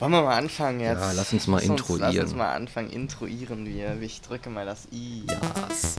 Wollen wir mal anfangen jetzt? Ja, lass uns mal introieren. Lass uns mal anfangen, introieren wir. Ich drücke mal das I. Yes.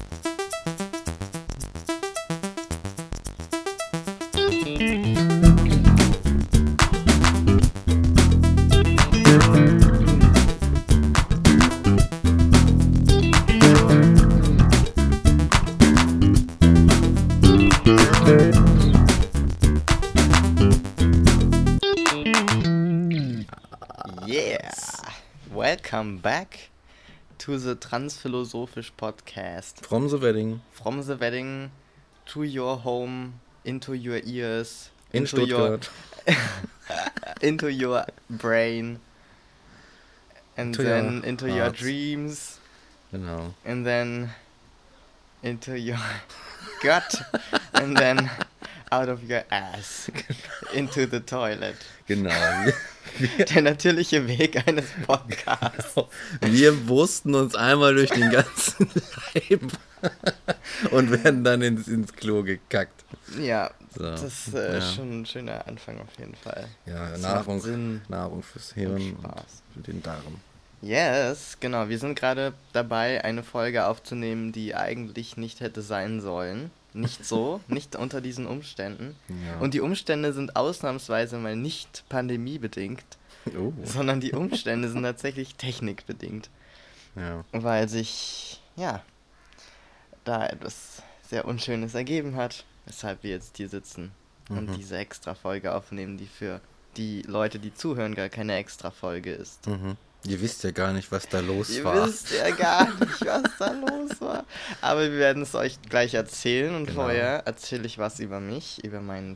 Yeah! Welcome back to the Transphilosophisch Podcast. From the wedding. From the wedding to your home, into your ears, In into Stuttgart. into your brain, and To then your into your hearts. dreams, Genau. and then into your gut, and then out of your ass into the toilet. Genau. Der natürliche Weg eines Podcasts. Wir wursten uns einmal durch den ganzen Leib und werden dann ins Klo gekackt. Ja, So, das ist ja. schon ein schöner Anfang auf jeden Fall. Ja, Das Nahrung, macht Sinn. Nahrung fürs Hirn und Spaß. für den Darm. Yes, genau. Wir sind gerade dabei, eine Folge aufzunehmen, die eigentlich nicht hätte sein sollen. Nicht so, nicht unter diesen Umständen. Ja. Und die Umstände sind ausnahmsweise mal nicht pandemiebedingt, Oh. sondern die Umstände sind tatsächlich technikbedingt. Ja. Weil sich, ja, da etwas sehr Unschönes ergeben hat, weshalb wir jetzt hier sitzen und diese Extra-Folge aufnehmen, die für die Leute, die zuhören, gar keine Extra-Folge ist. Mhm. Ihr wisst ja gar nicht, was da los Ihr war. wisst ja gar nicht, was da los war. Aber wir werden es euch gleich erzählen und Genau. vorher erzähle ich was über mich, über mein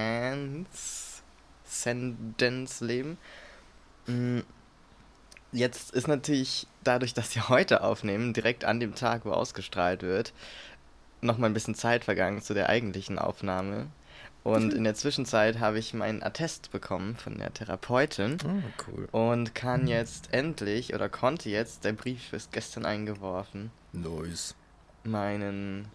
Transzendenz-Leben. Jetzt ist natürlich dadurch, dass wir heute aufnehmen, direkt an dem Tag, wo ausgestrahlt wird, nochmal ein bisschen Zeit vergangen zu der eigentlichen Aufnahme. Und in der Zwischenzeit habe ich meinen Attest bekommen von der Therapeutin. Oh, cool. Und kann jetzt endlich, oder konnte jetzt, der Brief ist gestern eingeworfen, Nice. meinen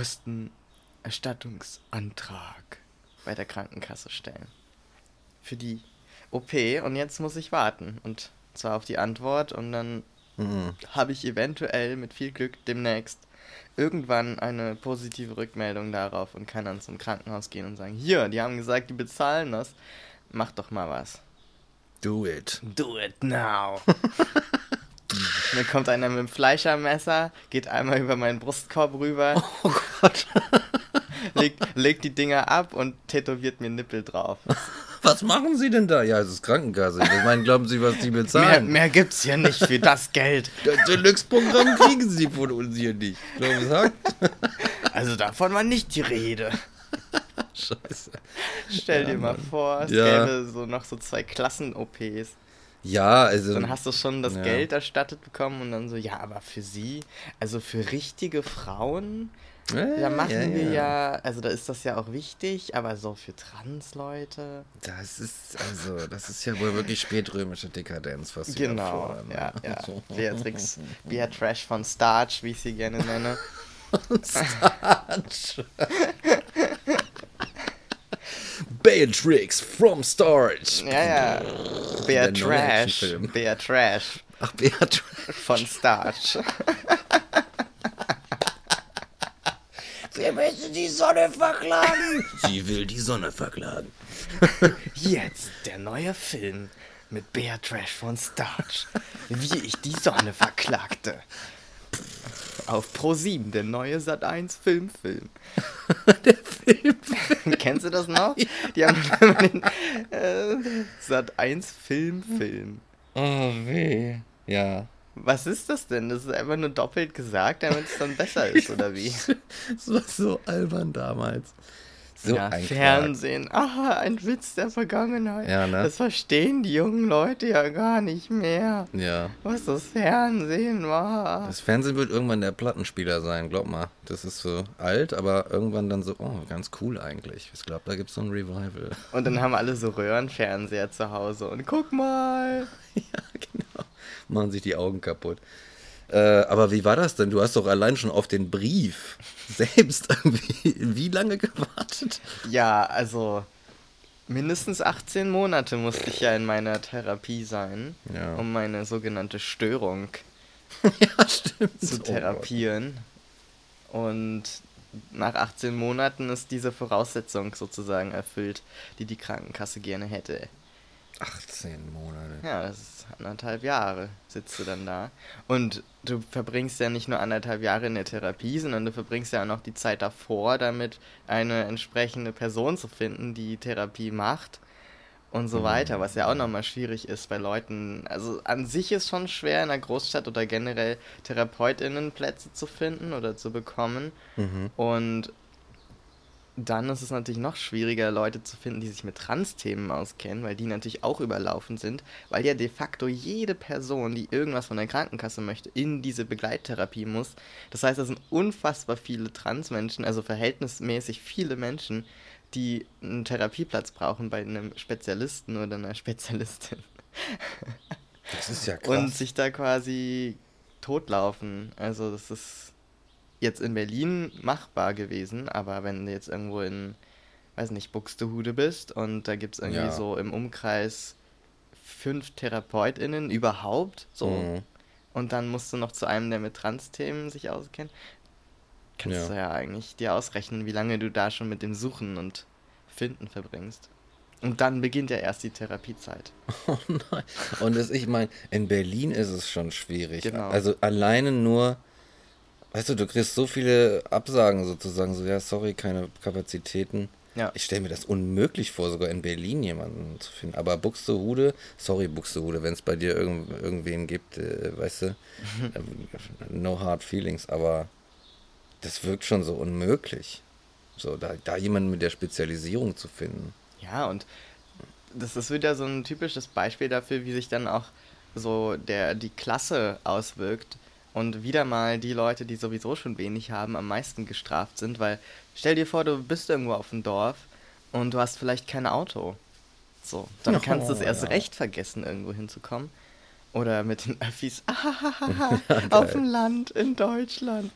Kostenerstattungsantrag bei der Krankenkasse stellen. Für die OP. Und jetzt muss ich warten. Und zwar auf die Antwort. Und dann Mhm. habe ich eventuell mit viel Glück demnächst irgendwann eine positive Rückmeldung darauf und kann dann zum Krankenhaus gehen und sagen, hier, die haben gesagt, die bezahlen das. Mach doch mal was. Do it. Do it now. Dann kommt einer mit dem Fleischermesser, geht einmal über meinen Brustkorb rüber, Oh Gott. legt die Dinger ab und tätowiert mir Nippel drauf. Was machen Sie denn da? Ja, es ist Krankenkasse. Ich meine, glauben Sie, was die bezahlen? Mehr gibt's hier nicht für das Geld. Das Deluxe-Programm kriegen Sie von uns hier nicht. Gesagt? Also davon war nicht die Rede. Scheiße. Stell dir mal Mann. vor, es Ja. gäbe so noch so 2 Klassen-OPs. Ja, also. Dann hast du schon das ja. Geld erstattet bekommen und dann so, ja, aber für sie, also für richtige Frauen, da machen wir ja, also da ist das ja auch wichtig, aber so für Trans-Leute. Das ist ja wohl wirklich spätrömische Dekadenz, was Sie da Genau, fordern, ne? ja. Beatrix von Starch, wie ich sie gerne nenne. Beatrix from Storage. Ja. Der neue Actionfilm. Beatrash Ach, Beatrix. von Starch. Wir müssen die Sonne verklagen. Sie will die Sonne verklagen. Jetzt der neue Film mit Beatrash von Starch, wie ich die Sonne verklagte. Auf Pro7, der neue Sat.1 Filmfilm. Der Film. Kennst du das noch? Die haben immer den Sat.1 Filmfilm. Oh, weh. Ja. Was ist das denn? Das ist einfach nur doppelt gesagt, damit es dann besser ist, oder wie? Das war so albern damals. So Ja, ein Fernsehen. Ah, ein Witz der Vergangenheit. Ja, ne? Das verstehen die jungen Leute ja gar nicht mehr. Quark. Ja. Was das Fernsehen war. Das Fernsehen wird irgendwann der Plattenspieler sein, glaub mal. Das ist so alt, aber irgendwann dann so, oh, ganz cool eigentlich. Ich glaube, da gibt's so ein Revival. Und dann haben alle so Röhrenfernseher zu Hause. Und guck mal. Ja, genau. Machen sich die Augen kaputt. Aber wie war das denn? Du hast doch allein schon auf den Brief selbst irgendwie wie lange gewartet? Ja, also mindestens 18 Monate musste ich ja in meiner Therapie sein, Ja. um meine sogenannte Störung Ja, stimmt. zu therapieren. Und nach 18 Monaten ist diese Voraussetzung sozusagen erfüllt, die die Krankenkasse gerne hätte. 18 Monate. Ja, das ist 1,5 Jahre sitzt du dann da. Und du verbringst ja nicht nur 1,5 Jahre in der Therapie, sondern du verbringst ja auch noch die Zeit davor, damit eine entsprechende Person zu finden, die Therapie macht und so weiter, was ja auch nochmal schwierig ist bei Leuten. Also an sich ist schon schwer in einer Großstadt oder generell TherapeutInnenplätze zu finden oder zu bekommen. Und dann ist es natürlich noch schwieriger, Leute zu finden, die sich mit Trans-Themen auskennen, weil die natürlich auch überlaufen sind, weil ja de facto jede Person, die irgendwas von der Krankenkasse möchte, in diese Begleittherapie muss. Das heißt, es sind unfassbar viele Transmenschen, also verhältnismäßig viele Menschen, die einen Therapieplatz brauchen bei einem Spezialisten oder einer Spezialistin. Das ist ja Und krass. sich da quasi totlaufen. Also das ist jetzt in Berlin machbar gewesen, aber wenn du jetzt irgendwo in, weiß nicht, Buxtehude bist und da gibt es irgendwie Ja. so im Umkreis 5 TherapeutInnen überhaupt, so, und dann musst du noch zu einem, der mit Trans-Themen sich auskennt, kannst Ja. du ja eigentlich dir ausrechnen, wie lange du da schon mit dem Suchen und Finden verbringst. Und dann beginnt ja erst die Therapiezeit. Oh nein. Und ich meine, in Berlin ist es schon schwierig. Genau. Also alleine nur, weißt du kriegst so viele Absagen sozusagen, so ja, sorry, keine Kapazitäten. Ja. Ich stelle mir das unmöglich vor, sogar in Berlin jemanden zu finden. Aber Buxtehude, sorry Buxtehude, wenn es bei dir irgendwen gibt, weißt du, no hard feelings, aber das wirkt schon so unmöglich. So, da jemanden mit der Spezialisierung zu finden. Ja, und das ist wieder so ein typisches Beispiel dafür, wie sich dann auch so die Klasse auswirkt und wieder mal die Leute, die sowieso schon wenig haben, am meisten gestraft sind, weil stell dir vor, du bist irgendwo auf dem Dorf und du hast vielleicht kein Auto. So, dann kannst du es erst ja. recht vergessen, irgendwo hinzukommen. Oder mit den Öffis, auf dem Land in Deutschland.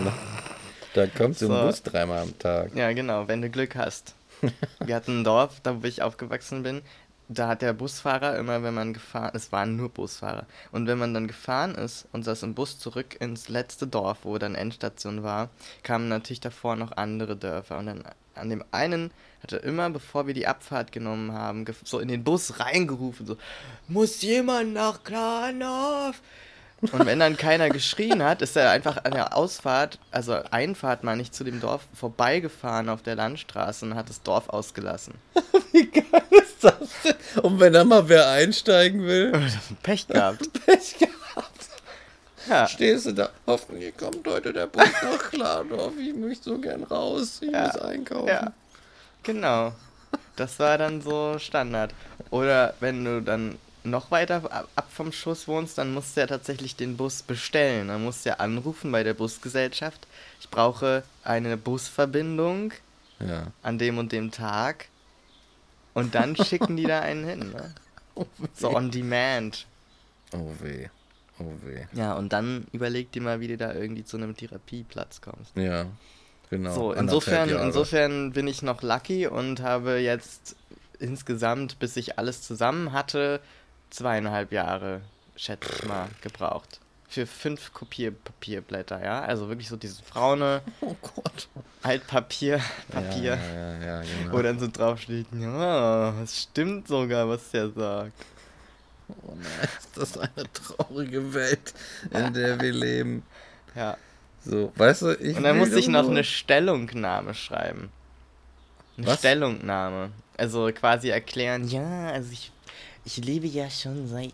Da kommt so ein So. Bus dreimal am Tag. Ja, genau, wenn du Glück hast. Wir hatten ein Dorf, da wo ich aufgewachsen bin, da hat der Busfahrer immer, wenn man gefahren, es waren nur Busfahrer, und wenn man dann gefahren ist und saß im Bus zurück ins letzte Dorf, wo dann Endstation war, kamen natürlich davor noch andere Dörfer, und dann an dem einen hat er immer, bevor wir die Abfahrt genommen haben, so in den Bus reingerufen, so, muss jemand nach Klarendorf? Und wenn dann keiner geschrien hat, ist er einfach an der Ausfahrt, also Einfahrt meine ich, zu dem Dorf vorbeigefahren auf der Landstraße und hat das Dorf ausgelassen. Wie geil ist das denn? Und wenn da mal wer einsteigen will, Pech gehabt. Pech gehabt. Ja, Stehst du da, hoffentlich kommt heute der Bus nach Klardorf, ich möchte so gern raus, ich Ja. muss einkaufen. ja, genau. Das war dann so Standard. Oder wenn du dann noch weiter ab vom Schuss wohnst, dann musst du ja tatsächlich den Bus bestellen. Dann musst du ja anrufen bei der Busgesellschaft. Ich brauche eine Busverbindung Ja. an dem und dem Tag. Und dann schicken die da einen hin, ne? Oh So weh. on demand. Oh weh. Oh weh. Ja, und dann überleg dir mal, wie du da irgendwie zu einem Therapieplatz kommst. Ja, genau. So, 1,5 Jahre. insofern bin ich noch lucky und habe jetzt insgesamt, bis ich alles zusammen hatte, 2,5 Jahre, schätze ich mal, gebraucht. Für 5 Kopierpapierblätter, ja? Also wirklich so dieses braune Oh Gott. Altpapier, Ja, genau. wo dann so draufsteht, ja, es stimmt sogar, was der sagt. Oh nein, ist das eine traurige Welt, in der wir leben. Ja. So, weißt du, ich Und dann will musste ich noch irgendwo- eine Stellungnahme schreiben. Eine Was? Stellungnahme. Also quasi erklären, ja, also ich lebe ja schon seit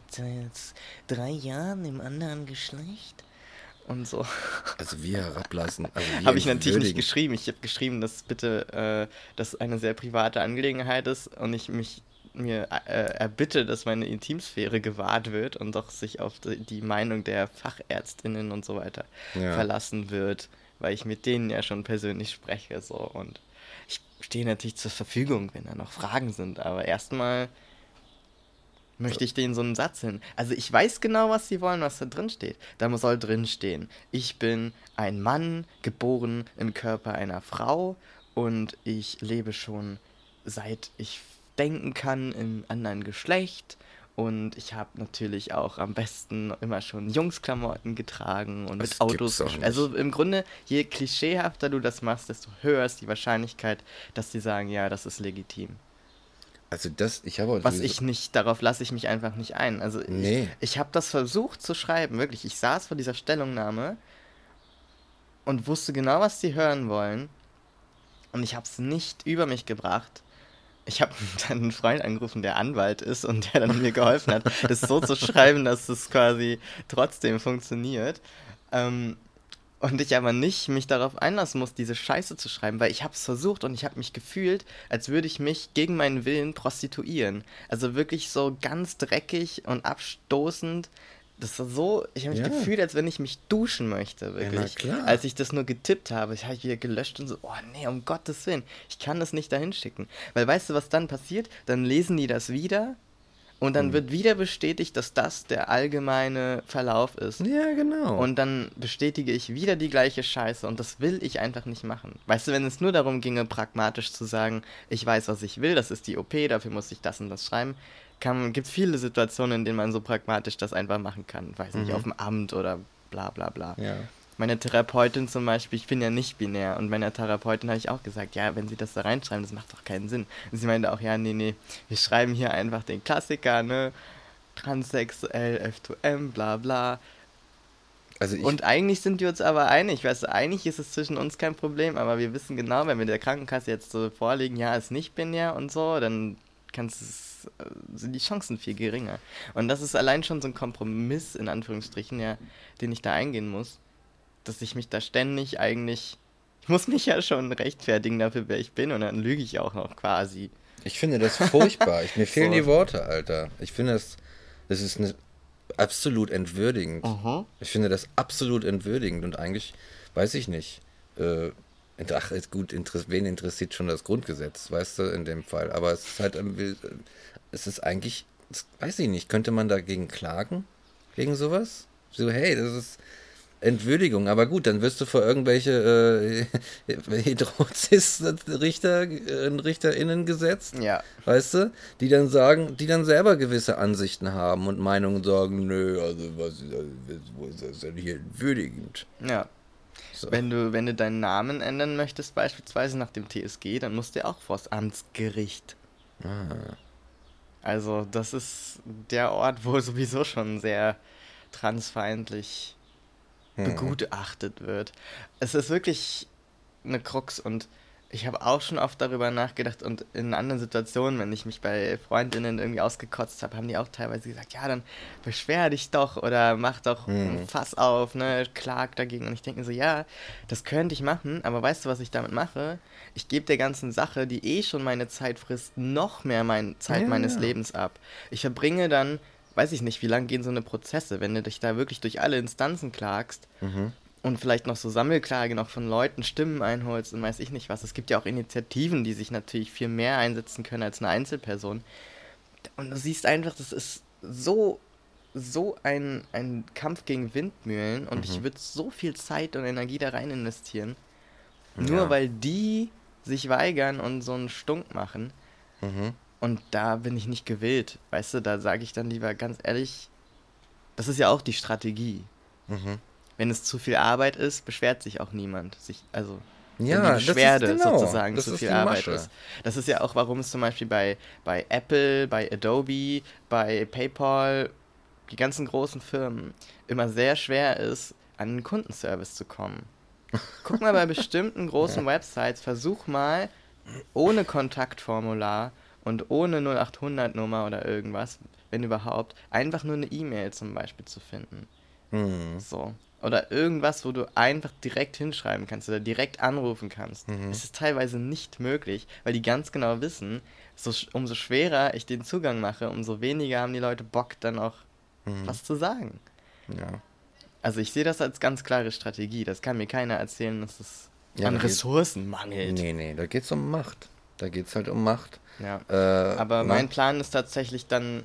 3 Jahren im anderen Geschlecht. Und so. Also wir herablassen. Also wir Habe ich natürlich nicht würdigen. geschrieben. Ich habe geschrieben, dass bitte das eine sehr private Angelegenheit ist und ich mir erbitte, dass meine Intimsphäre gewahrt wird und doch sich auf die Meinung der FachärztInnen und so weiter Ja. verlassen wird, weil ich mit denen ja schon persönlich spreche, so, und ich stehe natürlich zur Verfügung, wenn da noch Fragen sind, aber erstmal möchte ich denen so einen Satz hin. Also ich weiß genau, was sie wollen, was da drin steht. Da soll drin stehen, ich bin ein Mann, geboren im Körper einer Frau und ich lebe schon seit ich denken kann im anderen Geschlecht. Und ich habe natürlich auch am besten immer schon Jungsklamotten getragen und Das mit Autos gibt's doch gespielt. nicht. Also im Grunde, je klischeehafter du das machst, desto höher ist die Wahrscheinlichkeit, dass die sagen, ja, das ist legitim. Also ich habe Was sowieso, ich nicht, darauf lasse ich mich einfach nicht ein. Also nee, ich habe das versucht zu schreiben, wirklich. Ich saß vor dieser Stellungnahme und wusste genau, was die hören wollen. Und ich habe es nicht über mich gebracht. Ich habe dann einen Freund angerufen, der Anwalt ist und der dann mir geholfen hat, das so zu schreiben, dass es quasi trotzdem funktioniert. Ähm, und ich aber nicht mich darauf einlassen muss, diese Scheiße zu schreiben, weil ich habe es versucht und ich habe mich gefühlt, als würde ich mich gegen meinen Willen prostituieren. Also wirklich so ganz dreckig und abstoßend. Das war so, ich habe mich ja, gefühlt, als wenn ich mich duschen möchte, ja, na wirklich. klar. Als ich das nur getippt habe, ich habe wieder gelöscht und so, oh nee, um Gottes Willen, ich kann das nicht dahin schicken. Weil weißt du, was dann passiert? Dann lesen die das wieder und dann Hm. wird wieder bestätigt, dass das der allgemeine Verlauf ist. Ja, genau. Und dann bestätige ich wieder die gleiche Scheiße und das will ich einfach nicht machen. Weißt du, wenn es nur darum ginge, pragmatisch zu sagen, ich weiß, was ich will, das ist die OP, dafür muss ich das und das schreiben, gibt es viele Situationen, in denen man so pragmatisch das einfach machen kann. Weiß nicht, auf Mhm. dem Amt oder bla bla bla. Ja. Meine Therapeutin zum Beispiel, ich bin ja nicht binär und meiner Therapeutin habe ich auch gesagt, ja, wenn Sie das da reinschreiben, das macht doch keinen Sinn. Und sie meinte auch, ja, nee, wir schreiben hier einfach den Klassiker, ne, transsexuell, F2M, bla bla. Also Und eigentlich sind wir uns aber einig, weißt du, eigentlich ist es zwischen uns kein Problem, aber wir wissen genau, wenn wir der Krankenkasse jetzt so vorlegen, ja, ist nicht binär und so, dann sind die Chancen viel geringer. Und das ist allein schon so ein Kompromiss, in Anführungsstrichen, ja, den ich da eingehen muss, dass ich mich da ständig eigentlich, ich muss mich ja schon rechtfertigen dafür, wer ich bin und dann lüge ich auch noch quasi. ich finde das furchtbar. Mir fehlen So. die Worte, Alter. Ich finde das ist absolut entwürdigend. Mhm. Ich finde das absolut entwürdigend und eigentlich, weiß ich nicht. Ach, ist gut, wen interessiert schon das Grundgesetz, weißt du, in dem Fall. Aber es ist halt, es ist eigentlich, weiß ich nicht, könnte man dagegen klagen? Gegen sowas? So, hey, das ist Entwürdigung, aber gut, dann wirst du vor irgendwelche RichterInnen gesetzt, Ja, weißt du, die dann selber gewisse Ansichten haben und Meinungen sagen, nö, also wo ist das denn hier entwürdigend? ja. So. Wenn du deinen Namen ändern möchtest, beispielsweise nach dem TSG, dann musst du ja auch vors Amtsgericht. Ah. Also, das ist der Ort, wo sowieso schon sehr transfeindlich Hm. begutachtet wird. Es ist wirklich eine Krux und ich habe auch schon oft darüber nachgedacht und in anderen Situationen, wenn ich mich bei Freundinnen irgendwie ausgekotzt habe, haben die auch teilweise gesagt, ja, dann beschwer dich doch oder mach doch ein Hm. Fass auf, ne, klag dagegen. Und ich denke mir so, ja, das könnte ich machen, aber weißt du, was ich damit mache? Ich gebe der ganzen Sache, die eh schon meine Zeit frisst, noch mehr Zeit Ja, meines ja. Lebens ab. Ich verbringe dann, weiß ich nicht, wie lang gehen so eine Prozesse, wenn du dich da wirklich durch alle Instanzen klagst, Mhm. und vielleicht noch so Sammelklage noch von Leuten Stimmen einholst und weiß ich nicht was. Es gibt ja auch Initiativen, die sich natürlich viel mehr einsetzen können als eine Einzelperson. Und du siehst einfach, das ist so ein Kampf gegen Windmühlen und ich Mhm. würde so viel Zeit und Energie da rein investieren, nur Ja. weil die sich weigern und so einen Stunk machen. Mhm. Und da bin ich nicht gewillt. Weißt du, da sage ich dann lieber ganz ehrlich, das ist ja auch die Strategie. Mhm. Wenn es zu viel Arbeit ist, beschwert sich auch niemand. Also, wenn die Ja, das ist Beschwerde genau, sozusagen das zu ist viel die Arbeit Masche. ist. Das ist ja auch, warum es zum Beispiel bei Apple, bei Adobe, bei PayPal, die ganzen großen Firmen, immer sehr schwer ist, an den Kundenservice zu kommen. Guck mal bei bestimmten Ja. großen Websites, versuch mal ohne Kontaktformular und ohne 0800-Nummer oder irgendwas, wenn überhaupt, einfach nur eine E-Mail zum Beispiel zu finden. Mhm. So. Oder irgendwas, wo du einfach direkt hinschreiben kannst oder direkt anrufen kannst. Mhm. Es ist teilweise nicht möglich, weil die ganz genau wissen, umso schwerer ich den Zugang mache, umso weniger haben die Leute Bock, dann auch Mhm. was zu sagen. Ja. Also ich sehe das als ganz klare Strategie. Das kann mir keiner erzählen, dass es Ja, an Ressourcen mangelt. nee, da geht's um Macht. Da geht's halt um Macht. Ja. Aber Na? mein Plan ist tatsächlich dann,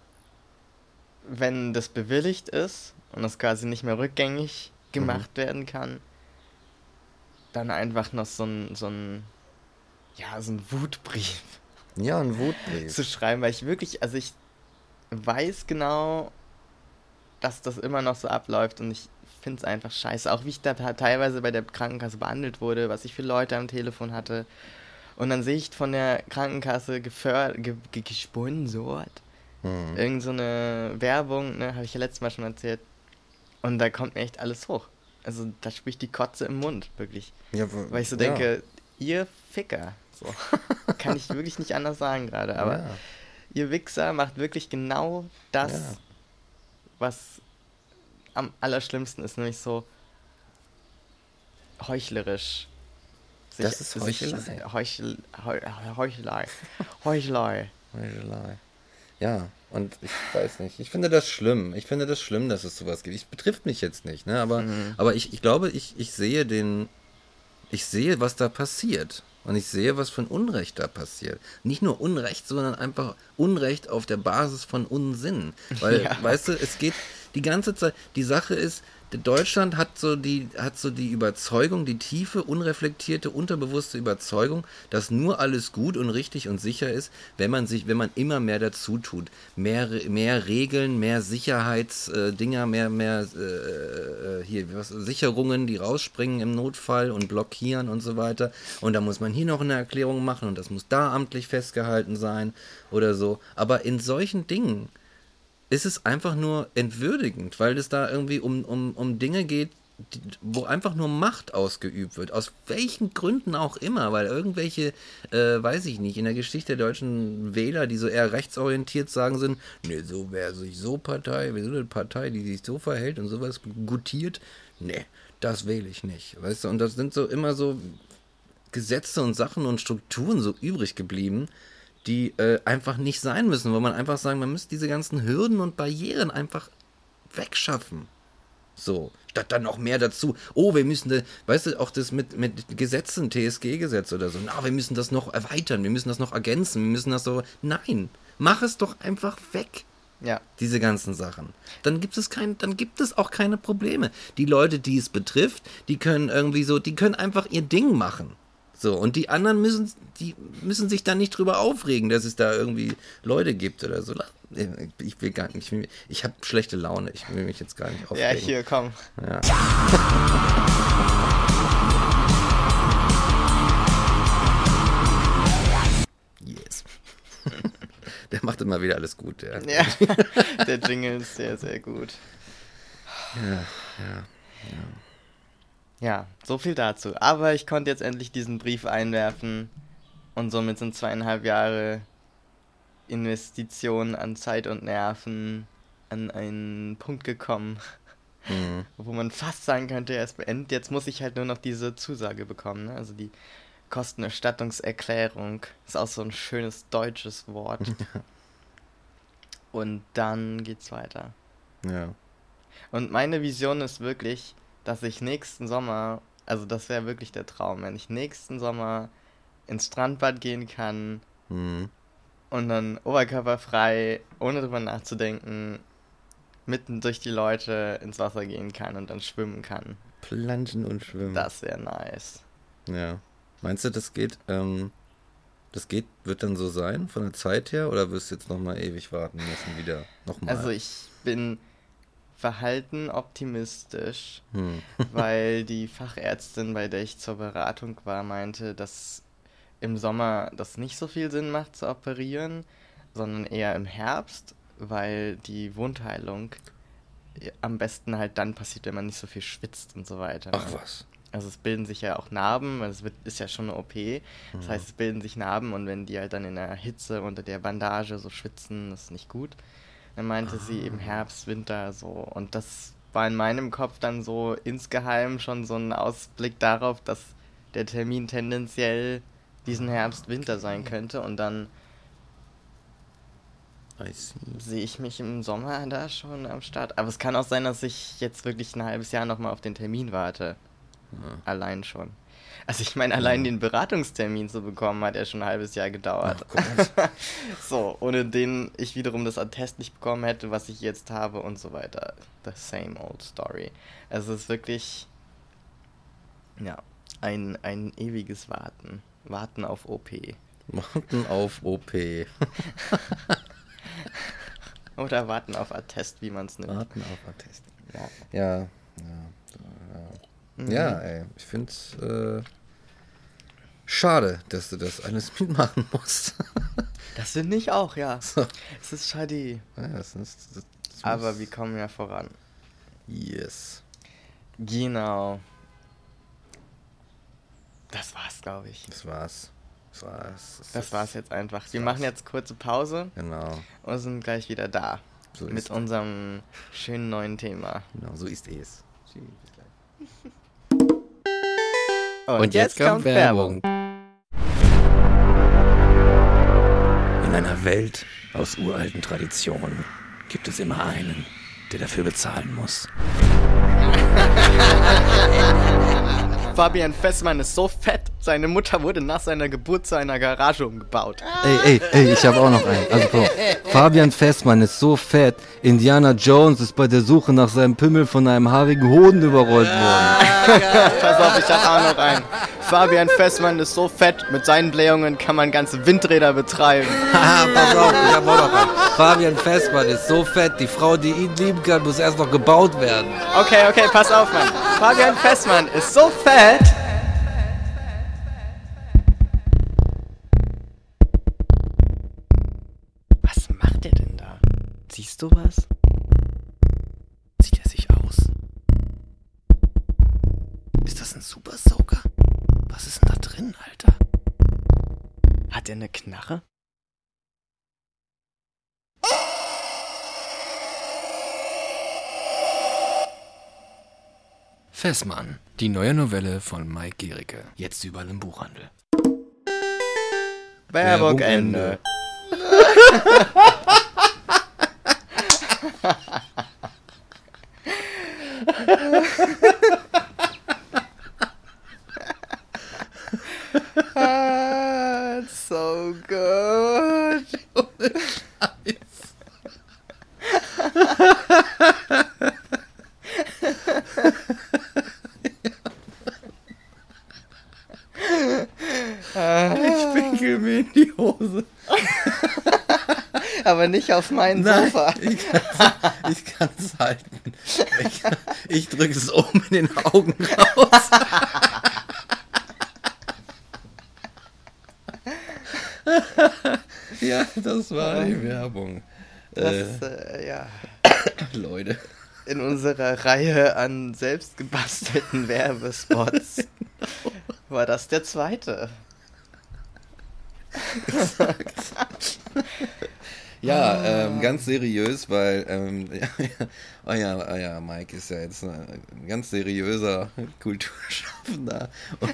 wenn das bewilligt ist und das quasi nicht mehr rückgängig Mhm. gemacht werden kann, dann einfach noch so ein Wutbrief Ja, ein Wutbrief. zu schreiben, weil ich wirklich, also ich weiß genau, dass das immer noch so abläuft und ich finde es einfach scheiße. Auch wie ich da teilweise bei der Krankenkasse behandelt wurde, was ich für Leute am Telefon hatte. Und dann sehe ich von der Krankenkasse gesponsert. Hm. Irgend so eine Werbung, ne, habe ich ja letztes Mal schon erzählt. Und da kommt mir echt alles hoch. Also da spricht die Kotze im Mund, wirklich. Ja, Weil ich so ja, denke, ihr Ficker. So. Kann ich wirklich nicht anders sagen gerade. Aber ja, ihr Wichser macht wirklich genau das, ja. was am allerschlimmsten ist, nämlich so heuchlerisch. Das ist Heuchelei. Heuchelei. Heuchelei. Heuchelei. Ja, und ich weiß nicht. Ich finde das schlimm. Ich finde das schlimm, dass es sowas gibt. Es betrifft mich jetzt nicht, ne? Mhm. Aber ich glaube, ich sehe ich sehe, was da passiert. Und ich sehe, was für ein Unrecht da passiert. Nicht nur Unrecht, sondern einfach Unrecht auf der Basis von Unsinn. Weil, Ja. weißt du, es geht die ganze Zeit, die Sache ist, Deutschland hat so die Überzeugung, die tiefe, unreflektierte, unterbewusste Überzeugung, dass nur alles gut und richtig und sicher ist, wenn man immer mehr dazu tut. Mehr Regeln, mehr Sicherheitsdinger, Sicherungen, die rausspringen im Notfall und blockieren und so weiter. Und da muss man hier noch eine Erklärung machen und das muss da amtlich festgehalten sein oder so. Aber in solchen Dingen ist es einfach nur entwürdigend, weil es da irgendwie um Dinge geht, wo einfach nur Macht ausgeübt wird. Aus welchen Gründen auch immer, weil irgendwelche, weiß ich nicht, in der Geschichte der deutschen Wähler, die so eher rechtsorientiert sagen sind, ne, so wäre sich so Partei, wir sind eine Partei, die sich so verhält und sowas gutiert, ne, das wähle ich nicht. Weißt du, und das sind so immer so Gesetze und Sachen und Strukturen so übrig geblieben, die einfach nicht sein müssen, wo man einfach sagen, man müsste diese ganzen Hürden und Barrieren einfach wegschaffen. So, statt dann noch mehr dazu. Oh, wir müssen, weißt du, auch das mit Gesetzen, TSG-Gesetz oder so, na, wir müssen das noch erweitern, wir müssen das noch ergänzen, wir müssen das so, nein, mach es doch einfach weg, Ja. diese ganzen Sachen. Dann gibt es auch keine Probleme. Die Leute, die es betrifft, die können irgendwie so, die können einfach ihr Ding machen. So, und die müssen sich dann nicht drüber aufregen, dass es da irgendwie Leute gibt oder so. Ich will gar nicht, ich habe schlechte Laune, ich will mich jetzt gar nicht Ja, aufregen. hier, komm. Ja. Yes. Der macht immer wieder alles gut, ja. Ja, der Jingle ist sehr, sehr gut. Ja. Ja, so viel dazu. Aber ich konnte jetzt endlich diesen Brief einwerfen und somit sind 2,5 Jahre Investition an Zeit und Nerven an einen Punkt gekommen, Mhm. wo man fast sagen könnte, er ist beendet. Jetzt muss ich halt nur noch diese Zusage bekommen, ne? Also die Kostenerstattungserklärung ist auch so ein schönes deutsches Wort. Und dann geht's weiter. Ja. Und meine Vision ist wirklich, dass ich nächsten Sommer, also das wäre wirklich der Traum, wenn ich nächsten Sommer ins Strandbad gehen kann Mhm. und dann oberkörperfrei, ohne drüber nachzudenken, mitten durch die Leute ins Wasser gehen kann und dann schwimmen kann. Planschen und schwimmen. Das wäre nice. Ja. Meinst du, wird dann so sein von der Zeit her oder wirst du jetzt nochmal ewig warten müssen wieder? Nochmal. Also ich bin verhalten optimistisch, Hm. weil die Fachärztin, bei der ich zur Beratung war, meinte, dass im Sommer das nicht so viel Sinn macht zu operieren, sondern eher im Herbst, weil die Wundheilung am besten halt dann passiert, wenn man nicht so viel schwitzt und so weiter. Ach Ne? was. Also es bilden sich ja auch Narben, weil ist ja schon eine OP. Das heißt, es bilden sich Narben und wenn die halt dann in der Hitze unter der Bandage so schwitzen, das ist nicht gut. Dann meinte sie eben Herbst, Winter so. Und das war in meinem Kopf dann so insgeheim schon so ein Ausblick darauf, dass der Termin tendenziell diesen Herbst, Winter sein könnte. Und dann I see. sehe ich mich im Sommer da schon am Start. Aber es kann auch sein, dass ich jetzt wirklich ein halbes Jahr nochmal auf den Termin warte. Allein schon. Also ich meine, allein den Beratungstermin zu bekommen, hat ja schon ein halbes Jahr gedauert. Ach Gott. So, ohne den ich wiederum das Attest nicht bekommen hätte, was ich jetzt habe und so weiter. The same old story. Also es ist wirklich, ja, ein ewiges Warten. Warten auf OP. Warten auf OP. Oder warten auf Attest, wie man es nimmt. Warten auf Attest. Ja. Ja. Ja, ey. Ich find's schade, dass du das alles mitmachen musst. Das finde ich auch, ja. So. Es ist schade. Ja, das Aber wir kommen ja voran. Yes. Genau. Das war's, glaube ich. Das war's Jetzt einfach. Wir machen jetzt kurze Pause Genau. und sind gleich wieder da. So mit ist unserem schönen neuen Thema. Genau, so ist es. Und jetzt kommt Werbung. In einer Welt aus uralten Traditionen gibt es immer einen, der dafür bezahlen muss. Fabian Festmann ist so fett, seine Mutter wurde nach seiner Geburt zu einer Garage umgebaut. Ey, ich habe auch noch einen. Also Fabian Festmann ist so fett, Indiana Jones ist bei der Suche nach seinem Pimmel von einem haarigen Hoden überrollt worden. Pass auf, ich hab auch noch einen. Fabian Festmann ist so fett, mit seinen Blähungen kann man ganze Windräder betreiben. Haha, pass auf, ich habe auch noch einen. Fabian Festmann ist so fett, die Frau, die ihn lieben kann, muss erst noch gebaut werden. Okay, pass auf, Mann. Fabian Festmann ist so fett. Was macht der denn da? Siehst du was? Sieht er sich aus? Ist das ein Super Soaker? Was ist denn da drin, Alter? Hat er eine Knarre? Fessmann, die neue Novelle von Mike Gericke. Jetzt überall im Buchhandel. Werbung Ende. It's so good. Ich pinkel mir in die Hose. Aber nicht auf meinen Sofa. Ich kann es halten. Ich drücke es oben in den Augen raus. Ja, das war die Werbung. Ja. Leute. In unserer Reihe an selbstgebastelten Werbespots war das der zweite. Ja, ganz seriös, weil euer Mike ist ja jetzt ein ganz seriöser Kulturschaffender und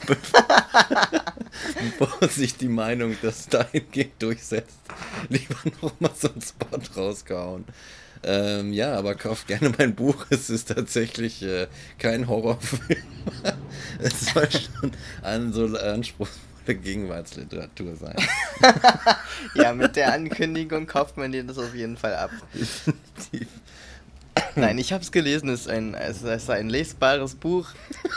bevor sich die Meinung das dahingehend durchsetzt, lieber noch mal so einen Spot rausgehauen. Ja, aber kauft gerne mein Buch. Es ist tatsächlich kein Horrorfilm. Es soll schon so anspruchsvolle Gegenwartsliteratur sein. Ja, mit der Ankündigung kauft man dir das auf jeden Fall ab. Definitiv. Nein, ich hab's gelesen, es ist ein lesbares Buch.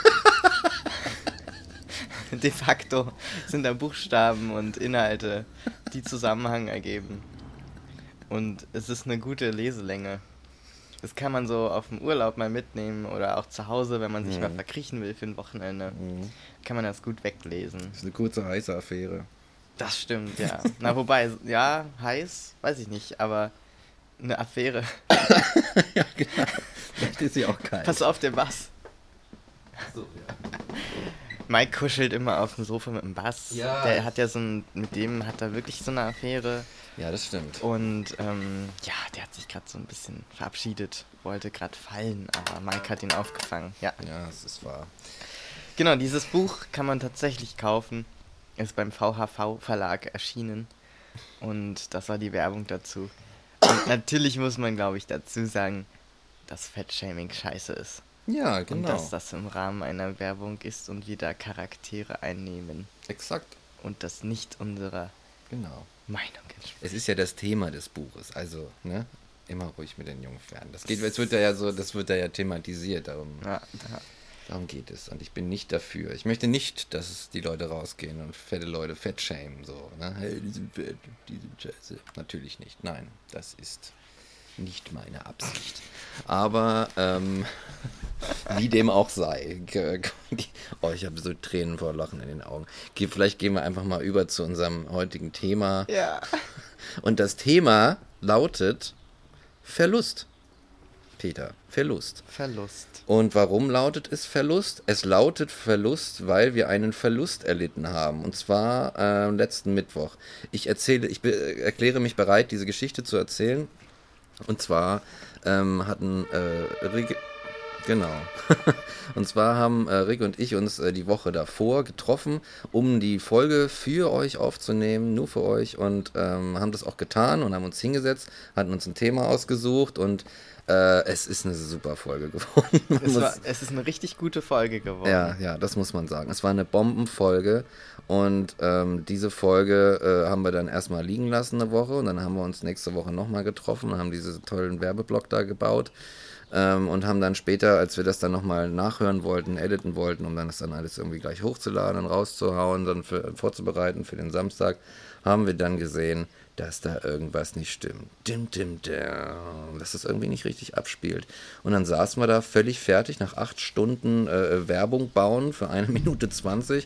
De facto sind da Buchstaben und Inhalte, die Zusammenhang ergeben. Und es ist eine gute Leselänge. Das kann man so auf dem Urlaub mal mitnehmen oder auch zu Hause, wenn man sich mal verkriechen will für ein Wochenende. Kann man das gut weglesen. Das ist eine kurze, heiße Affäre. Das stimmt, ja. Na, wobei, ja, heiß, weiß ich nicht, aber eine Affäre. Ja, genau. Vielleicht ist sie auch kalt. Pass auf, der Bass. So, ja. Mike kuschelt immer auf dem Sofa mit dem Bass. Ja. Der hat ja mit dem hat er wirklich so eine Affäre. Ja, das stimmt. Und ja, der hat sich gerade so ein bisschen verabschiedet, wollte gerade fallen, aber Mike hat ihn aufgefangen. Ja, es ist wahr. genau, dieses Buch kann man tatsächlich kaufen. Ist beim VHV-Verlag erschienen. Und das war die Werbung dazu. Und natürlich muss man, glaube ich, dazu sagen, dass Fettshaming scheiße ist. Ja, genau. Und dass das im Rahmen einer Werbung ist und wir da Charaktere einnehmen. Exakt. Und das nicht unserer Genau. Meinung entspricht. Es ist ja das Thema des Buches, also, ne? Immer ruhig mit den Jungfernen. Das wird ja thematisiert, darum. Ja. Darum geht es. Und ich bin nicht dafür. Ich möchte nicht, dass die Leute rausgehen und fette Leute fett-shamen. So, ne? Hey, die sind fett, die sind scheiße. Natürlich nicht. Nein, das ist nicht meine Absicht. Aber, wie dem auch sei. Oh, ich habe so Tränen vor Lachen in den Augen. Vielleicht gehen wir einfach mal über zu unserem heutigen Thema. Ja. Und das Thema lautet Verlust. Peter, Verlust. Verlust. Und warum lautet es Verlust? Es lautet Verlust, weil wir einen Verlust erlitten haben. Und zwar letzten Mittwoch. Ich erkläre mich bereit, diese Geschichte zu erzählen. Und zwar hatten genau. Und zwar haben Rick und ich uns die Woche davor getroffen, um die Folge für euch aufzunehmen, nur für euch. Und haben das auch getan und haben uns hingesetzt, hatten uns ein Thema ausgesucht und es ist eine super Folge geworden. Es ist eine richtig gute Folge geworden. Ja, das muss man sagen. Es war eine Bombenfolge und diese Folge haben wir dann erstmal liegen lassen eine Woche und dann haben wir uns nächste Woche nochmal getroffen und haben diesen tollen Werbeblock da gebaut und haben dann später, als wir das dann nochmal nachhören wollten, editen wollten, um dann das dann alles irgendwie gleich hochzuladen und rauszuhauen, dann vorzubereiten für den Samstag, haben wir dann gesehen, dass da irgendwas nicht stimmt. Dass das irgendwie nicht richtig abspielt. Und dann saßen wir da völlig fertig, nach 8 Stunden Werbung bauen für 1 Minute 20.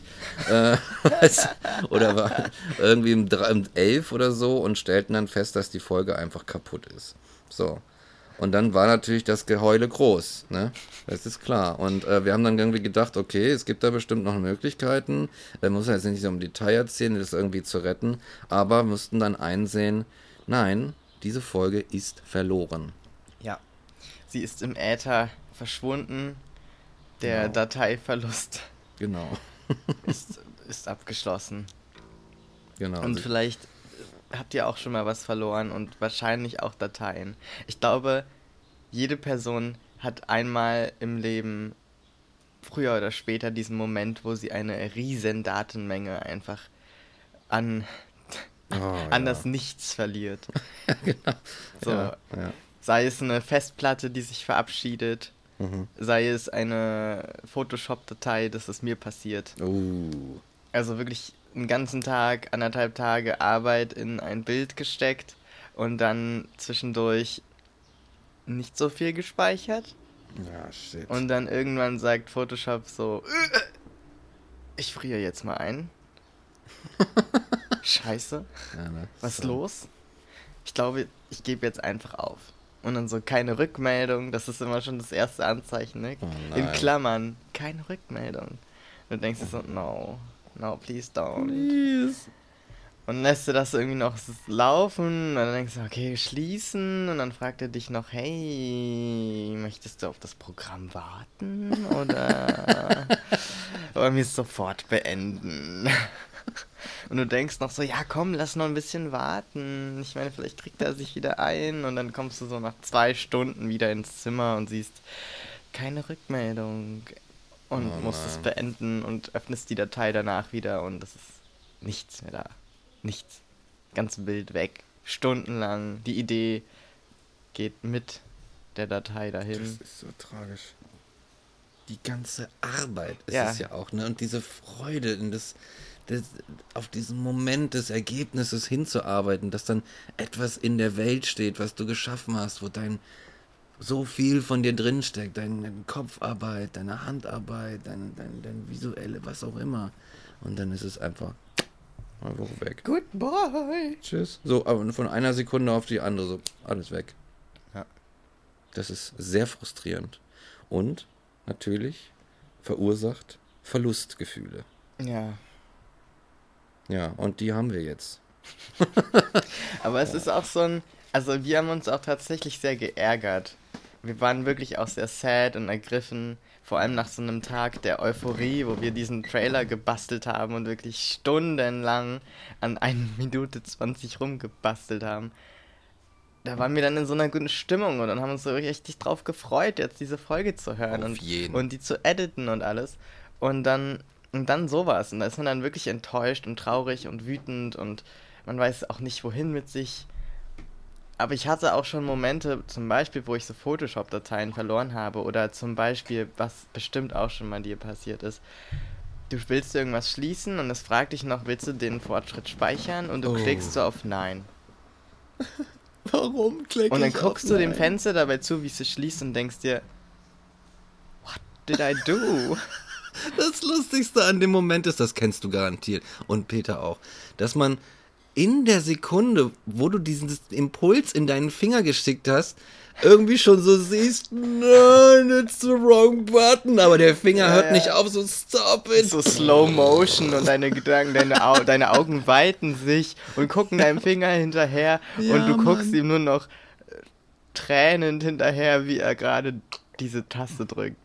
Oder war irgendwie um 11 oder so und stellten dann fest, dass die Folge einfach kaputt ist. So. Und dann war natürlich das Geheule groß, ne? Das ist klar. Und wir haben dann irgendwie gedacht, okay, es gibt da bestimmt noch Möglichkeiten. Muss ja jetzt nicht so im Detail erzählen, das irgendwie zu retten. Aber mussten dann einsehen, nein, diese Folge ist verloren. Ja. Sie ist im Äther verschwunden. Der Dateiverlust Genau. ist abgeschlossen. Genau. Und vielleicht habt ihr auch schon mal was verloren und wahrscheinlich auch Dateien. Ich glaube, jede Person hat einmal im Leben, früher oder später, diesen Moment, wo sie eine riesen Datenmenge einfach an das Nichts verliert. Genau. So, Ja. sei es eine Festplatte, die sich verabschiedet, sei es eine Photoshop-Datei, das ist mir passiert. Also wirklich einen ganzen Tag, 1,5 Tage Arbeit in ein Bild gesteckt und dann zwischendurch nicht so viel gespeichert. Ja, shit. Und dann irgendwann sagt Photoshop so, ich friere jetzt mal ein. Scheiße. Ja, ne? Was ist los? Ich glaube, ich gebe jetzt einfach auf. Und dann so, keine Rückmeldung. Das ist immer schon das erste Anzeichen, ne? Oh In nein. Klammern, keine Rückmeldung. Und du denkst dir so, no, please don't. Please. Und lässt du das irgendwie noch laufen und dann denkst du, okay, schließen und dann fragt er dich noch, hey, möchtest du auf das Programm warten oder wollen wir es sofort beenden? Und du denkst noch so, ja komm, lass noch ein bisschen warten. Ich meine, vielleicht kriegt er sich wieder ein und dann kommst du so nach 2 Stunden wieder ins Zimmer und siehst keine Rückmeldung und musst es beenden und öffnest die Datei danach wieder und es ist nichts mehr da. Nichts. Ganz Bild weg. Stundenlang. Die Idee geht mit der Datei dahin. Das ist so tragisch. Die ganze Arbeit ist Ja. es ja auch, ne? Und diese Freude in auf diesen Moment des Ergebnisses hinzuarbeiten, dass dann etwas in der Welt steht, was du geschaffen hast, wo so viel von dir drinsteckt, deine Kopfarbeit, deine Handarbeit, dein visuelle, was auch immer. Und dann ist es einfach weg. Goodbye. Tschüss. So, aber von einer Sekunde auf die andere, so, alles weg. Ja. Das ist sehr frustrierend. Und natürlich verursacht Verlustgefühle. Ja. Ja, und die haben wir jetzt. Aber es ist auch so also wir haben uns auch tatsächlich sehr geärgert. Wir waren wirklich auch sehr sad und ergriffen, vor allem nach so einem Tag der Euphorie, wo wir diesen Trailer gebastelt haben und wirklich stundenlang an 1 Minute 20 rumgebastelt haben. Da waren wir dann in so einer guten Stimmung und dann haben wir uns so richtig drauf gefreut, jetzt diese Folge zu hören Auf jeden. und die zu editen und alles. Und dann sowas. Und da ist man dann wirklich enttäuscht und traurig und wütend und man weiß auch nicht, wohin mit sich. Aber ich hatte auch schon Momente, zum Beispiel, wo ich so Photoshop-Dateien verloren habe oder zum Beispiel, was bestimmt auch schon mal dir passiert ist. Du willst irgendwas schließen und es fragt dich noch, willst du den Fortschritt speichern? Und du klickst so auf Nein. Warum klicke ich Und dann guckst du dem Nein? Fenster dabei zu, wie es sich schließt und denkst dir, what did I do? Das Lustigste an dem Moment ist, das kennst du garantiert und Peter auch, dass man in der Sekunde, wo du diesen Impuls in deinen Finger geschickt hast, irgendwie schon so siehst, nein, it's the wrong button, aber der Finger hört nicht auf, so stop it. So Slow Motion und deine Gedanken, deine Augen weiten sich und gucken deinem Finger hinterher Ja, und du guckst Mann. ihm nur noch tränend hinterher, wie er gerade diese Taste drückt.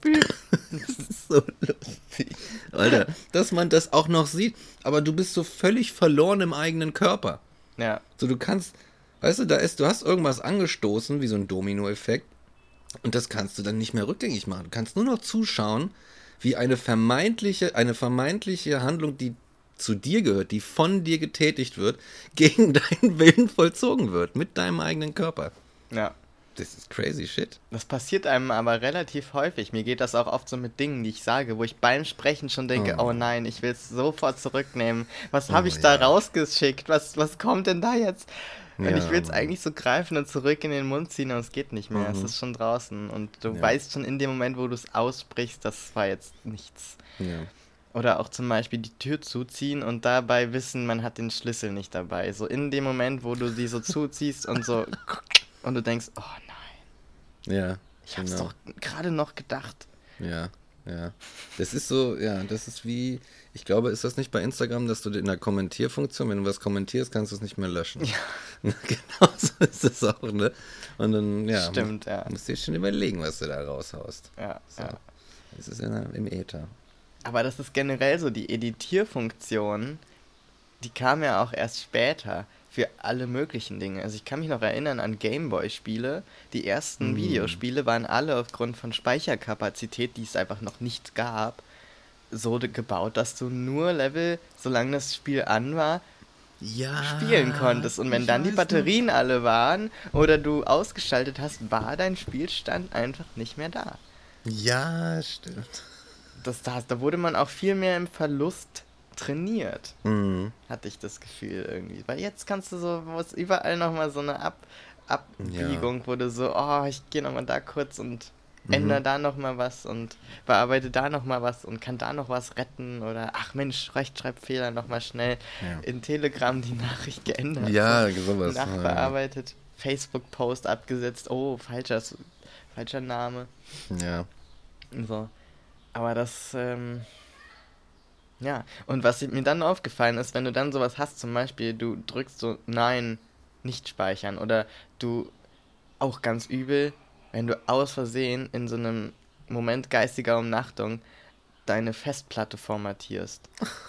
Das ist so lustig. Alter, dass man das auch noch sieht, aber du bist so völlig verloren im eigenen Körper. Ja, So, du kannst, weißt du, du hast irgendwas angestoßen, wie so ein Dominoeffekt, und das kannst du dann nicht mehr rückgängig machen. Du kannst nur noch zuschauen, wie eine vermeintliche Handlung, die zu dir gehört, die von dir getätigt wird, gegen deinen Willen vollzogen wird, mit deinem eigenen Körper. ja. Das ist crazy shit. Das passiert einem aber relativ häufig. Mir geht das auch oft so mit Dingen, die ich sage, wo ich beim Sprechen schon denke, oh nein, ich will es sofort zurücknehmen. Was habe ich da rausgeschickt? Was kommt denn da jetzt? Und Ja, ich will es Mann. eigentlich so greifen und zurück in den Mund ziehen und es geht nicht mehr. Es ist schon draußen und du weißt schon in dem Moment, wo du es aussprichst, das war jetzt nichts. Ja. Oder auch zum Beispiel die Tür zuziehen und dabei wissen, man hat den Schlüssel nicht dabei. So in dem Moment, wo du sie so zuziehst und so und du denkst, oh nein, Ja. ich hab's doch gerade noch gedacht. Ja, ja. Das ist so, ja, das ist wie, ich glaube, ist das nicht bei Instagram, dass du in der Kommentierfunktion, wenn du was kommentierst, kannst du es nicht mehr löschen. Ja. Genau so ist es auch, ne? Und dann, ja, Stimmt, ja. musst dir schon überlegen, was du da raushaust. Ja, So. ja. Das ist im Äther. Aber das ist generell so, die Editierfunktion, die kam ja auch erst später für alle möglichen Dinge. Also ich kann mich noch erinnern an Gameboy-Spiele. Die ersten Videospiele waren alle aufgrund von Speicherkapazität, die es einfach noch nicht gab, so gebaut, dass du nur Level, solange das Spiel an war, Ja. spielen konntest. Und wenn ich dann die weiß Batterien alle waren oder du ausgeschaltet hast, war dein Spielstand einfach nicht mehr da. noch. Ja, stimmt. Da wurde man auch viel mehr im Verlust trainiert, Mhm. hatte ich das Gefühl irgendwie. Weil jetzt kannst du so was überall nochmal so eine Abbiegung, wo du so, oh, ich gehe nochmal da kurz und ändere da nochmal was und bearbeite da nochmal was und kann da noch was retten oder ach Mensch, Rechtschreibfehler nochmal schnell in Telegram die Nachricht geändert. Ja, so, sowas. nachbearbeitet, Facebook-Post abgesetzt, oh, falscher Name. Ja. So. Aber das, ja. Und was mir dann aufgefallen ist, wenn du dann sowas hast, zum Beispiel, du drückst so, nein, nicht speichern. Oder du, auch ganz übel, wenn du aus Versehen in so einem Moment geistiger Umnachtung deine Festplatte formatierst.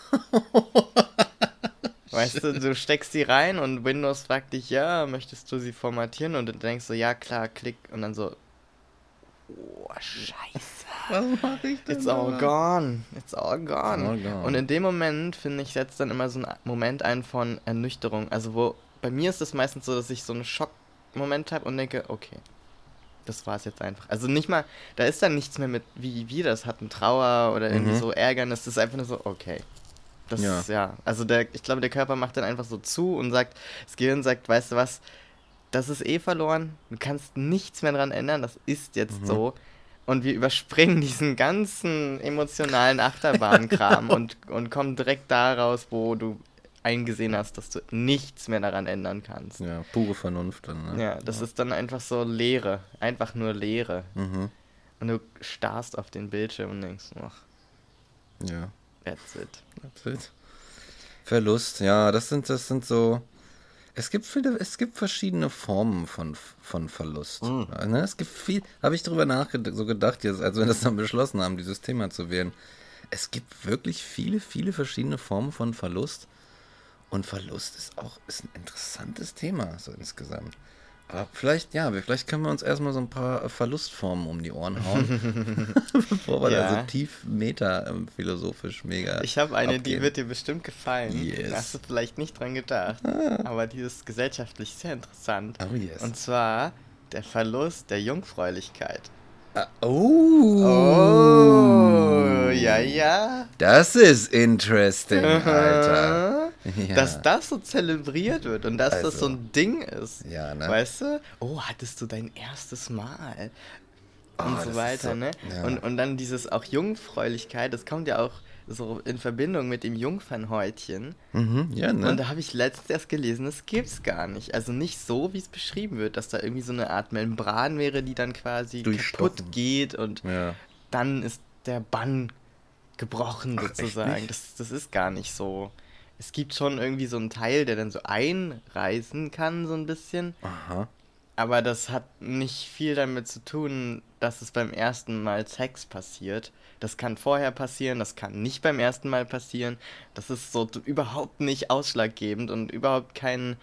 Weißt du, du steckst die rein und Windows fragt dich, ja, möchtest du sie formatieren? Und du denkst so, ja, klar, klick. Und dann so, oh, scheiße. Was mache ich denn? It's all gone. It's all gone. All gone. Und in dem Moment, finde ich, setzt dann immer so ein Moment ein von Ernüchterung. Also wo, bei mir ist es meistens so, dass ich so einen Schockmoment habe und denke, okay, das war's jetzt einfach. Also nicht mal, da ist dann nichts mehr mit, wie wir das hatten, Trauer oder irgendwie so Ärgernis. Das ist einfach nur so, okay. Das ist, ja, also ich glaube, der Körper macht dann einfach so zu und sagt, das Gehirn sagt, weißt du was, das ist eh verloren, du kannst nichts mehr dran ändern, das ist jetzt so. Und wir überspringen diesen ganzen emotionalen Achterbahnkram und kommen direkt da raus, wo du eingesehen hast, dass du nichts mehr daran ändern kannst. Ja, pure Vernunft dann, ne? Ja, das ist dann einfach so Leere, einfach nur Leere. Mhm. Und du starrst auf den Bildschirm und denkst, ach, Ja. that's it. That's it. Verlust, ja, das sind so. Es gibt verschiedene Formen von Verlust. Ne? Es gibt viel, habe ich darüber so gedacht, jetzt, als wir das dann beschlossen haben, dieses Thema zu wählen. Es gibt wirklich viele, viele verschiedene Formen von Verlust. Und Verlust ist ein interessantes Thema, so insgesamt. Aber vielleicht können wir uns erstmal so ein paar Verlustformen um die Ohren hauen, bevor wir da so tief meta-philosophisch mega Ich habe eine, abgehen. die wird dir bestimmt gefallen. Yes. Da hast du vielleicht nicht dran gedacht. Aber die ist gesellschaftlich sehr interessant. Oh yes. Und zwar der Verlust der Jungfräulichkeit. Oh, Ja. das ist interesting, Alter. Ja. Dass das so zelebriert wird und dass das Also, so ein Ding ist. ja, ne? Weißt du? Oh, hattest du dein erstes Mal? Und das so ist weiter, so- ne? ja. Und dann dieses auch Jungfräulichkeit, das kommt ja auch so in Verbindung mit dem Jungfernhäutchen. Ja, ne? Und da habe ich letztens erst gelesen, das gibt's gar nicht. Also nicht so, wie es beschrieben wird, dass da irgendwie so eine Art Membran wäre, die dann quasi Durchstochen. kaputt geht und Ja. dann ist der Bann gebrochen Ach, echt sozusagen. nicht? Das ist gar nicht so. Es gibt schon irgendwie so einen Teil, der dann so einreißen kann, so ein bisschen. Aha. Aber das hat nicht viel damit zu tun, dass es beim ersten Mal Sex passiert. Das kann vorher passieren, das kann nicht beim ersten Mal passieren. Das ist so überhaupt nicht ausschlaggebend und überhaupt kein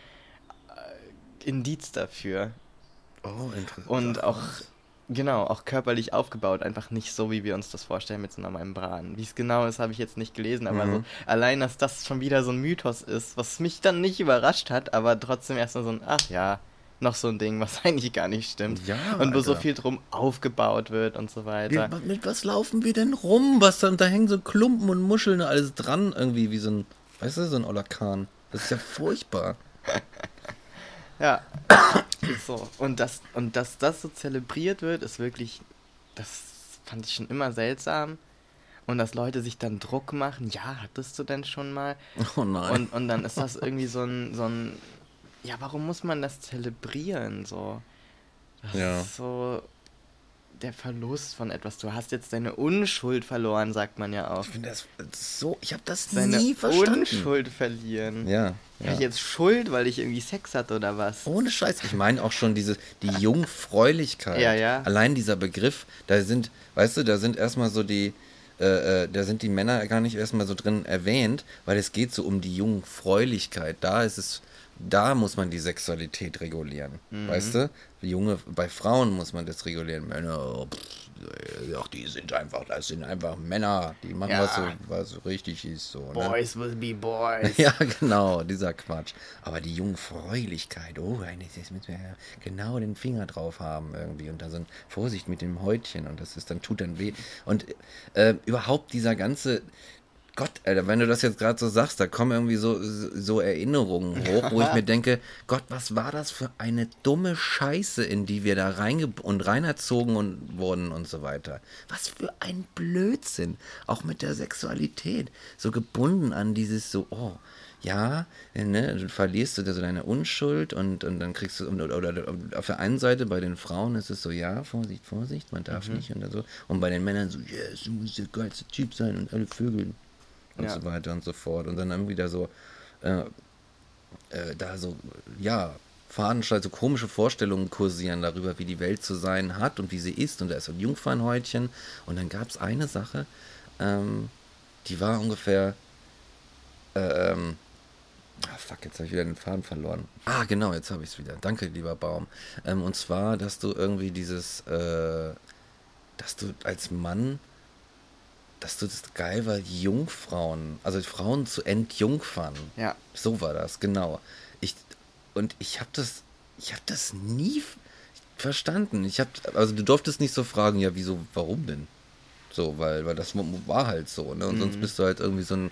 Indiz dafür. Oh, interessant. Und auch, genau, auch körperlich aufgebaut, einfach nicht so, wie wir uns das vorstellen mit so einer Membran. Wie es genau ist, habe ich jetzt nicht gelesen, aber so allein, dass das schon wieder so ein Mythos ist, was mich dann nicht überrascht hat, aber trotzdem erstmal so ein, ach ja, noch so ein Ding, was eigentlich gar nicht stimmt. Ja, und wo so Alter. viel drum aufgebaut wird und so weiter. Mit was laufen wir denn rum? Da hängen so Klumpen und Muscheln und alles dran, irgendwie wie so ein, weißt du, so ein Olakan. Das ist ja furchtbar. Ja, so. Und dass das so zelebriert wird, ist wirklich, das fand ich schon immer seltsam. Und dass Leute sich dann Druck machen, ja, hattest du denn schon mal? Oh nein. Und dann ist das irgendwie so ein, ja, warum muss man das zelebrieren, so? Das Ja. ist so der Verlust von etwas. Du hast jetzt deine Unschuld verloren, sagt man ja auch. Ich finde das so, ich habe das Deine nie verstanden. Unschuld verlieren. Ja, Habe ich jetzt Schuld, weil ich irgendwie Sex hatte oder was? Ohne Scheiß. Ich meine auch schon die Jungfräulichkeit. Ja, ja. Allein dieser Begriff, da sind erstmal so da sind die Männer gar nicht erstmal so drin erwähnt, weil es geht so um die Jungfräulichkeit. Da muss man die Sexualität regulieren. Weißt du? Bei Frauen muss man das regulieren. Männer, das sind einfach Männer, die machen Ja. was so richtig ist. So, ne? Boys will be boys. Ja, genau, dieser Quatsch. Aber die Jungfräulichkeit, jetzt müssen wir ja genau den Finger drauf haben irgendwie und da so ein Vorsicht mit dem Häutchen und tut dann weh. Und überhaupt dieser ganze, Gott, Alter, wenn du das jetzt gerade so sagst, da kommen irgendwie so Erinnerungen hoch, wo ich mir denke, Gott, was war das für eine dumme Scheiße, in die wir da reinerzogen wurden und so weiter. Was für ein Blödsinn. Auch mit der Sexualität. So gebunden an dieses so, ja, ne, du verlierst du so deine Unschuld und dann kriegst du, oder auf der einen Seite bei den Frauen ist es so, ja, Vorsicht, man darf nicht und so. Und bei den Männern so, yes, du musst der geilste Typ sein und alle Vögel und so weiter und so fort. Und dann irgendwie da so, Fadenscheiß, so komische Vorstellungen kursieren darüber, wie die Welt zu sein hat und wie sie ist. Und da ist so ein Jungfernhäutchen. Und dann gab es eine Sache, die war ungefähr, jetzt habe ich wieder den Faden verloren. Genau, jetzt habe ich es wieder. Danke, lieber Baum. Und zwar, dass du irgendwie dass du als Mann, dass du das geil war, Jungfrauen, also Frauen zu entjungfern. Ja. So war das, genau. Ich habe das nie verstanden. Also du durftest nicht so fragen, ja, wieso, warum denn? So, weil das war halt so, ne? Und sonst bist du halt irgendwie so ein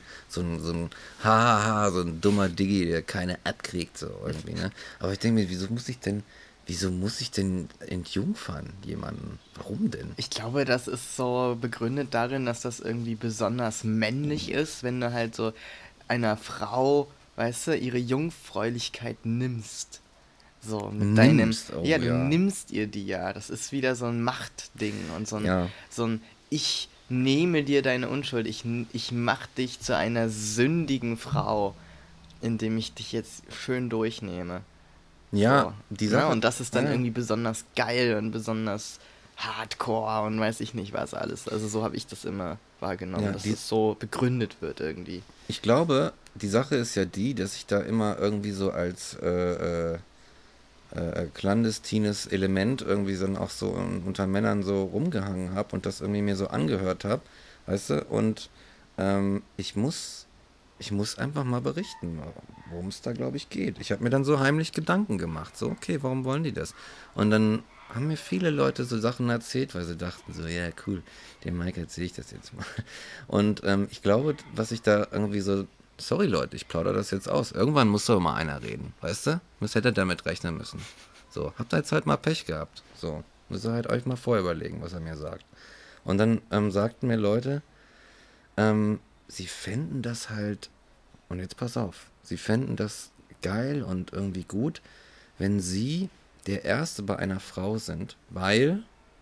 dummer Diggi, der keine abkriegt, so irgendwie, ne? Aber ich denke mir, wieso muss ich denn entjungfern jemanden? Warum denn? Ich glaube, das ist so begründet darin, dass das irgendwie besonders männlich ist, wenn du halt so einer Frau, weißt du, ihre Jungfräulichkeit nimmst. So, mit Nimmst? deinem. Oh, Ja, du ja. nimmst ihr die ja. Das ist wieder so ein Machtding und so Ja. ein ich nehme dir deine Unschuld, ich mach dich zu einer sündigen Frau, indem ich dich jetzt schön durchnehme. Ja, So. die Sache. Ja, und das ist dann ja. irgendwie besonders geil und besonders hardcore und weiß ich nicht was alles. Also so habe ich das immer wahrgenommen, Ja, dass es so begründet wird irgendwie. Ich glaube, die Sache ist ja die, dass ich da immer irgendwie so als clandestines Element irgendwie dann auch so unter Männern so rumgehangen habe und das irgendwie mir so angehört habe, weißt du, und ich muss einfach mal berichten, worum es da, glaube ich, geht. Ich habe mir dann so heimlich Gedanken gemacht, so, okay, warum wollen die das? Und dann haben mir viele Leute so Sachen erzählt, weil sie dachten so, ja, cool, dem Mike erzähle ich das jetzt mal. Und ich glaube, was ich da irgendwie so, sorry Leute, ich plaudere das jetzt aus. Irgendwann muss doch mal einer reden, weißt du? Das hätte damit rechnen müssen. So, habt ihr jetzt halt mal Pech gehabt. So, müsst ihr halt euch mal vorher überlegen, was er mir sagt. Und dann sagten mir Leute, sie fänden das halt, und jetzt pass auf, sie fänden das geil und irgendwie gut, wenn sie der Erste bei einer Frau sind, weil,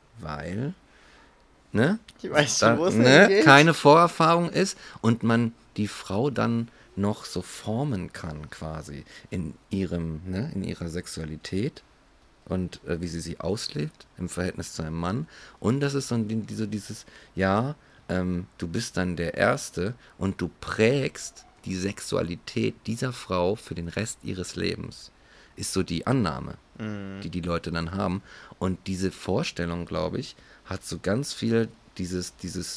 ne? Ich weiß Da, schon, wo es ne, hingeht. keine Vorerfahrung ist und man die Frau dann noch so formen kann quasi in ihrem, ne, in ihrer Sexualität und wie sie auslebt im Verhältnis zu einem Mann. Und das ist so dieses, ja, du bist dann der Erste und du prägst die Sexualität dieser Frau für den Rest ihres Lebens. Ist so die Annahme, die Leute dann haben. Und diese Vorstellung, glaube ich, hat so ganz viel diese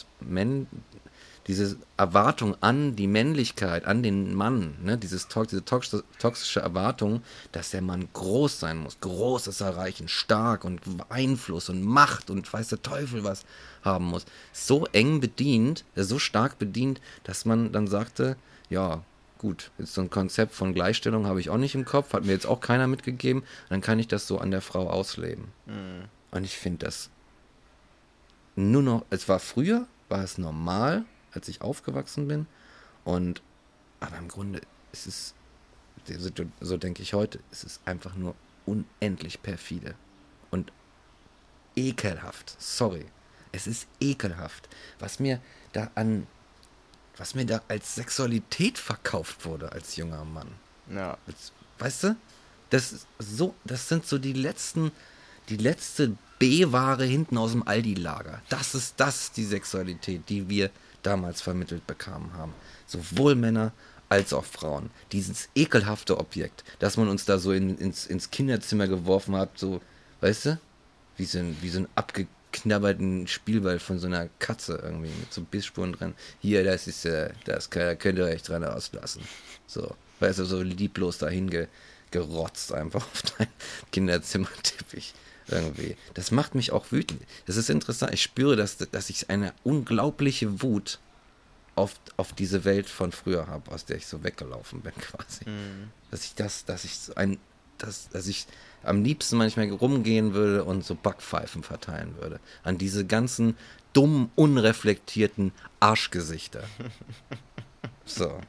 Erwartung an die Männlichkeit, an den Mann, ne? Diese toxische Erwartung, dass der Mann groß sein muss, Großes erreichen, stark und Einfluss und Macht und weiß der Teufel was haben muss. So eng bedient, so stark bedient, dass man dann sagte, ja, gut, jetzt so ein Konzept von Gleichstellung habe ich auch nicht im Kopf, hat mir jetzt auch keiner mitgegeben, dann kann ich das so an der Frau ausleben. Und ich finde das nur noch, früher war es normal, als ich aufgewachsen bin, aber im Grunde ist es, so denke ich heute, es ist einfach nur unendlich perfide und ekelhaft, sorry, es ist ekelhaft, was mir da als Sexualität verkauft wurde als junger Mann. Ja. Weißt du? Das sind so die letzte B-Ware hinten aus dem Aldi-Lager. Das ist die Sexualität, die wir damals vermittelt bekommen haben. Sowohl Männer als auch Frauen. Dieses ekelhafte Objekt, dass man uns da so ins Kinderzimmer geworfen hat, so, weißt du? Wie so ein abgeknabberten Spielball von so einer Katze irgendwie mit so Bissspuren dran. Hier, da könnt ihr euch dran auslassen. So, weißt du, so lieblos dahin gerotzt einfach auf deinen Kinderzimmerteppich irgendwie. Das macht mich auch wütend. Das ist interessant. Ich spüre, dass ich eine unglaubliche Wut auf diese Welt von früher habe, aus der ich so weggelaufen bin quasi. Dass ich am liebsten manchmal rumgehen würde und so Backpfeifen verteilen würde. An diese ganzen dummen, unreflektierten Arschgesichter. So.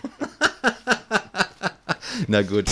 Na gut.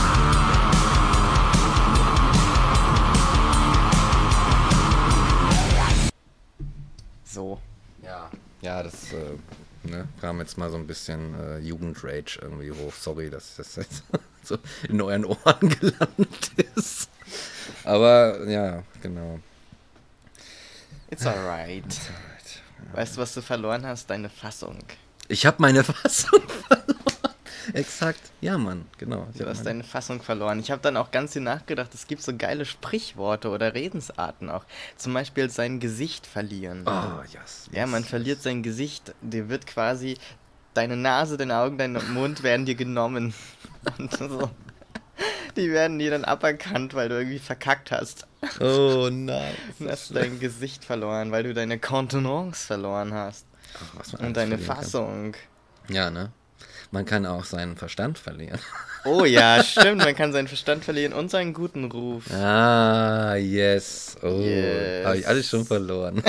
So. Ja, das kam jetzt mal so ein bisschen Jugendrage irgendwie hoch. Sorry, dass das jetzt so in euren Ohren gelandet ist. Aber ja, genau. It's alright. Weißt du, was du verloren hast? Deine Fassung. Ich habe meine Fassung verloren. Exakt. Ja, Mann, genau. Du hast deine Fassung verloren. Ich habe dann auch ganz viel nachgedacht, es gibt so geile Sprichworte oder Redensarten auch. Zum Beispiel sein Gesicht verlieren. Oh, yes. Ja, man verliert sein Gesicht. Dir wird quasi deine Nase, deine Augen, dein Mund werden dir genommen. Und so. Die werden dir dann aberkannt, weil du irgendwie verkackt hast. Oh nein. Du hast dein Gesicht verloren, weil du deine Kontenance verloren hast. Und deine Fassung. Ja, ne? Man kann auch seinen Verstand verlieren. Oh ja, stimmt. Man kann seinen Verstand verlieren und seinen guten Ruf. Ah, yes. Oh, yes. Habe ich alles schon verloren.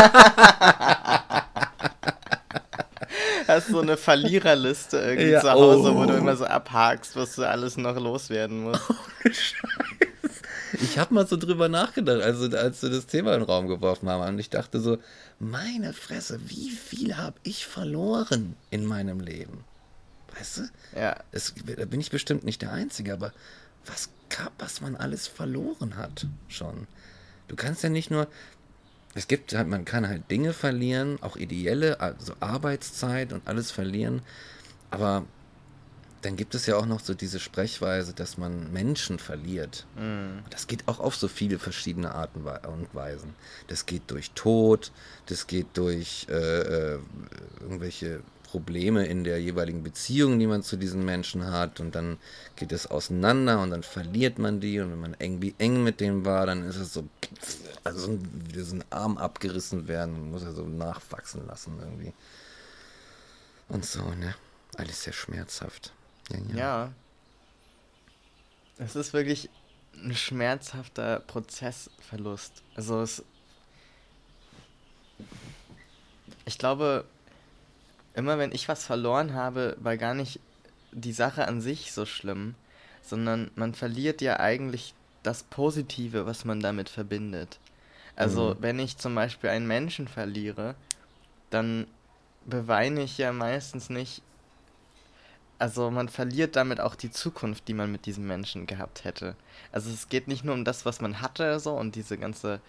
Hast so eine Verliererliste irgendwie zu Hause, wo du immer so abhakst, was du alles noch loswerden musst. Oh, Scheiße. Ich habe mal so drüber nachgedacht, als wir das Thema in den Raum geworfen haben. Und ich dachte so, meine Fresse, wie viel habe ich verloren in meinem Leben? Weißt du? Ja. Da bin ich bestimmt nicht der Einzige, aber was man alles verloren hat schon. Du kannst ja nicht nur, man kann halt Dinge verlieren, auch ideelle, also Arbeitszeit und alles verlieren, aber dann gibt es ja auch noch so diese Sprechweise, dass man Menschen verliert. Und das geht auch auf so viele verschiedene Arten und Weisen. Das geht durch Tod, das geht durch irgendwelche Probleme in der jeweiligen Beziehung, die man zu diesen Menschen hat, und dann geht es auseinander und dann verliert man die, und wenn man eng mit denen war, dann ist es so, also wie so ein Arm abgerissen werden, man muss er so nachwachsen lassen irgendwie. Und so, ne? Alles sehr schmerzhaft. Ja. Es ist wirklich ein schmerzhafter Prozessverlust. Also ich glaube, immer wenn ich was verloren habe, war gar nicht die Sache an sich so schlimm, sondern man verliert ja eigentlich das Positive, was man damit verbindet. Also wenn ich zum Beispiel einen Menschen verliere, dann beweine ich ja meistens nicht. Also man verliert damit auch die Zukunft, die man mit diesem Menschen gehabt hätte. Also es geht nicht nur um das, was man hatte, so, und diese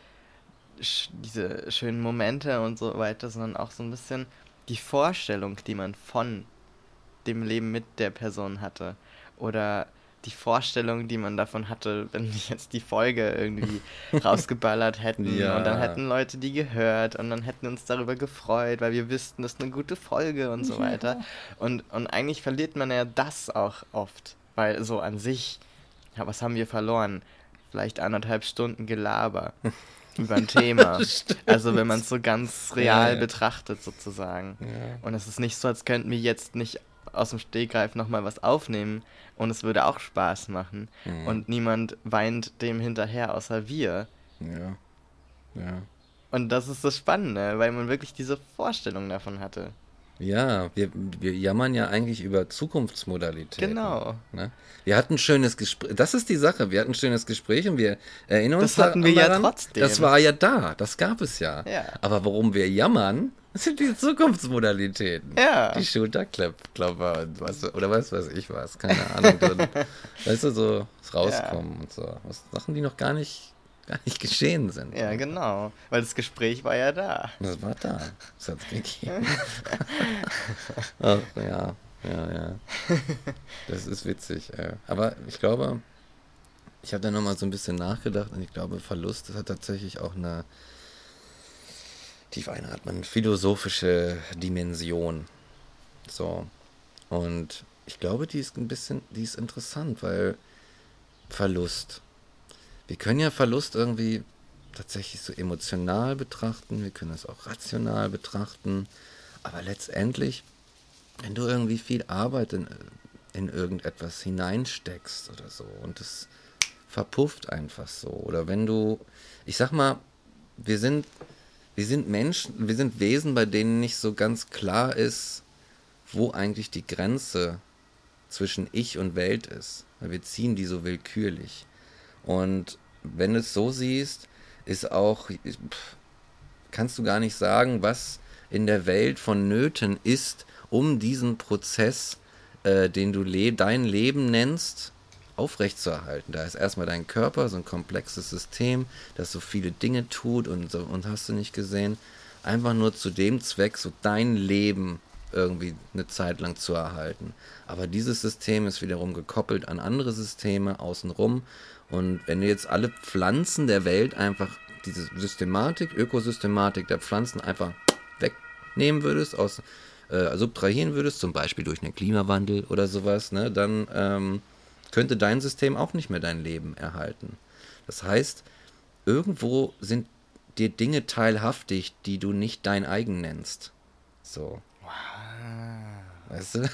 schönen Momente und so weiter, sondern auch so ein bisschen die Vorstellung, die man von dem Leben mit der Person hatte. Oder die Vorstellung, die man davon hatte, wenn die jetzt die Folge irgendwie rausgeballert hätten. Ja. Und dann hätten Leute die gehört und dann hätten uns darüber gefreut, weil wir wüssten, das ist eine gute Folge und so weiter. Und eigentlich verliert man ja das auch oft. Weil so an sich, ja, was haben wir verloren? Vielleicht 1,5 Stunden Gelaber über ein Thema. Also wenn man es so ganz real betrachtet sozusagen. Ja. Und es ist nicht so, als könnten wir jetzt nicht aus dem Stegreif nochmal was aufnehmen und es würde auch Spaß machen. Und niemand weint dem hinterher, außer wir. Ja. Ja. Und das ist das Spannende, weil man wirklich diese Vorstellung davon hatte. Ja, wir jammern ja eigentlich über Zukunftsmodalitäten. Genau. Ne? Wir hatten ein schönes Gespräch, das ist die Sache, wir hatten ein schönes Gespräch und wir erinnern uns Das hatten wir ja daran, trotzdem. Das war ja da, das gab es ja. Ja. Aber worum wir jammern, sind die Zukunftsmodalitäten. Ja. Die Schulterklopper und was weiß ich was, keine Ahnung. Dann, weißt du, so das Rauskommen und so. Sachen, die noch gar nicht geschehen sind. Ja, genau. Weil das Gespräch war ja da. Das war da. Das hat es gegeben. Ach, ja. Das ist witzig. Aber ich glaube, ich habe da nochmal so ein bisschen nachgedacht und ich glaube, Verlust, das hat tatsächlich auch eine philosophische Dimension. So. Und ich glaube, die ist interessant, weil Verlust. Wir können ja Verlust irgendwie tatsächlich so emotional betrachten, wir können es auch rational betrachten, aber letztendlich, wenn du irgendwie viel Arbeit in irgendetwas hineinsteckst oder so und es verpufft einfach so, oder wenn du, ich sag mal, wir sind Menschen, wir sind Wesen, bei denen nicht so ganz klar ist, wo eigentlich die Grenze zwischen Ich und Welt ist, weil wir ziehen die so willkürlich. Und wenn du es so siehst, kannst du gar nicht sagen, was in der Welt vonnöten ist, um diesen Prozess, den du dein Leben nennst, aufrechtzuerhalten. Da ist erstmal dein Körper, so ein komplexes System, das so viele Dinge tut und hast du nicht gesehen, einfach nur zu dem Zweck, so dein Leben irgendwie eine Zeit lang zu erhalten. Aber dieses System ist wiederum gekoppelt an andere Systeme außenrum. Und wenn du jetzt alle Pflanzen der Welt einfach diese Ökosystematik der Pflanzen einfach wegnehmen würdest, subtrahieren würdest, zum Beispiel durch einen Klimawandel oder sowas, ne, dann könnte dein System auch nicht mehr dein Leben erhalten. Das heißt, irgendwo sind dir Dinge teilhaftig, die du nicht dein eigen nennst. So. Wow. Weißt du?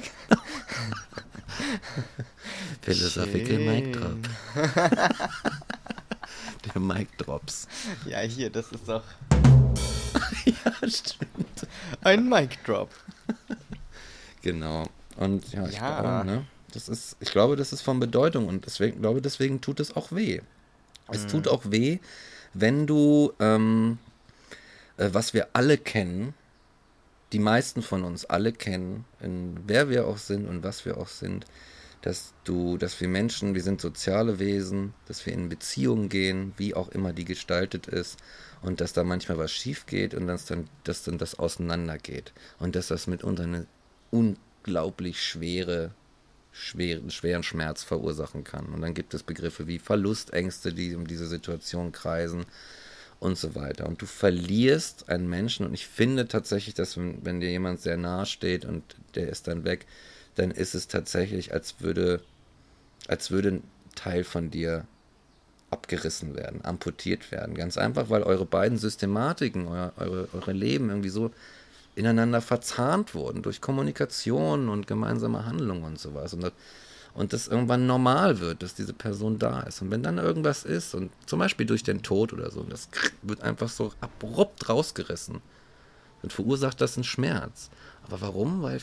Philosophical Mic Drop. Der Mic Drops. Ja, hier, das ist doch Ja, stimmt. ein Mic Drop. Genau. Und ja, ich glaube, das ist von Bedeutung und deswegen tut es auch weh. Es tut auch weh, wenn du, was wir alle kennen, die meisten von uns alle kennen, wer wir auch sind und was wir auch sind, dass wir Menschen, wir sind soziale Wesen, dass wir in Beziehungen gehen, wie auch immer die gestaltet ist, und dass da manchmal was schief geht und dass dann das auseinandergeht und dass das mitunter eine unglaublich schwere schweren Schmerz verursachen kann. Und dann gibt es Begriffe wie Verlustängste, die um diese Situation kreisen und so weiter. Und du verlierst einen Menschen, und ich finde tatsächlich, dass wenn dir jemand sehr nahe steht und der ist dann weg, dann ist es tatsächlich, als würde ein Teil von dir abgerissen werden, amputiert werden. Ganz einfach, weil eure beiden Systematiken, eure Leben irgendwie so ineinander verzahnt wurden durch Kommunikation und gemeinsame Handlungen und sowas. Und das irgendwann normal wird, dass diese Person da ist. Und wenn dann irgendwas ist, und zum Beispiel durch den Tod oder so, das wird einfach so abrupt rausgerissen, dann verursacht das einen Schmerz. Aber warum? Weil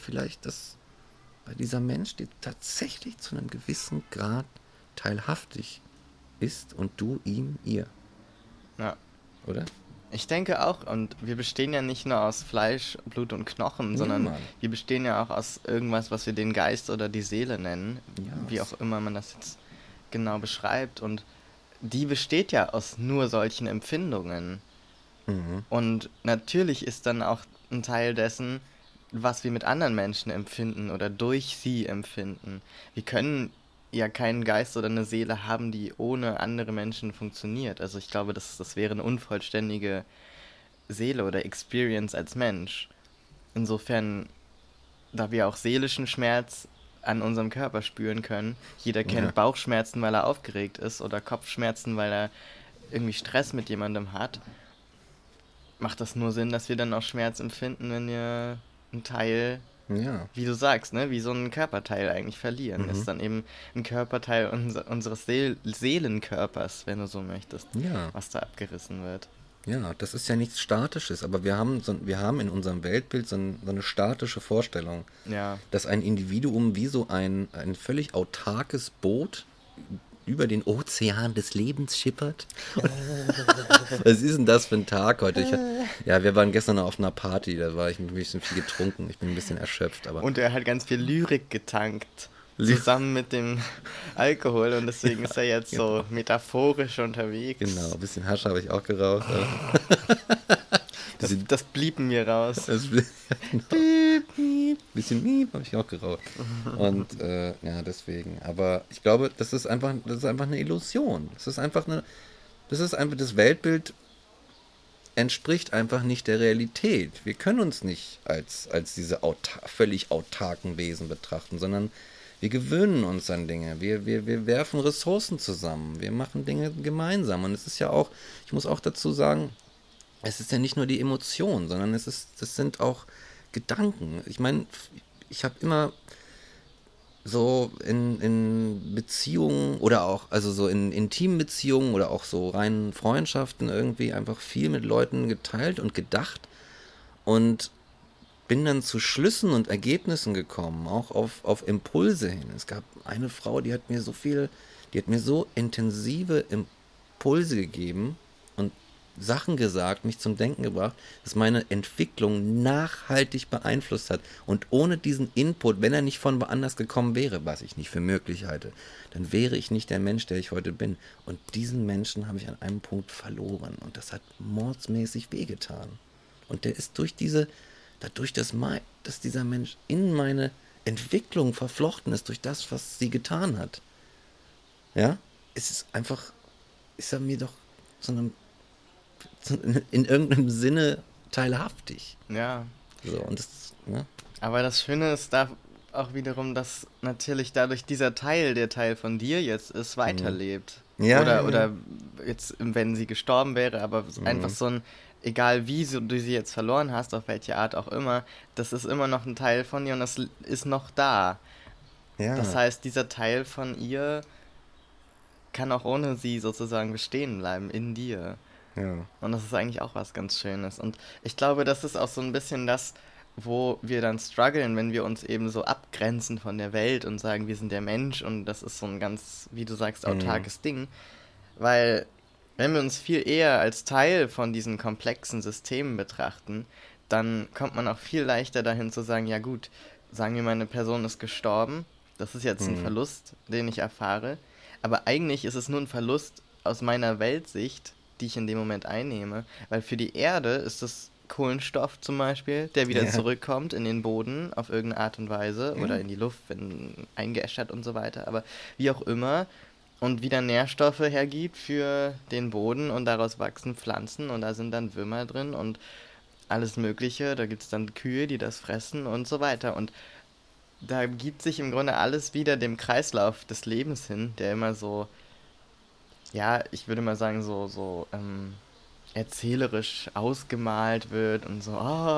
dieser Mensch dir tatsächlich zu einem gewissen Grad teilhaftig ist und du ihm, ihr. Ja. Oder? Ich denke auch, und wir bestehen ja nicht nur aus Fleisch, Blut und Knochen, sondern Mann. wir bestehen ja auch aus irgendwas, was wir den Geist oder die Seele nennen, Ja. wie auch immer man das jetzt genau beschreibt. Und die besteht ja aus nur solchen Empfindungen. Mhm. Und natürlich ist dann auch ein Teil dessen, was wir mit anderen Menschen empfinden oder durch sie empfinden. Wir können ja keinen Geist oder eine Seele haben, die ohne andere Menschen funktioniert. Also ich glaube, das wäre eine unvollständige Seele oder Experience als Mensch. Insofern, da wir auch seelischen Schmerz an unserem Körper spüren können, jeder kennt Ja. Bauchschmerzen, weil er aufgeregt ist, oder Kopfschmerzen, weil er irgendwie Stress mit jemandem hat, macht das nur Sinn, dass wir dann auch Schmerz empfinden, wenn wir einen Teil, Ja. wie du sagst, ne, wie so ein Körperteil eigentlich verlieren. Ist dann eben ein Körperteil unseres Seelenkörpers, wenn du so möchtest, Ja. was da abgerissen wird. Ja, das ist ja nichts Statisches, aber wir haben in unserem Weltbild so eine statische Vorstellung, Ja, dass ein Individuum wie so ein völlig autarkes Boot über den Ozean des Lebens schippert. Was ist denn das für ein Tag heute? Wir waren gestern auf einer Party, da war ich ein bisschen viel getrunken, ich bin ein bisschen erschöpft, aber und er hat ganz viel Lyrik getankt, zusammen mit dem Alkohol, und deswegen ist er jetzt so metaphorisch unterwegs. genau, ein bisschen Hasche habe ich auch geraucht. Aber Das bliepen mir raus. Bisschen Miep habe ich auch geraucht. Und deswegen. Aber ich glaube, das ist einfach eine Illusion. Das Weltbild entspricht einfach nicht der Realität. Wir können uns nicht als diese völlig autarken Wesen betrachten, sondern wir gewöhnen uns an Dinge. Wir werfen Ressourcen zusammen. Wir machen Dinge gemeinsam. Und es ist ja auch, ich muss auch dazu sagen, es ist ja nicht nur die Emotion, sondern das sind auch Gedanken. Ich meine, ich habe immer so in Beziehungen oder auch, also so in intimen Beziehungen oder auch so reinen Freundschaften irgendwie einfach viel mit Leuten geteilt und gedacht und bin dann zu Schlüssen und Ergebnissen gekommen, auch auf Impulse hin. Es gab eine Frau, die hat mir so intensive Impulse gegeben und Sachen gesagt, mich zum Denken gebracht, dass meine Entwicklung nachhaltig beeinflusst hat. Und ohne diesen Input, wenn er nicht von woanders gekommen wäre, was ich nicht für möglich halte, dann wäre ich nicht der Mensch, der ich heute bin. Und diesen Menschen habe ich an einem Punkt verloren. Und das hat mordsmäßig wehgetan. Und der ist dadurch, dass dieser Mensch in meine Entwicklung verflochten ist, durch das, was sie getan hat, ja, ist er mir doch in irgendeinem Sinne teilhaftig. Ja. So, und das, ne? Aber das Schöne ist da auch wiederum, dass natürlich dadurch der Teil von dir jetzt ist, weiterlebt. Ja, Oder jetzt, wenn sie gestorben wäre, aber einfach so ein, egal wie du sie jetzt verloren hast, auf welche Art auch immer, das ist immer noch ein Teil von dir und das ist noch da. Ja. Das heißt, dieser Teil von ihr kann auch ohne sie sozusagen bestehen bleiben in dir. Ja. Und das ist eigentlich auch was ganz Schönes. Und ich glaube, das ist auch so ein bisschen das, wo wir dann strugglen, wenn wir uns eben so abgrenzen von der Welt und sagen, wir sind der Mensch und das ist so ein ganz, wie du sagst, autarkes Ding. Weil wenn wir uns viel eher als Teil von diesen komplexen Systemen betrachten, dann kommt man auch viel leichter dahin zu sagen, ja gut, sagen wir mal, eine Person ist gestorben, das ist jetzt ein Verlust, den ich erfahre, aber eigentlich ist es nur ein Verlust aus meiner Weltsicht, die ich in dem Moment einnehme, weil für die Erde ist es Kohlenstoff zum Beispiel, der wieder Ja. zurückkommt in den Boden auf irgendeine Art und Weise oder in die Luft, wenn eingeäschert und so weiter, aber wie auch immer und wieder Nährstoffe hergibt für den Boden und daraus wachsen Pflanzen und da sind dann Würmer drin und alles Mögliche, da gibt es dann Kühe, die das fressen und so weiter und da gibt sich im Grunde alles wieder dem Kreislauf des Lebens hin, der immer so, ja, ich würde mal sagen, so erzählerisch ausgemalt wird und so,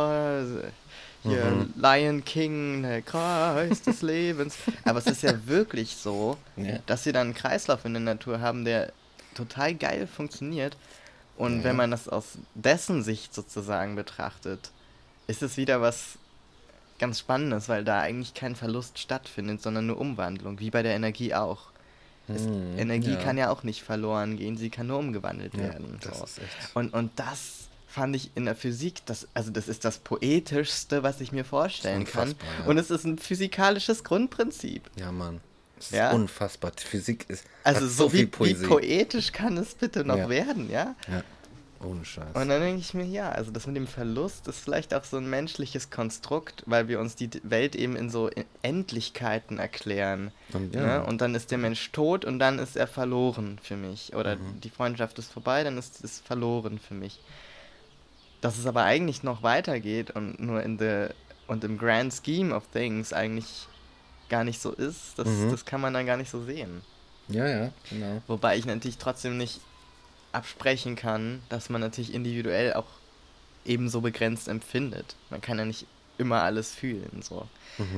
hier Lion King, der Kreis des Lebens. Aber es ist ja wirklich so, Ja. dass sie dann einen Kreislauf in der Natur haben, der total geil funktioniert. Und wenn man das aus dessen Sicht sozusagen betrachtet, ist es wieder was ganz Spannendes, weil da eigentlich kein Verlust stattfindet, sondern nur Umwandlung, wie bei der Energie auch. Energie ja. kann ja auch nicht verloren gehen, sie kann nur umgewandelt Ja, werden. das So. ist echt. Und das fand ich in der Physik, das ist das Poetischste, was ich mir vorstellen kann. unfassbar, ja. Und es ist ein physikalisches Grundprinzip. Ja, Mann. Es ist Ja. unfassbar. Die Physik ist Also hat so wie viel Poesie. poetisch kann es bitte noch Ja. werden, ja? Ja. Ohne Scheiß. Und dann denke ich mir, ja, also das mit dem Verlust ist vielleicht auch so ein menschliches Konstrukt, weil wir uns die Welt eben in so Endlichkeiten erklären. Und ja. Ne? Und dann ist der Mensch tot und dann ist er verloren für mich. Oder die Freundschaft ist vorbei, dann ist es verloren für mich. Dass es aber eigentlich noch weitergeht und nur im Grand Scheme of Things eigentlich gar nicht so ist, das kann man dann gar nicht so sehen. Ja, genau. Wobei ich natürlich trotzdem nicht absprechen kann, dass man natürlich individuell auch ebenso begrenzt empfindet. Man kann ja nicht immer alles fühlen, so.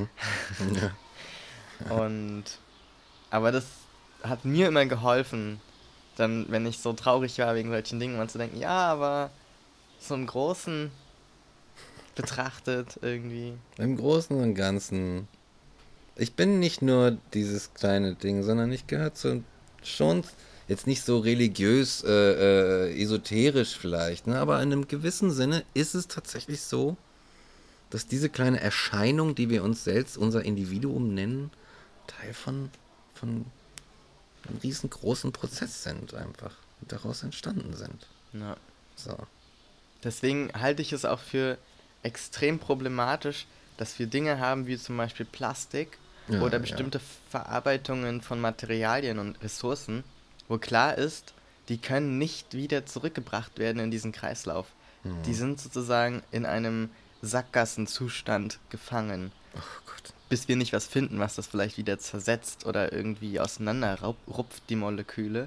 Ja. Aber das hat mir immer geholfen, dann, wenn ich so traurig war wegen solchen Dingen, mal zu denken, ja, aber so im Großen betrachtet irgendwie. Im Großen und Ganzen. Ich bin nicht nur dieses kleine Ding, sondern ich gehöre zu schon jetzt nicht so religiös, esoterisch vielleicht, ne? Aber in einem gewissen Sinne ist es tatsächlich so, dass diese kleine Erscheinung, die wir uns selbst, unser Individuum nennen, Teil von einem riesengroßen Prozess sind einfach und daraus entstanden sind. Ja. So. Deswegen halte ich es auch für extrem problematisch, dass wir Dinge haben wie zum Beispiel Plastik Ja, oder ja. bestimmte Verarbeitungen von Materialien und Ressourcen, wo klar ist, die können nicht wieder zurückgebracht werden in diesen Kreislauf. Die sind sozusagen in einem Sackgassenzustand gefangen, Oh Gott. bis wir nicht was finden, was das vielleicht wieder zersetzt oder irgendwie auseinanderrupft, die Moleküle.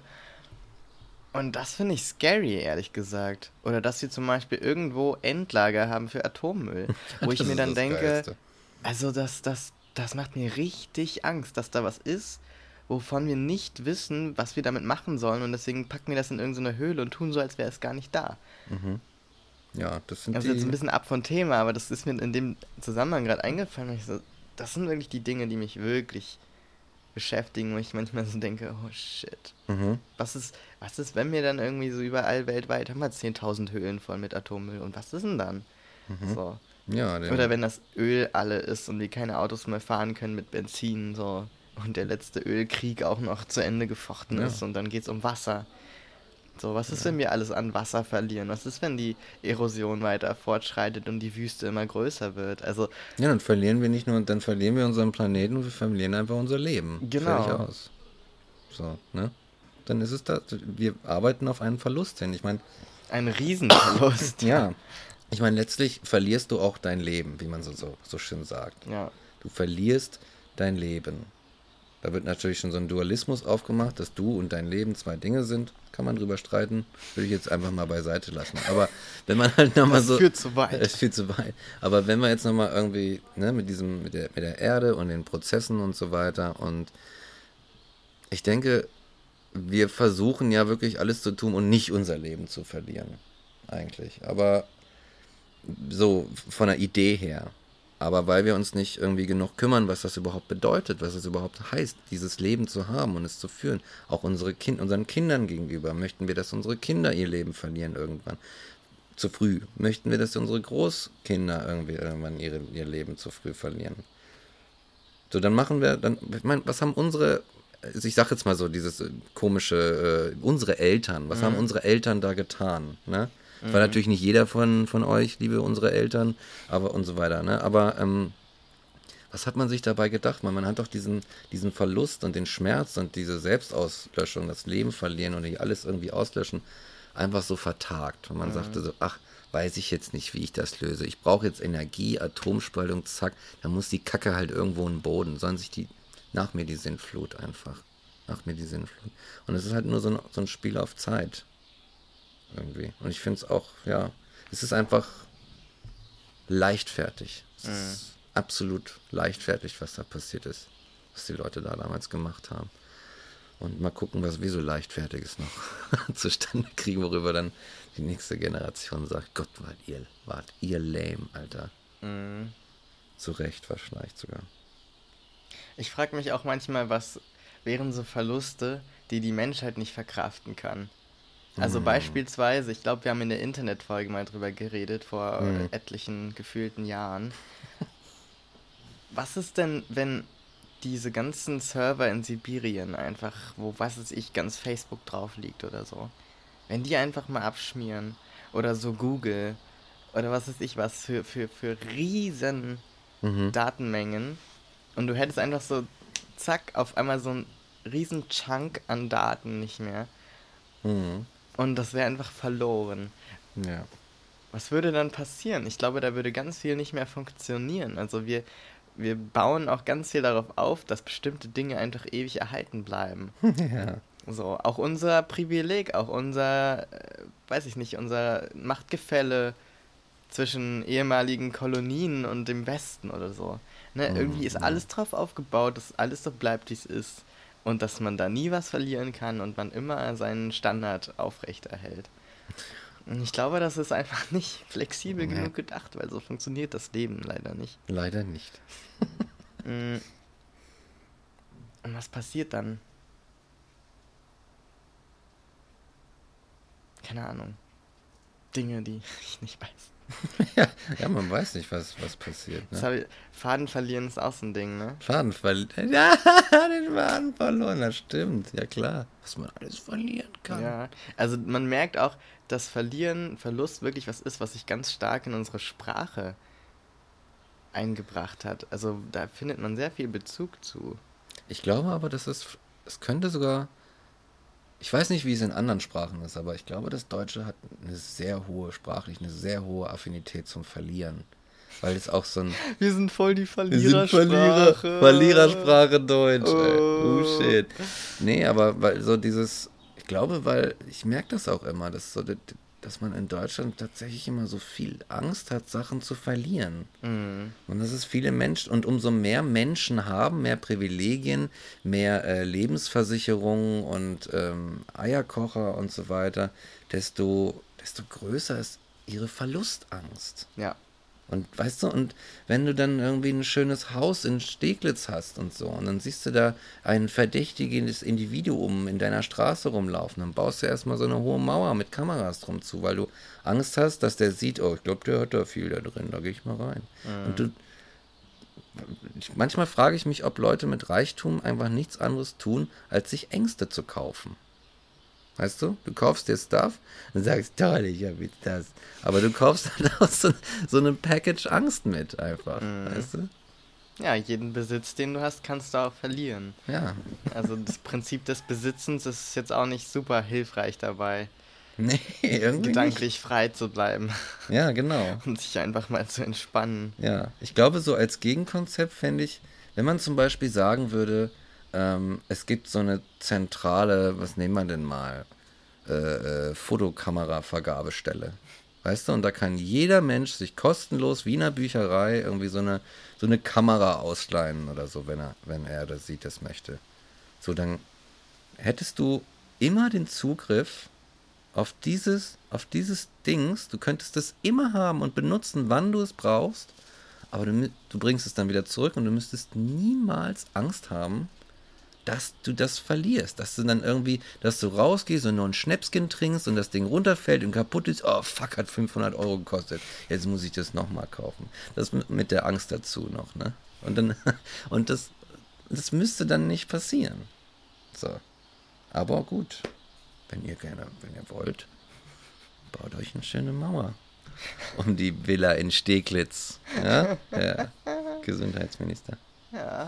Und das finde ich scary, ehrlich gesagt. Oder dass wir zum Beispiel irgendwo Endlager haben für Atommüll, wo ich Das mir ist dann das denke, Geilste. also das macht mir richtig Angst, dass da was ist, wovon wir nicht wissen, was wir damit machen sollen. Und deswegen packen wir das in irgendeine Höhle und tun so, als wäre es gar nicht da. Ja, das sind Also jetzt ein die. bisschen ab von Thema, aber das ist mir in dem Zusammenhang gerade eingefallen. Und ich so, das sind wirklich die Dinge, die mich wirklich beschäftigen, wo ich manchmal so denke, oh shit. Mhm. Was ist, wenn wir dann irgendwie so überall weltweit haben wir 10.000 Höhlen voll mit Atommüll und was ist denn dann? So. Ja, Oder wenn das Öl alle ist und wir keine Autos mehr fahren können mit Benzin, so, und der letzte Ölkrieg auch noch zu Ende gefochten Ja. ist und dann geht's um Wasser. So, was ist, wenn wir alles an Wasser verlieren? Was ist, wenn die Erosion weiter fortschreitet und die Wüste immer größer wird? Also, Ja, dann verlieren wir nicht nur, dann verlieren wir unseren Planeten und wir verlieren einfach unser Leben. Genau. Fertig aus. So, ne? Dann ist es das. Wir arbeiten auf einen Verlust hin. Ich meine, ein Riesenverlust. ja. Ich meine, letztlich verlierst du auch dein Leben, wie man so schön sagt. Ja. Du verlierst dein Leben. Da wird natürlich schon so ein Dualismus aufgemacht, dass du und dein Leben zwei Dinge sind. Kann man drüber streiten. Würde ich jetzt einfach mal beiseite lassen. Aber wenn man halt nochmal Das so... führt zu weit. Es führt zu weit. Aber wenn wir jetzt nochmal irgendwie, ne, mit der Erde und den Prozessen und so weiter und ich denke, wir versuchen ja wirklich alles zu tun und nicht unser Leben zu verlieren. Eigentlich. Aber so von der Idee her. Aber weil wir uns nicht irgendwie genug kümmern, was das überhaupt bedeutet, was es überhaupt heißt, dieses Leben zu haben und es zu führen. Auch unseren Kindern gegenüber. Möchten wir, dass unsere Kinder ihr Leben verlieren irgendwann? Zu früh. Möchten wir, dass unsere Großkinder irgendwann ihr Leben zu früh verlieren? So, dann machen wir, ich meine, was haben unsere ich sag jetzt mal so, dieses komische, unsere Eltern, was haben unsere Eltern da getan, ne? War natürlich nicht jeder von euch, liebe unsere Eltern, aber und so weiter, ne? Aber was hat man sich dabei gedacht? Man hat doch diesen Verlust und den Schmerz und diese Selbstauslöschung, das Leben verlieren und alles irgendwie auslöschen, einfach so vertagt. Und man sagte so, ach, weiß ich jetzt nicht, wie ich das löse. Ich brauche jetzt Energie, Atomspaltung, zack, dann muss die Kacke halt irgendwo in den Boden. Sollen sich nach mir die Sinnflut einfach. Nach mir die Sinnflut. Und es ist halt nur so ein Spiel auf Zeit. Irgendwie. Und ich finde es auch, ja, es ist einfach leichtfertig. Es ist absolut leichtfertig, was da passiert ist. Was die Leute da damals gemacht haben. Und mal gucken, was wir so Leichtfertiges noch zustande kriegen, worüber dann die nächste Generation sagt, Gott, wart ihr lame, Alter. Zu Recht wahrscheinlich sogar. Ich frage mich auch manchmal, was wären so Verluste, die Menschheit nicht verkraften kann. Also beispielsweise, ich glaube, wir haben in der Internetfolge mal drüber geredet, vor etlichen gefühlten Jahren. Was ist denn, wenn diese ganzen Server in Sibirien einfach, wo, was weiß ich, ganz Facebook drauf liegt oder so, wenn die einfach mal abschmieren oder so Google oder was weiß ich was für riesen Datenmengen und du hättest einfach so, zack, auf einmal so einen riesen Chunk an Daten nicht mehr und das wäre einfach verloren. Ja. Was würde dann passieren? Ich glaube, da würde ganz viel nicht mehr funktionieren. Also wir bauen auch ganz viel darauf auf, dass bestimmte Dinge einfach ewig erhalten bleiben. Ja. So, auch unser Privileg, auch unser, weiß ich nicht, unser Machtgefälle zwischen ehemaligen Kolonien und dem Westen oder so. Ne? Irgendwie ist alles drauf aufgebaut, dass alles so bleibt, wie es ist. Und dass man da nie was verlieren kann und man immer seinen Standard aufrechterhält. Und ich glaube, das ist einfach nicht flexibel genug gedacht, weil so funktioniert das Leben leider nicht. Leider nicht. Und was passiert dann? Keine Ahnung. Dinge, die ich nicht weiß. Ja, man weiß nicht, was passiert. Ne? Faden verlieren ist auch so ein Ding, ne? Ja, den Faden verloren, das stimmt. Ja klar, was man alles verlieren kann. Ja, also man merkt auch, dass Verlust wirklich was ist, was sich ganz stark in unsere Sprache eingebracht hat. Also da findet man sehr viel Bezug zu. Ich glaube aber, es könnte sogar, ich weiß nicht, wie es in anderen Sprachen ist, aber ich glaube, das Deutsche hat eine sehr hohe Affinität zum Verlieren. Weil es auch so ein... Wir sind voll die Verlierersprache. Verlierersprache Deutsch. Oh shit. Nee, aber weil so dieses... Ich glaube, weil ich merke das auch immer, dass man in Deutschland tatsächlich immer so viel Angst hat, Sachen zu verlieren. Und das ist viele Menschen, und umso mehr Menschen haben, mehr Privilegien, mehr Lebensversicherungen und Eierkocher und so weiter, desto größer ist ihre Verlustangst. Ja. Und weißt du, und wenn du dann irgendwie ein schönes Haus in Steglitz hast und so, und dann siehst du da ein verdächtiges Individuum in deiner Straße rumlaufen, dann baust du erstmal so eine hohe Mauer mit Kameras drum zu, weil du Angst hast, dass der sieht, oh, ich glaube, der hat da viel da drin, da gehe ich mal rein. Und manchmal frage ich mich, ob Leute mit Reichtum einfach nichts anderes tun, als sich Ängste zu kaufen. Weißt du? Du kaufst dir Stuff und sagst, toll, ich habe jetzt das. Aber du kaufst dann auch so eine Package Angst mit einfach. Weißt du? Ja, jeden Besitz, den du hast, kannst du auch verlieren. Ja. Also das Prinzip des Besitzens ist jetzt auch nicht super hilfreich dabei, Nee, irgendwie gedanklich frei zu bleiben. Ja, genau. Und sich einfach mal zu entspannen. Ja, ich glaube, so als Gegenkonzept fände ich, wenn man zum Beispiel sagen würde, es gibt so eine zentrale, was nehmen wir denn mal, Fotokamera-Vergabestelle. Weißt du, und da kann jeder Mensch sich kostenlos wie in einer Bücherei irgendwie so eine Kamera ausleihen oder so, wenn er das sieht, das möchte. So, dann hättest du immer den Zugriff auf dieses Dings, du könntest es immer haben und benutzen, wann du es brauchst, aber du bringst es dann wieder zurück und du müsstest niemals Angst haben, dass du das verlierst, dass du dann irgendwie, dass du rausgehst und nur ein Schnäpschen trinkst und das Ding runterfällt und kaputt ist, oh fuck, hat 500 Euro gekostet, jetzt muss ich das nochmal kaufen. Das mit der Angst dazu noch, ne? Und das müsste dann nicht passieren. So. Aber gut, wenn ihr wollt, baut euch eine schöne Mauer um die Villa in Steglitz. Ja, ja. Gesundheitsminister. Ja.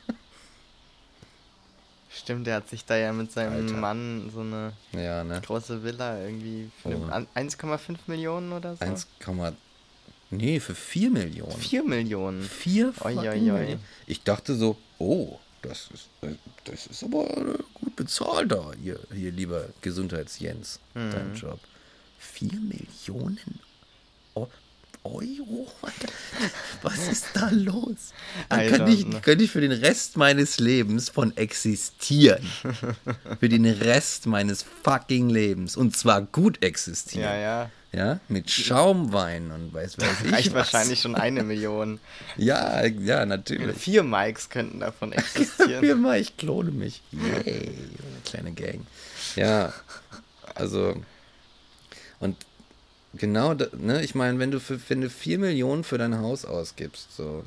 Stimmt, der hat sich da ja mit seinem Alter. Mann so eine Ja, ne? große Villa irgendwie für Oh. 1,5 Millionen oder so. Für 4 Millionen. 4 Millionen. 4 Oi, fucking oi, oi. Millionen. Ich dachte so, oh, das ist aber gut bezahlt da, hier lieber Gesundheits-Jens, dein Job. 4 Millionen Euro? Was ist da los? Da I könnte don't know. könnte ich für den Rest meines Lebens von existieren. Für den Rest meines fucking Lebens. Und zwar gut existieren. Ja, ja. Ja, mit Schaumwein und weiß ich Reicht was. wahrscheinlich schon 1 Million. Ja, natürlich. 4 Mikes könnten davon existieren. Viermal, ich klone mich. Yay, eine kleine Gang. Ja, also, und genau, ne, ich meine, wenn du 4 Millionen für dein Haus ausgibst, so,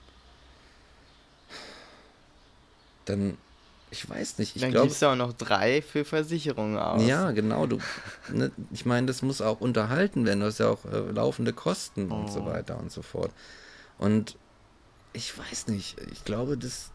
dann, ich weiß nicht, ich Dann glaube, gibst du auch noch 3 für Versicherungen aus. ja, genau, ne, ich meine, das muss auch unterhalten werden, du hast ja auch laufende Kosten und so weiter und so fort. Und ich weiß nicht, ich glaube,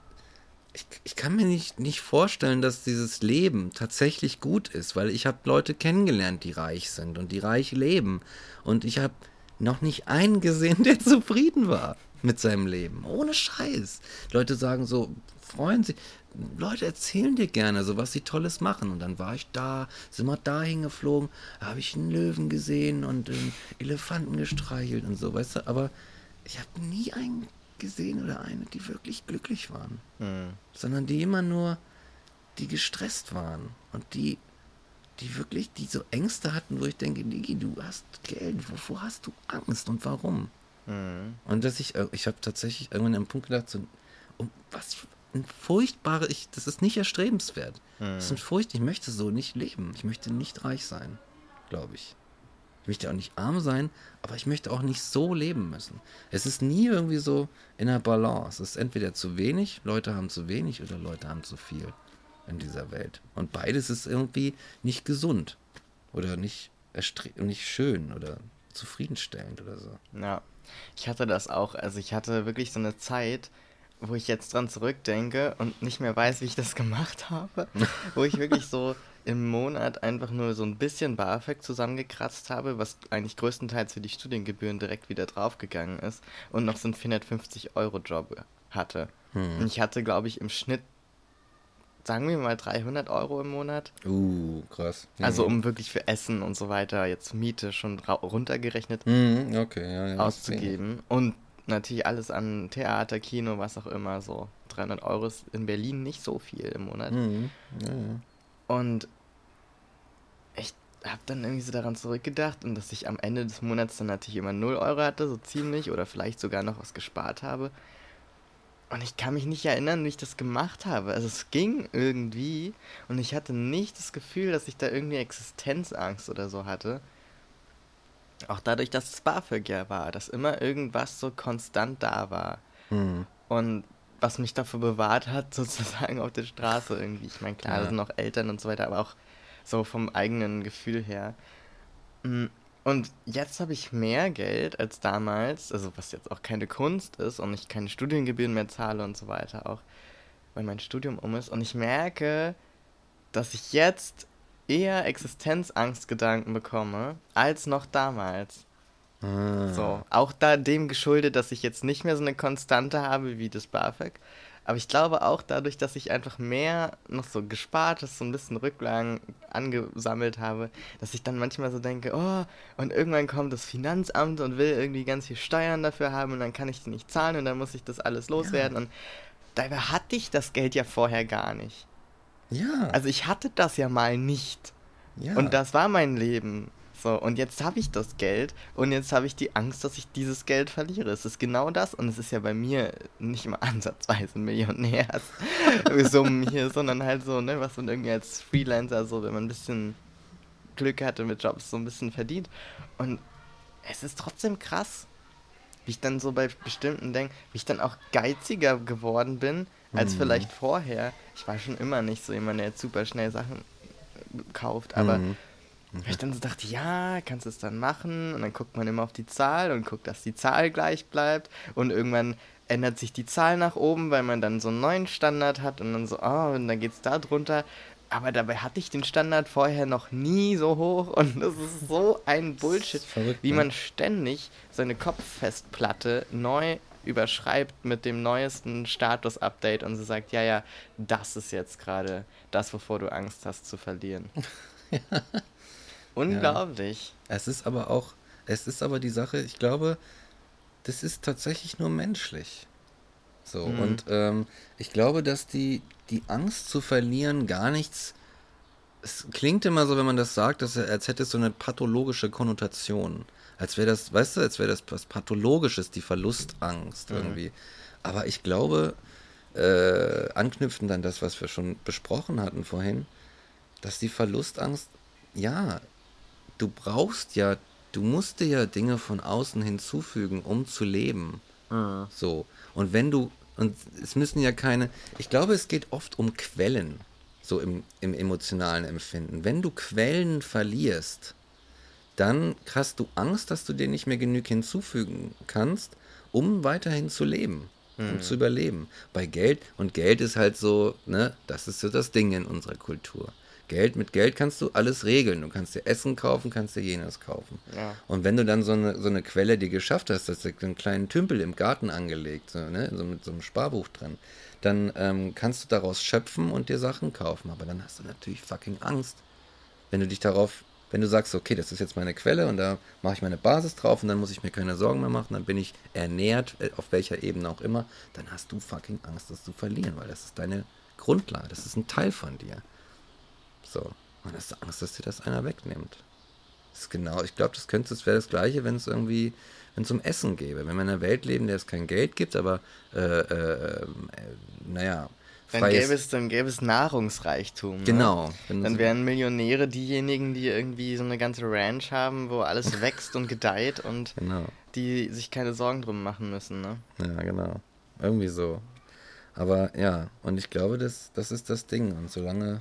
ich kann mir nicht vorstellen, dass dieses Leben tatsächlich gut ist, weil ich habe Leute kennengelernt, die reich sind und die reich leben. Und ich habe noch nicht einen gesehen, der zufrieden war mit seinem Leben. Ohne Scheiß. Leute sagen so, freuen sich. Leute erzählen dir gerne so, was sie Tolles machen. Und dann war ich da, sind wir da hingeflogen, da habe ich einen Löwen gesehen und einen Elefanten gestreichelt und so, weißt du. Aber ich habe nie einen gesehen oder eine, die wirklich glücklich waren. Sondern die immer nur, die gestresst waren. Und die wirklich, die so Ängste hatten, wo ich denke, Niki, du hast Geld, wovor hast du Angst und warum? Und dass ich habe tatsächlich irgendwann am Punkt gedacht, so, was ein das ist nicht erstrebenswert. Das ist ich möchte so nicht leben. Ich möchte nicht reich sein, glaube ich. Ich möchte auch nicht arm sein, aber ich möchte auch nicht so leben müssen. Es ist nie irgendwie so in der Balance. Es ist entweder zu wenig, Leute haben zu wenig, oder Leute haben zu viel in dieser Welt. Und beides ist irgendwie nicht gesund oder nicht schön oder zufriedenstellend oder so. Ja, ich hatte das auch. Also ich hatte wirklich so eine Zeit, wo ich jetzt dran zurückdenke und nicht mehr weiß, wie ich das gemacht habe. Wo ich wirklich so im Monat einfach nur so ein bisschen BAföG zusammengekratzt habe, was eigentlich größtenteils für die Studiengebühren direkt wieder draufgegangen ist, und noch so einen 450-Euro-Job hatte. Und ich hatte, glaube ich, im Schnitt, sagen wir mal, 300 Euro im Monat. Krass. Also um wirklich für Essen und so weiter, jetzt Miete schon runtergerechnet, Okay, ja, auszugeben. Und natürlich alles an Theater, Kino, was auch immer, so 300 Euro ist in Berlin nicht so viel im Monat. Und ich habe dann irgendwie so daran zurückgedacht, und dass ich am Ende des Monats dann natürlich immer 0 Euro hatte, so ziemlich, oder vielleicht sogar noch was gespart habe. Und ich kann mich nicht erinnern, wie ich das gemacht habe. Also es ging irgendwie, und ich hatte nicht das Gefühl, dass ich da irgendwie Existenzangst oder so hatte. Auch dadurch, dass es BAföG ja war, dass immer irgendwas so konstant da war. Und was mich davor bewahrt hat, sozusagen auf der Straße irgendwie. Ich meine, klar, da sind auch Eltern und so weiter, aber auch so vom eigenen Gefühl her. Und jetzt habe ich mehr Geld als damals, also was jetzt auch keine Kunst ist und ich keine Studiengebühren mehr zahle und so weiter auch, weil mein Studium um ist. Und ich merke, dass ich jetzt eher Existenzangstgedanken bekomme, als noch damals. So, auch da dem geschuldet, dass ich jetzt nicht mehr so eine Konstante habe wie das BAföG. Aber ich glaube auch dadurch, dass ich einfach mehr noch so Gespartes, so ein bisschen Rücklagen angesammelt habe, dass ich dann manchmal so denke, oh, und irgendwann kommt das Finanzamt und will irgendwie ganz viel Steuern dafür haben und dann kann ich die nicht zahlen und dann muss ich das alles loswerden. Und dabei hatte ich das Geld ja vorher gar nicht. Ja. Also ich hatte das ja mal nicht. Ja. Und das war mein Leben. So, und jetzt habe ich das Geld und jetzt habe ich die Angst, dass ich dieses Geld verliere. Es ist genau das, und es ist ja bei mir nicht mal ansatzweise Millionärs-Summen hier, sondern halt so, ne, was man irgendwie als Freelancer so, wenn man ein bisschen Glück hatte mit Jobs, so ein bisschen verdient. Und es ist trotzdem krass, wie ich dann so bei bestimmten Dingen, wie ich dann auch geiziger geworden bin, als vielleicht vorher. Ich war schon immer nicht so jemand, der jetzt super schnell Sachen kauft, aber weil ich dann so dachte, ja, kannst du es dann machen? Und dann guckt man immer auf die Zahl und guckt, dass die Zahl gleich bleibt. Und irgendwann ändert sich die Zahl nach oben, weil man dann so einen neuen Standard hat und dann so, und dann geht's da drunter. Aber dabei hatte ich den Standard vorher noch nie so hoch und das ist so ein Bullshit, verrückt, wie ne? man ständig seine Kopffestplatte neu überschreibt mit dem neuesten Status-Update und so sagt, ja, das ist jetzt gerade das, wovor du Angst hast zu verlieren. Unglaublich. Es ist aber die Sache, ich glaube, das ist tatsächlich nur menschlich. So, und ich glaube, dass die Angst zu verlieren gar nichts. Es klingt immer so, wenn man das sagt, als hätte es so eine pathologische Konnotation. Als wäre das, weißt du, als wäre das was Pathologisches, die Verlustangst irgendwie. Aber ich glaube, anknüpfend an das, was wir schon besprochen hatten vorhin, dass die Verlustangst, ja, du musst dir ja Dinge von außen hinzufügen, um zu leben. So. Und es müssen ja ich glaube, es geht oft um Quellen, so im emotionalen Empfinden. Wenn du Quellen verlierst, dann hast du Angst, dass du dir nicht mehr genug hinzufügen kannst, um weiterhin zu leben, um zu überleben. Bei Geld ist halt so, ne, das ist so das Ding in unserer Kultur. Mit Geld kannst du alles regeln. Du kannst dir Essen kaufen, kannst dir jenes kaufen. Ja. Und wenn du dann so eine Quelle dir geschafft hast, hast du einen kleinen Tümpel im Garten angelegt, so, ne, so mit so einem Sparbuch drin, dann kannst du daraus schöpfen und dir Sachen kaufen. Aber dann hast du natürlich fucking Angst, wenn du sagst, okay, das ist jetzt meine Quelle und da mache ich meine Basis drauf und dann muss ich mir keine Sorgen mehr machen, dann bin ich ernährt, auf welcher Ebene auch immer, dann hast du fucking Angst, das zu verlieren, weil das ist deine Grundlage, das ist ein Teil von dir. So, und hast du Angst, dass dir das einer wegnimmt. Das ist genau, ich glaube, das wäre das Gleiche, wenn es um Essen gäbe. Wenn wir in einer Welt leben, in der es kein Geld gibt, aber naja, Dann gäbe es Nahrungsreichtum. Ne? Genau. Dann wären Millionäre diejenigen, die irgendwie so eine ganze Ranch haben, wo alles wächst und gedeiht und genau. die sich keine Sorgen drum machen müssen. Ne? Ja, genau. Irgendwie so. Aber ja, und ich glaube, das ist das Ding. Und solange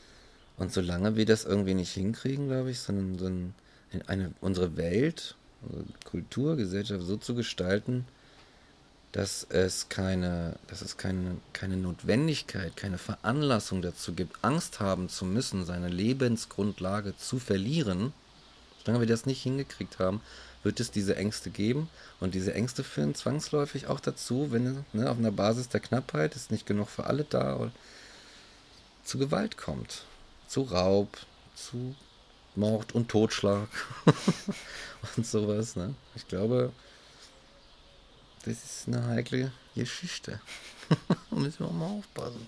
wir das irgendwie nicht hinkriegen, glaube ich, sondern unsere Welt, unsere Kultur, Gesellschaft so zu gestalten, dass es keine Notwendigkeit, keine Veranlassung dazu gibt, Angst haben zu müssen, seine Lebensgrundlage zu verlieren. Solange wir das nicht hingekriegt haben, wird es diese Ängste geben. Und diese Ängste führen zwangsläufig auch dazu, wenn auf einer Basis der Knappheit ist nicht genug für alle da, oder zu Gewalt kommt. Zu Raub, zu Mord und Totschlag und sowas. Ne? Ich glaube, das ist eine heikle Geschichte. Da müssen wir auch mal aufpassen.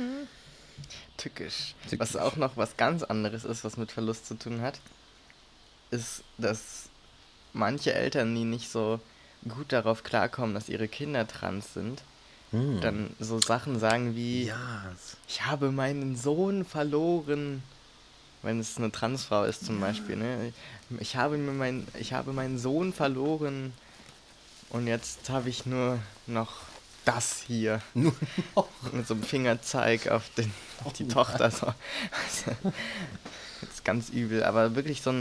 Tückisch. Was auch noch was ganz anderes ist, was mit Verlust zu tun hat, ist, dass manche Eltern, die nicht so gut darauf klarkommen, dass ihre Kinder trans sind, dann so Sachen sagen wie, ich habe meinen Sohn verloren, wenn es eine Transfrau ist zum Beispiel, ne? Ich habe meinen Sohn verloren und jetzt habe ich nur noch das hier. Nur noch? Mit so einem Fingerzeig auf die Tochter. So. Das ist ganz übel, aber wirklich so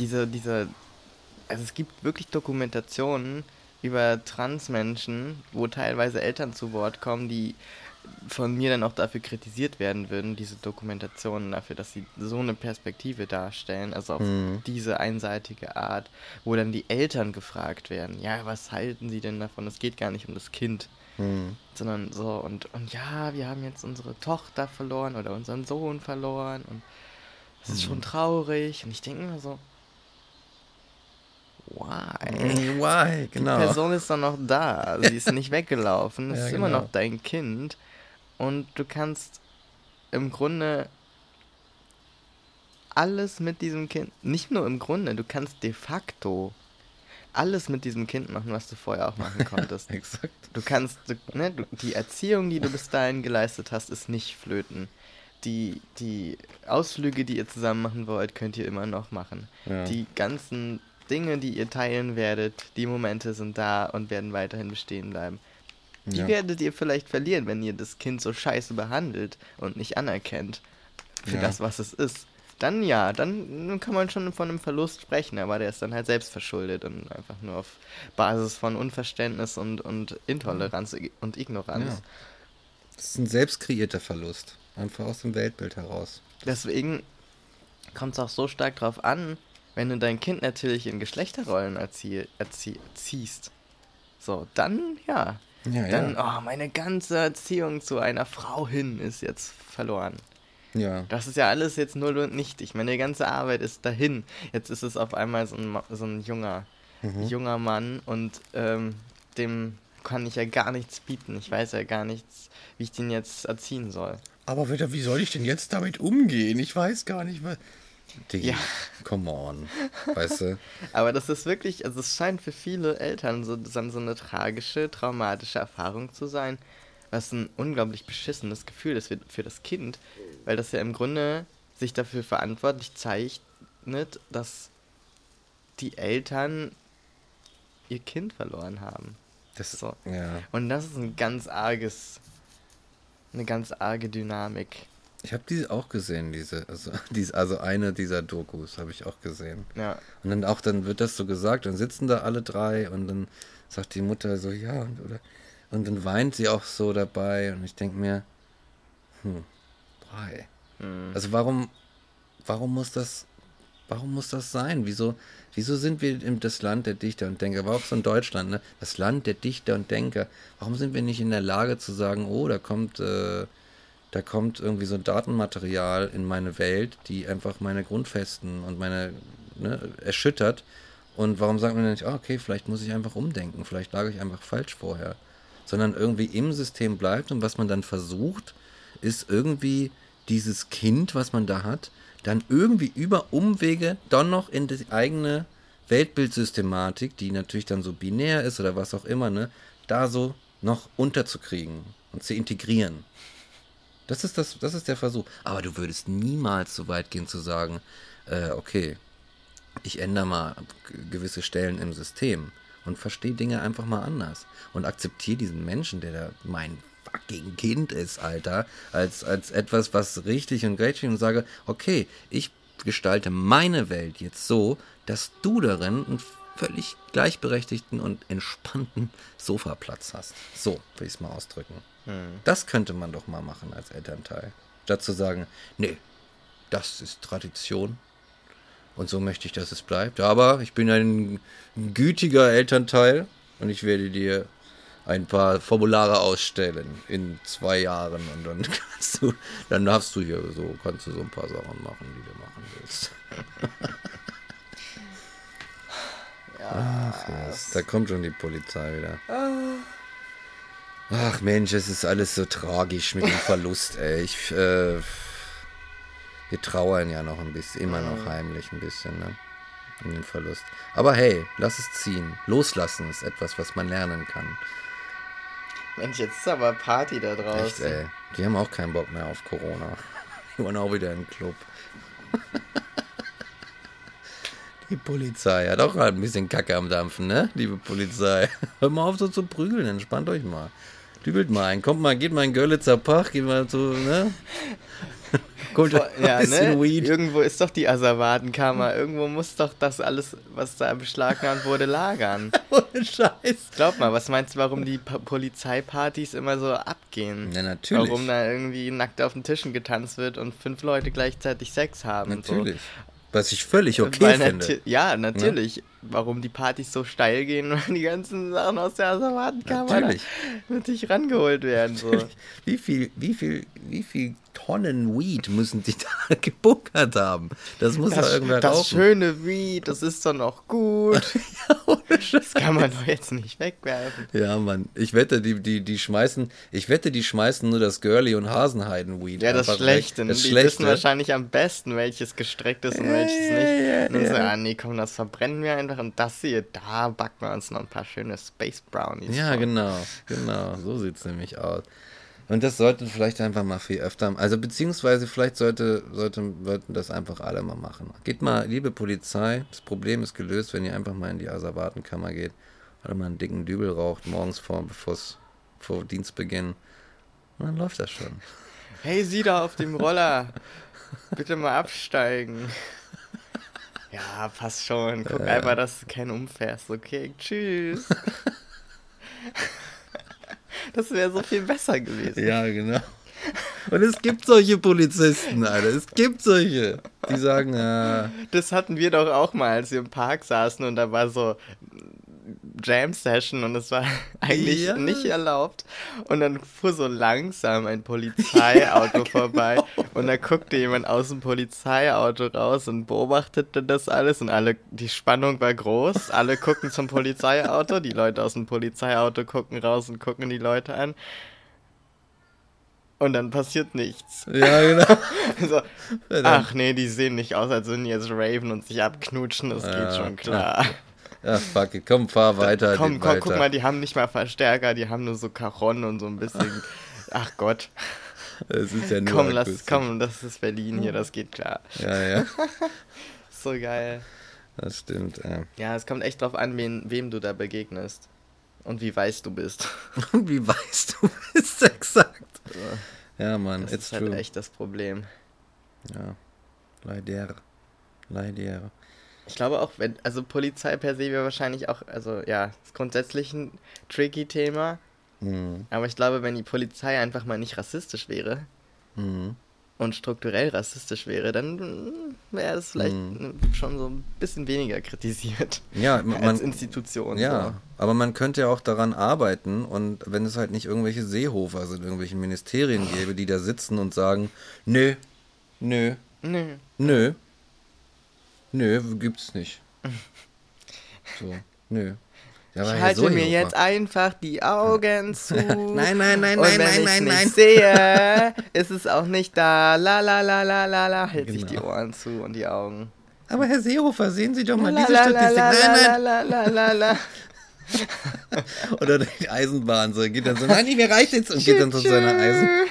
also es gibt wirklich Dokumentationen über Transmenschen, wo teilweise Eltern zu Wort kommen, die von mir dann auch dafür kritisiert werden würden, diese Dokumentationen dafür, dass sie so eine Perspektive darstellen, also auf diese einseitige Art, wo dann die Eltern gefragt werden, ja, was halten sie denn davon? Es geht gar nicht um das Kind, sondern so, und ja, wir haben jetzt unsere Tochter verloren oder unseren Sohn verloren und das ist schon traurig und ich denke immer so, Why? Genau. Die Person ist doch noch da. Sie ist nicht weggelaufen. Es ist immer genau. noch dein Kind. Und du kannst im Grunde alles mit diesem Kind, nicht nur im Grunde, du kannst de facto alles mit diesem Kind machen, was du vorher auch machen konntest. Exakt. Du kannst, die Erziehung, die du bis dahin geleistet hast, ist nicht flöten. Die Ausflüge, die ihr zusammen machen wollt, könnt ihr immer noch machen. Ja. Die ganzen Dinge, die ihr teilen werdet, die Momente sind da und werden weiterhin bestehen bleiben. Die werdet ihr vielleicht verlieren, wenn ihr das Kind so scheiße behandelt und nicht anerkennt für das, was es ist. Dann dann kann man schon von einem Verlust sprechen, aber der ist dann halt selbst verschuldet und einfach nur auf Basis von Unverständnis und Intoleranz und Ignoranz. Ja. Das ist ein selbst kreierter Verlust. Einfach aus dem Weltbild heraus. Deswegen kommt es auch so stark drauf an, wenn du dein Kind natürlich in Geschlechterrollen erziehst. So, dann dann, meine ganze Erziehung zu einer Frau hin ist jetzt verloren. Ja. Das ist ja alles jetzt null und nichtig. Meine ganze Arbeit ist dahin. Jetzt ist es auf einmal so ein junger Mann und dem kann ich ja gar nichts bieten. Ich weiß ja gar nichts, wie ich den jetzt erziehen soll. Aber wie soll ich denn jetzt damit umgehen? Ich weiß gar nicht, was... Diggi, Ja. come on. Weißt du? Aber das ist wirklich, also es scheint für viele Eltern so eine tragische, traumatische Erfahrung zu sein, was ein unglaublich beschissenes Gefühl ist für das Kind, weil das ja im Grunde sich dafür verantwortlich zeichnet, dass die Eltern ihr Kind verloren haben. Das So. Ja. Und das ist eine ganz arge Dynamik. Ich habe diese auch gesehen, also eine dieser Dokus habe ich auch gesehen. Ja. Und dann wird das so gesagt, dann sitzen da alle drei und dann sagt die Mutter so, ja, und dann weint sie auch so dabei und ich denke mir, drei. Also warum muss das sein? Wieso sind wir das Land der Dichter und Denker, aber auch so in Deutschland, ne? Das Land der Dichter und Denker. Warum sind wir nicht in der Lage zu sagen, oh, da kommt irgendwie so Datenmaterial in meine Welt, die einfach meine Grundfesten und meine, erschüttert. Und warum sagt man nicht, okay, vielleicht muss ich einfach umdenken, vielleicht lag ich einfach falsch vorher. Sondern irgendwie im System bleibt und was man dann versucht, ist irgendwie dieses Kind, was man da hat, dann irgendwie über Umwege dann noch in die eigene Weltbildsystematik, die natürlich dann so binär ist oder was auch immer, ne, da so noch unterzukriegen und zu integrieren. Das ist der Versuch. Aber du würdest niemals so weit gehen zu sagen, okay, ich ändere mal gewisse Stellen im System und verstehe Dinge einfach mal anders und akzeptiere diesen Menschen, der da mein fucking Kind ist, Alter, als etwas, was richtig und gerecht ist und sage, okay, ich gestalte meine Welt jetzt so, dass du darin einen völlig gleichberechtigten und entspannten Sofaplatz hast. So will ich es mal ausdrücken. Das könnte man doch mal machen als Elternteil. Statt zu sagen, nee, das ist Tradition und so möchte ich, dass es bleibt. Aber ich bin ein gütiger Elternteil und ich werde dir ein paar Formulare ausstellen in 2 Jahren und dann kannst du ein paar Sachen machen, die du machen willst. Ach, yes. Da kommt schon die Polizei wieder. Ach Mensch, es ist alles so tragisch mit dem Verlust, ey. Wir trauern ja noch ein bisschen, immer noch heimlich ein bisschen, ne? Um den Verlust. Aber hey, lass es ziehen. Loslassen ist etwas, was man lernen kann. Mensch, jetzt ist aber Party da draußen. Echt, ey. Die haben auch keinen Bock mehr auf Corona. Die wollen auch wieder in den Club. Die Polizei hat auch halt ein bisschen Kacke am Dampfen, ne? Liebe Polizei. Hört mal auf so zu prügeln, entspannt euch mal. Dübelt mal ein, kommt mal, geht mal in Görlitzer Park, geht mal so, ne? Kommt ein bisschen Weed. Irgendwo ist doch die Asservatenkammer. Irgendwo muss doch das alles, was da beschlagnahmt wurde, lagern. Ohne Scheiß. Glaub mal, was meinst du, warum die Polizeipartys immer so abgehen? Ja, natürlich. Warum da irgendwie nackt auf den Tischen getanzt wird und 5 Leute gleichzeitig Sex haben. Natürlich. So. Was ich völlig okay finde. Ja, natürlich. Ja? Warum die Partys so steil gehen und die ganzen Sachen aus der Asservatenkammer natürlich rangeholt werden. So. Wie viel Tonnen Weed müssen die da gebunkert haben? Das muss doch irgendwer rauchen. Das schöne Weed, das ist doch noch gut. Ja, das kann man doch jetzt nicht wegwerfen. Ja, Mann. Ich wette, die schmeißen nur das Girly- und Hasenheiden-Weed. Ja, das Schlechte. Die wissen wahrscheinlich am besten, welches gestreckt ist und welches nicht. Und so, nee, komm, das verbrennen wir einfach. Und das hier, da backen wir uns noch ein paar schöne Space Brownies. Ja, genau. So sieht's nämlich aus. Und das sollten vielleicht einfach mal viel öfter, also beziehungsweise vielleicht sollten das einfach alle mal machen. Geht mal, liebe Polizei, das Problem ist gelöst, wenn ihr einfach mal in die Asservatenkammer geht, oder mal einen dicken Dübel raucht, morgens vor Dienstbeginn. Und dann läuft das schon. Hey, Sie da auf dem Roller, bitte mal absteigen. Ja, passt schon. Guck einfach, dass du keinen umfährst. Okay, tschüss. Das wäre so viel besser gewesen. Ja, genau. Und es gibt solche Polizisten, Alter. Es gibt solche, die sagen, ja. Das hatten wir doch auch mal, als wir im Park saßen und da war so Jam-Session und es war eigentlich nicht erlaubt. Und dann fuhr so langsam ein Polizeiauto vorbei und da guckte jemand aus dem Polizeiauto raus und beobachtete das alles und die Spannung war groß. Alle gucken zum Polizeiauto, die Leute aus dem Polizeiauto gucken raus und gucken die Leute an. Und dann passiert nichts. Ja, genau. So, ach nee, die sehen nicht aus, als würden die jetzt raven und sich abknutschen, das geht schon klar. Ja, fuck it, komm, fahr weiter. Komm, guck mal, die haben nicht mal Verstärker, die haben nur so Cajon und so ein bisschen, ach Gott. Das ist ja nur komm, das ist Berlin hier, das geht klar. Ja. So geil. Das stimmt, Ja, es kommt echt drauf an, wem du da begegnest. Und wie weiß du bist. Und wie weißt du bist, exakt. Ja, Mann, das ist halt echt das Problem. Ja, leider. Ich glaube auch, Polizei per se wäre wahrscheinlich auch, ist grundsätzlich ein tricky Thema. Aber ich glaube, wenn die Polizei einfach mal nicht rassistisch wäre und strukturell rassistisch wäre, dann wäre es vielleicht schon so ein bisschen weniger kritisiert als Institution. Ja, so. Aber man könnte ja auch daran arbeiten und wenn es halt nicht irgendwelche Seehofer sind, irgendwelche Ministerien gäbe, die da sitzen und sagen, nö, gibt's nicht. So, nö. Ich halte mir jetzt einfach die Augen zu. Nein. Und wenn ich nicht sehe, ist es auch nicht da. La, hält sich die Ohren zu und die Augen. Aber Herr Seehofer, sehen Sie doch mal diese Statistik. Nein. Oder die Eisenbahn so, geht dann so, nein, mir reicht jetzt und geht dann zu seiner Eisenbahn.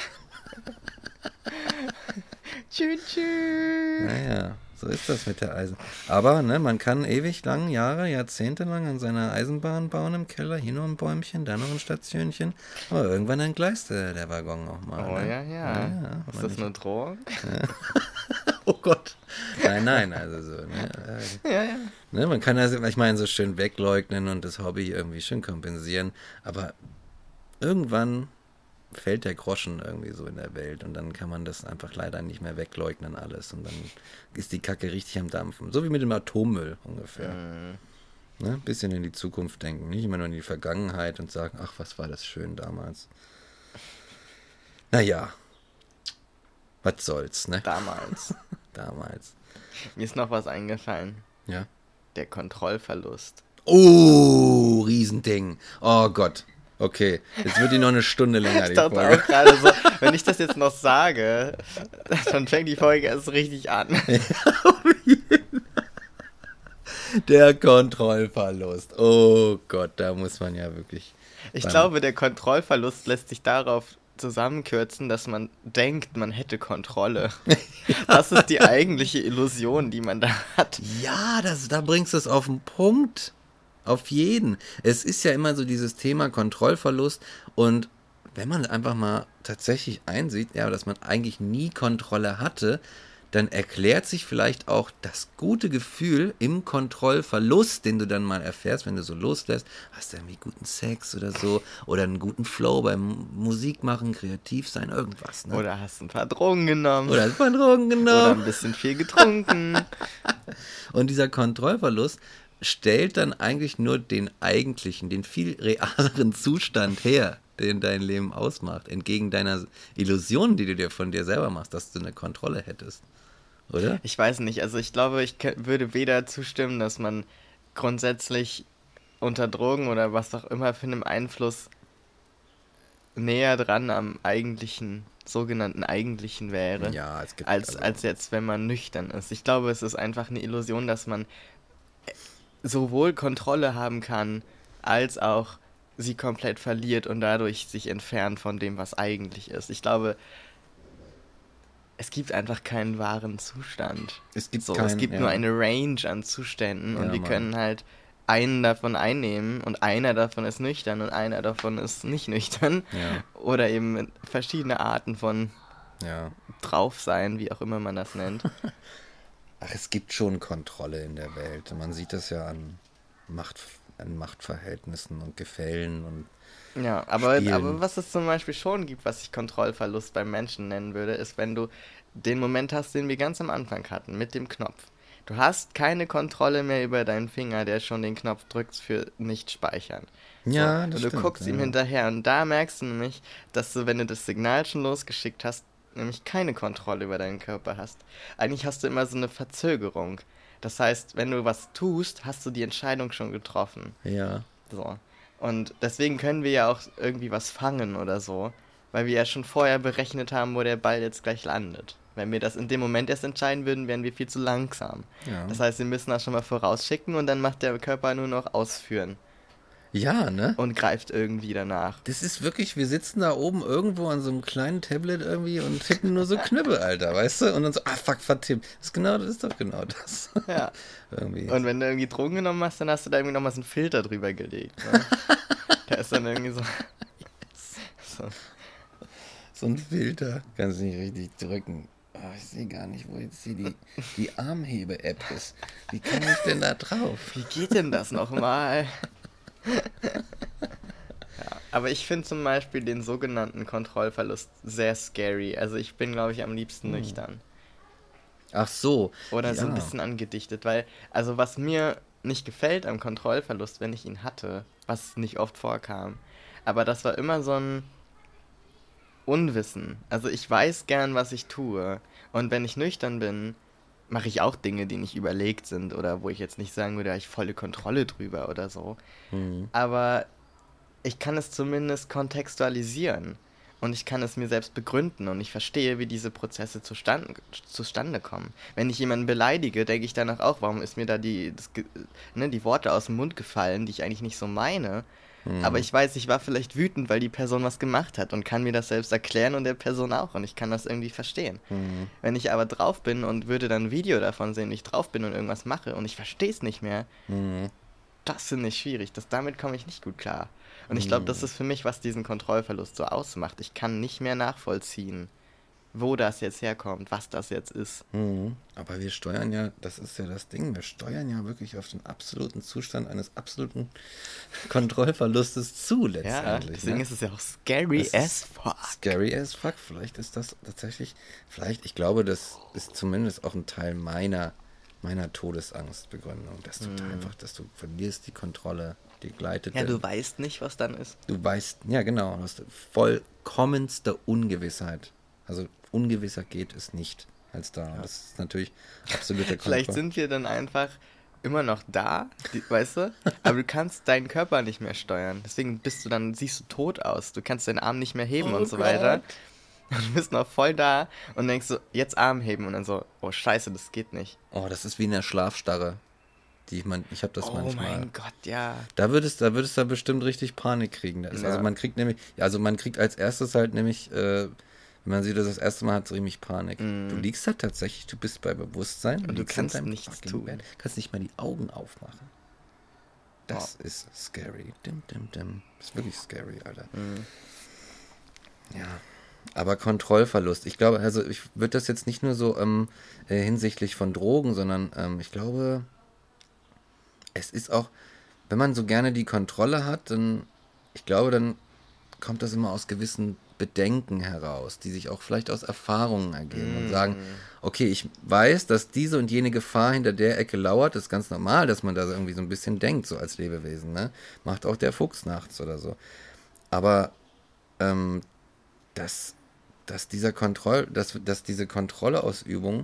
Naja. So ist das mit der Eisenbahn. Aber, man kann ewig lang, Jahrzehnte lang an seiner Eisenbahn bauen im Keller. Hier noch ein Bäumchen, da noch ein Stationchen. Aber irgendwann entgleist der Waggon auch mal. Oh, ne? Ja. Ist das eine Drohung? Oh Gott. Nein, also so. Ja. Man kann das, ich meine, so schön wegleugnen und das Hobby irgendwie schön kompensieren. Aber irgendwann fällt der Groschen irgendwie so in der Welt und dann kann man das einfach leider nicht mehr wegleugnen alles und dann ist die Kacke richtig am Dampfen. So wie mit dem Atommüll ungefähr. Ein bisschen in die Zukunft denken, nicht immer nur in die Vergangenheit und sagen, ach, was war das schön damals. Naja, was soll's, ne? Damals. Mir ist noch was eingefallen. Ja? Der Kontrollverlust. Oh, Riesending. Oh Gott. Okay, jetzt wird die noch eine Stunde länger, die ich dachte Folge. auch gerade so, wenn ich das jetzt noch sage, dann fängt die Folge erst richtig an. Der Kontrollverlust. Oh Gott, da muss man ja wirklich... Ich glaube, der Kontrollverlust lässt sich darauf zusammenkürzen, dass man denkt, man hätte Kontrolle. Das ist die eigentliche Illusion, die man da hat. Ja, da bringst du es auf den Punkt. Auf jeden. Es ist ja immer so dieses Thema Kontrollverlust und wenn man einfach mal tatsächlich einsieht, dass man eigentlich nie Kontrolle hatte, dann erklärt sich vielleicht auch das gute Gefühl im Kontrollverlust, den du dann mal erfährst, wenn du so loslässt, hast du irgendwie guten Sex oder so oder einen guten Flow beim Musikmachen, kreativ sein, irgendwas. Ne? Oder hast ein paar Drogen genommen. Oder ein bisschen viel getrunken. Und dieser Kontrollverlust stellt dann eigentlich nur den eigentlichen, den viel realeren Zustand her, den dein Leben ausmacht, entgegen deiner Illusion, die du dir von dir selber machst, dass du eine Kontrolle hättest. Oder? Ich weiß nicht, also ich glaube, ich würde weder zustimmen, dass man grundsätzlich unter Drogen oder was auch immer für einen Einfluss näher dran am sogenannten eigentlichen wäre, ja, es gibt als jetzt, wenn man nüchtern ist. Ich glaube, es ist einfach eine Illusion, dass man sowohl Kontrolle haben kann, als auch sie komplett verliert und dadurch sich entfernt von dem, was eigentlich ist. Ich glaube, es gibt einfach keinen wahren Zustand. Es gibt Es gibt ja. nur eine Range an Zuständen und Ja, wir Mann. können halt einen davon einnehmen und einer davon ist nüchtern und einer davon ist nicht nüchtern. Ja. Oder eben verschiedene Arten von Ja. drauf sein, wie auch immer man das nennt. Ach, es gibt schon Kontrolle in der Welt. Man sieht das ja an Machtverhältnissen und Gefällen und Ja, aber Spielen. was es zum Beispiel schon gibt, was ich Kontrollverlust beim Menschen nennen würde, ist, wenn du den Moment hast, den wir ganz am Anfang hatten, mit dem Knopf. Du hast keine Kontrolle mehr über deinen Finger, der schon den Knopf drückt für nicht speichern. Ja, Und das du stimmt, guckst ihm ja. hinterher und da merkst du nämlich, dass du, wenn du das Signal schon losgeschickt hast, nämlich keine Kontrolle über deinen Körper hast. Eigentlich hast du immer so eine Verzögerung. Das heißt, wenn du was tust, hast du die Entscheidung schon getroffen. Ja. So. Und deswegen können wir ja auch irgendwie was fangen oder so, weil wir ja schon vorher berechnet haben, wo der Ball jetzt gleich landet. Wenn wir das in dem Moment erst entscheiden würden, wären wir viel zu langsam. Ja. Das heißt, wir müssen das schon mal vorausschicken und dann macht der Körper nur noch ausführen Ja, ne? und greift irgendwie danach. Das ist wirklich, wir sitzen da oben irgendwo an so einem kleinen Tablet irgendwie und tippen nur so Knüppel, Alter, weißt du? Und dann so, fuck, vertippt. Das ist doch genau das. Ja. Irgendwie. Und wenn du irgendwie Drogen genommen hast, dann hast du da irgendwie nochmal so einen Filter drüber gelegt. Ne? Der ist dann irgendwie so. so. So ein Filter. Kannst du nicht richtig drücken. Ich sehe gar nicht, wo jetzt hier die Armhebe-App ist. Wie komme ich denn da drauf? Wie geht denn das nochmal? Ja, aber ich finde zum Beispiel den sogenannten Kontrollverlust sehr scary. Also ich bin, glaube ich, am liebsten nüchtern. Ach so. Oder so ein ja. bisschen angedichtet, weil, also was mir nicht gefällt am Kontrollverlust, wenn ich ihn hatte, was nicht oft vorkam, aber das war immer so ein Unwissen. Also ich weiß gern, was ich tue. Und wenn ich nüchtern bin, mache ich auch Dinge, die nicht überlegt sind oder wo ich jetzt nicht sagen würde, da habe ich volle Kontrolle drüber oder so. Aber ich kann es zumindest kontextualisieren und ich kann es mir selbst begründen und ich verstehe, wie diese Prozesse zustande kommen. Wenn ich jemanden beleidige, denke ich danach auch, warum ist mir da die Worte aus dem Mund gefallen, die ich eigentlich nicht so meine. Aber ich weiß, ich war vielleicht wütend, weil die Person was gemacht hat und kann mir das selbst erklären und der Person auch und ich kann das irgendwie verstehen. Wenn ich aber drauf bin und würde dann ein Video davon sehen, wie ich drauf bin und irgendwas mache und ich verstehe es nicht mehr, das finde ich schwierig. Damit komme ich nicht gut klar. Und ich glaube, das ist für mich, was diesen Kontrollverlust so ausmacht. Ich kann nicht mehr nachvollziehen, wo das jetzt herkommt, was das jetzt ist. Aber wir steuern ja, das ist ja das Ding, wir steuern ja wirklich auf den absoluten Zustand eines absoluten Kontrollverlustes zu Ja, letztendlich. deswegen ne? ist es ja auch scary Das as ist fuck. Scary as fuck. Vielleicht ist das tatsächlich, ich glaube, das ist zumindest auch ein Teil meiner Todesangstbegründung, dass du da einfach, dass du verlierst die Kontrolle, die gleitet. Ja, du weißt nicht, was dann ist. Du weißt, ja genau, du hast vollkommenste Ungewissheit. Also ungewisser geht es nicht als da. Und das ist natürlich absolute Kontrolle. Vielleicht sind wir dann einfach immer noch da, weißt du? Aber du kannst deinen Körper nicht mehr steuern. Deswegen siehst du tot aus. Du kannst deinen Arm nicht mehr heben und so weiter. Und du bist noch voll da und denkst so, jetzt Arm heben und dann so, oh scheiße, das geht nicht. Oh, das ist wie in der Schlafstarre. Ich habe das Oh manchmal. mein Gott, ja. Da würdest du bestimmt richtig Panik kriegen. Ja. Also man kriegt als erstes halt nämlich, wenn man sieht, das erste Mal, hat es richtig Panik. Du liegst da tatsächlich, du bist bei Bewusstsein. Und du liegst in kannst deinem nichts fucking tun. Bett, kannst nicht mal die Augen aufmachen. Das ist scary. Dim, dim, dim. Das ist wirklich scary, Alter. Ja. Aber Kontrollverlust. Ich glaube, also ich würde das jetzt nicht nur so hinsichtlich von Drogen, sondern ich glaube, es ist auch, wenn man so gerne die Kontrolle hat, dann kommt das immer aus gewissen Bedenken heraus, die sich auch vielleicht aus Erfahrungen ergeben und sagen, okay, ich weiß, dass diese und jene Gefahr hinter der Ecke lauert, das ist ganz normal, dass man da so irgendwie so ein bisschen denkt, so als Lebewesen, ne? Macht auch der Fuchs nachts oder so. Aber dass diese Kontrolleausübung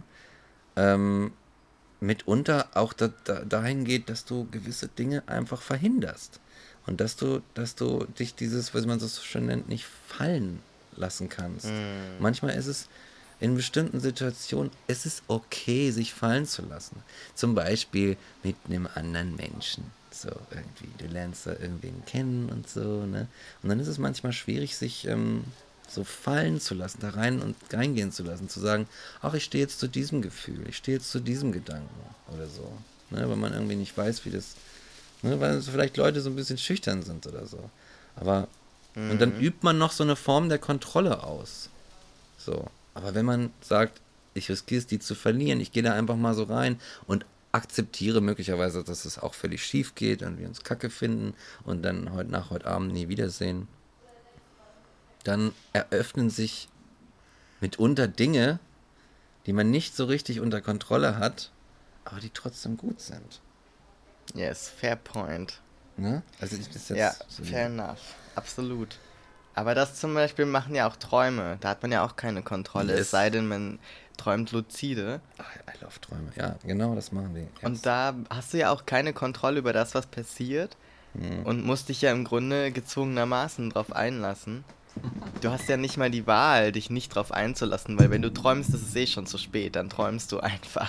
mitunter auch dahin geht, dass du gewisse Dinge einfach verhinderst. Und dass du dich dieses, was man so schön nennt, nicht fallen lassen kannst. Manchmal ist es in bestimmten Situationen ist es okay, sich fallen zu lassen. Zum Beispiel mit einem anderen Menschen. So, irgendwie, du lernst da irgendwen kennen und so, ne? Und dann ist es manchmal schwierig, sich so fallen zu lassen, da rein und reingehen zu lassen, zu sagen, ach, ich stehe jetzt zu diesem Gefühl, ich stehe jetzt zu diesem Gedanken oder so. Ne? Weil man irgendwie nicht weiß, wie das, ne? Weil vielleicht Leute so ein bisschen schüchtern sind oder so. Aber, und dann übt man noch so eine Form der Kontrolle aus. So. Aber wenn man sagt, ich riskiere es, die zu verlieren, ich gehe da einfach mal so rein und akzeptiere möglicherweise, dass es auch völlig schief geht und wir uns Kacke finden und dann heute Abend nie wiedersehen, dann eröffnen sich mitunter Dinge, die man nicht so richtig unter Kontrolle hat, aber die trotzdem gut sind. Yes, fair point. Ne? Also das ist jetzt Ja, so fair enough. Absolut. Aber das zum Beispiel machen ja auch Träume. Da hat man ja auch keine Kontrolle. Yes. Es sei denn, man träumt lucide. I love Träume. Ja, genau, das machen die. Yes. Und da hast du ja auch keine Kontrolle über das, was passiert. Und musst dich ja im Grunde gezwungenermaßen drauf einlassen. Du hast ja nicht mal die Wahl, dich nicht drauf einzulassen, weil wenn du träumst, ist es eh schon zu spät. Dann träumst du einfach.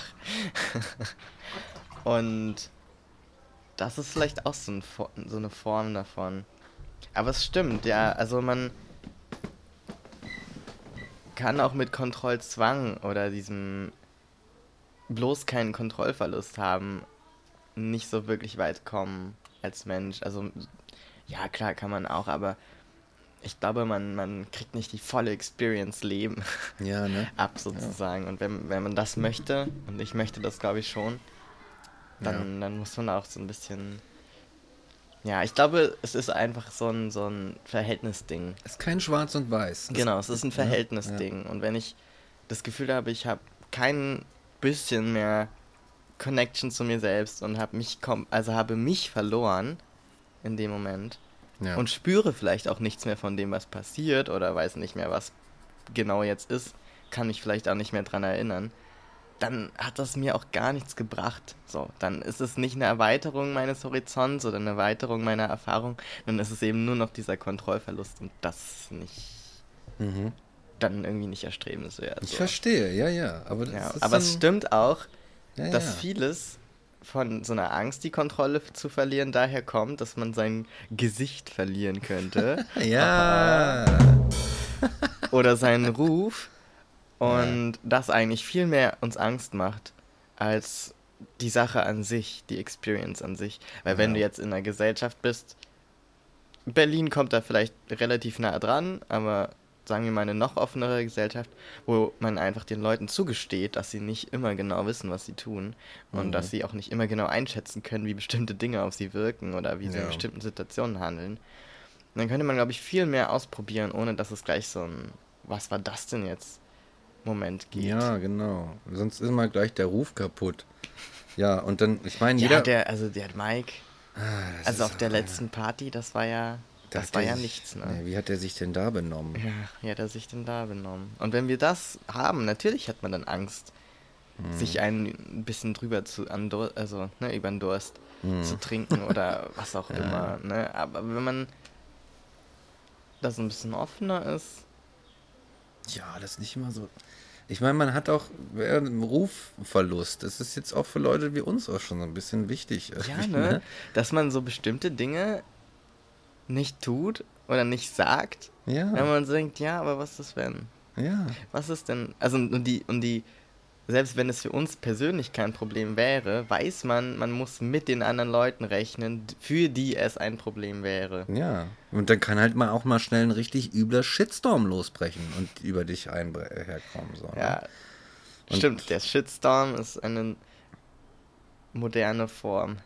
Und das ist vielleicht auch so eine Form davon. Aber es stimmt, ja. Also man kann auch mit Kontrollzwang oder diesem bloß keinen Kontrollverlust haben, nicht so wirklich weit kommen als Mensch. Also, ja, klar kann man auch, aber ich glaube, man kriegt nicht die volle Experience Leben Ja, ne? ab, sozusagen. Ja. Und wenn man das möchte, und ich möchte das, glaube ich, schon, dann muss man auch so ein bisschen... Ja, ich glaube, es ist einfach so ein Verhältnisding. Es ist kein Schwarz und Weiß. Genau, es ist ein Verhältnisding. Ja. Und wenn ich das Gefühl habe, ich habe kein bisschen mehr Connection zu mir selbst und habe mich verloren in dem Moment und spüre vielleicht auch nichts mehr von dem, was passiert oder weiß nicht mehr, was genau jetzt ist, kann mich vielleicht auch nicht mehr dran erinnern, dann hat das mir auch gar nichts gebracht. So, dann ist es nicht eine Erweiterung meines Horizonts oder eine Erweiterung meiner Erfahrung, dann ist es eben nur noch dieser Kontrollverlust und das nicht dann irgendwie nicht erstrebenswert. Ich verstehe, ja. Aber, aber es stimmt auch, dass vieles von so einer Angst, die Kontrolle zu verlieren, daher kommt, dass man sein Gesicht verlieren könnte. Ja. Oder seinen Ruf. Und das eigentlich viel mehr uns Angst macht, als die Sache an sich, die Experience an sich. Weil wenn du jetzt in einer Gesellschaft bist, Berlin kommt da vielleicht relativ nah dran, aber sagen wir mal eine noch offenere Gesellschaft, wo man einfach den Leuten zugesteht, dass sie nicht immer genau wissen, was sie tun und dass sie auch nicht immer genau einschätzen können, wie bestimmte Dinge auf sie wirken oder wie sie in bestimmten Situationen handeln. Und dann könnte man, glaube ich, viel mehr ausprobieren, ohne dass es gleich so ein, was war das denn jetzt? Moment geht. Ja, genau. Sonst ist mal gleich der Ruf kaputt. Ja, und dann, ich meine, jeder... der Mike, also auf der letzten Party, das war ja nichts, ne? Wie hat er sich denn da benommen? Ja, wie hat er sich denn da benommen? Und wenn wir das haben, natürlich hat man dann Angst, sich ein bisschen drüber über den Durst zu trinken oder was auch immer, ne? Aber wenn man das ein bisschen offener ist... Ja, das ist nicht immer so... Ich meine, man hat auch einen Rufverlust. Das ist jetzt auch für Leute wie uns auch schon so ein bisschen wichtig. Ja, ne? Dass man so bestimmte Dinge nicht tut oder nicht sagt. Ja. Wenn man so denkt, ja, aber was ist wenn? Ja. Was ist denn... Also, und die selbst wenn es für uns persönlich kein Problem wäre, weiß man muss mit den anderen Leuten rechnen, für die es ein Problem wäre. Ja, und dann kann halt auch mal schnell ein richtig übler Shitstorm losbrechen und über dich herkommen. So, ne? Ja, stimmt, der Shitstorm ist eine moderne Form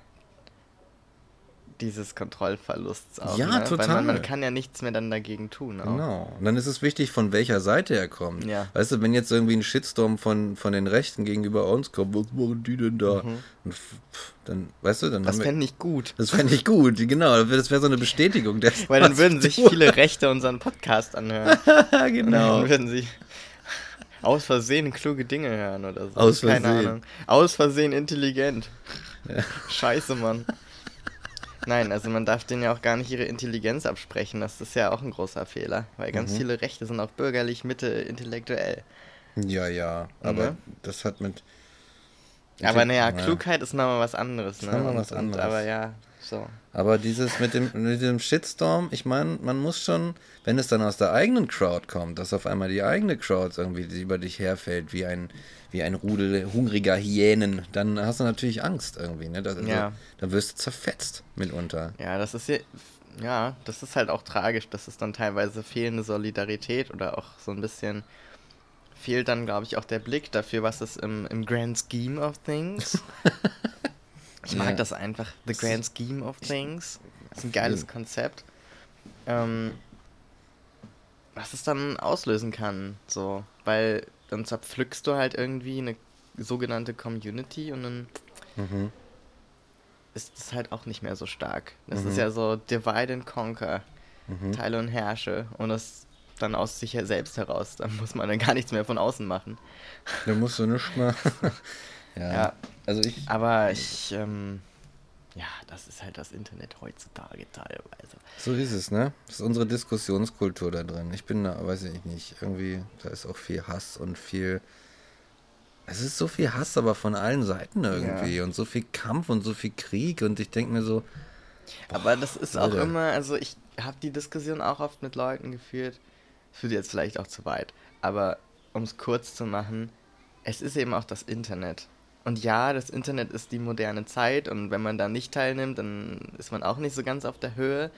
dieses Kontrollverlusts auch. Ja, ne? total. Weil man kann ja nichts mehr dann dagegen tun. Auch. Genau. Und dann ist es wichtig, von welcher Seite er kommt. Ja. Weißt du, wenn jetzt irgendwie ein Shitstorm von den Rechten gegenüber uns kommt, was machen die denn da? Und dann, weißt du, dann das fände ich gut. Das fände ich gut, genau. Das wäre so eine Bestätigung dessen. Weil dann würden sich viele Rechte unseren Podcast anhören. Genau. Und dann würden sie aus Versehen kluge Dinge hören oder so. Aus Versehen. Keine Ahnung. Aus Versehen intelligent. Ja. Scheiße, Mann. Nein, also man darf denen ja auch gar nicht ihre Intelligenz absprechen. Das ist ja auch ein großer Fehler. Weil ganz viele Rechte sind auch bürgerlich, Mitte, intellektuell. Ja, aber Ne? das hat mit... Aber naja, Ja. Klugheit ist nochmal was anderes, ne? nochmal was anderes. Aber ja, so. Aber dieses mit dem Shitstorm, ich meine, man muss schon, wenn es dann aus der eigenen Crowd kommt, dass auf einmal die eigene Crowd irgendwie über dich herfällt, wie ein Rudel hungriger Hyänen, dann hast du natürlich Angst irgendwie, ne? Ja. Dann wirst du zerfetzt mitunter. Ja, das ist halt auch tragisch. Das ist dann teilweise fehlende Solidarität oder auch so ein bisschen fehlt dann, glaube ich, auch der Blick dafür, was ist im Grand Scheme of Things. Ich mag Ja. das einfach, the Grand Scheme of Things. Das ist ein geiles Konzept. Was es dann auslösen kann, so. Weil dann zerpflückst du halt irgendwie eine sogenannte Community und dann Mhm. ist es halt auch nicht mehr so stark. Das ist ja so Divide and Conquer, Teile und Herrsche und das dann aus sich selbst heraus. Da muss man dann gar nichts mehr von außen machen. Da musst du nicht mehr. Ja. Also ich. Aber ja, das ist halt das Internet heutzutage teilweise. So ist es, ne? Das ist unsere Diskussionskultur da drin. Ich bin da, weiß ich nicht, irgendwie, da ist auch viel Hass und viel. Es ist so viel Hass, aber von allen Seiten irgendwie. Ja. Und so viel Kampf und so viel Krieg. Und ich denke mir so, Aber das ist auch Leute. immer, also ich habe die Diskussion auch oft mit Leuten geführt, führt jetzt vielleicht auch zu weit, aber um es kurz zu machen, es ist eben auch das Internet. Und ja, das Internet ist die moderne Zeit und wenn man da nicht teilnimmt, dann ist man auch nicht so ganz auf der Höhe.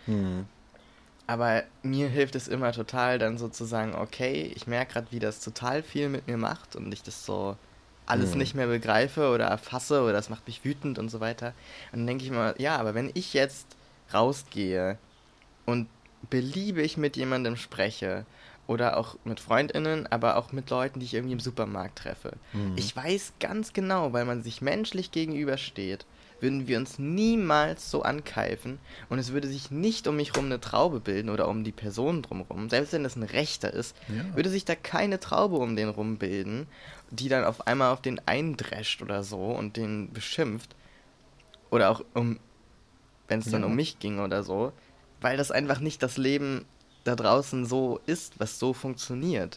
Aber mir hilft es immer total, dann so zu sagen, okay, ich merke gerade, wie das total viel mit mir macht und ich das so alles nicht mehr begreife oder erfasse oder das macht mich wütend und so weiter. Und dann denke ich immer, ja, aber wenn ich jetzt rausgehe und beliebig mit jemandem spreche oder auch mit FreundInnen, aber auch mit Leuten, die ich irgendwie im Supermarkt treffe. Ich weiß ganz genau, weil man sich menschlich gegenübersteht, würden wir uns niemals so ankeifen und es würde sich nicht um mich rum eine Traube bilden oder um die Person drumherum, selbst wenn das ein Rechter ist, würde sich da keine Traube um den rum bilden, die dann auf einmal auf den eindrescht oder so und den beschimpft. Oder auch wenn es dann um mich ging oder so, weil das einfach nicht das Leben da draußen so ist, was so funktioniert.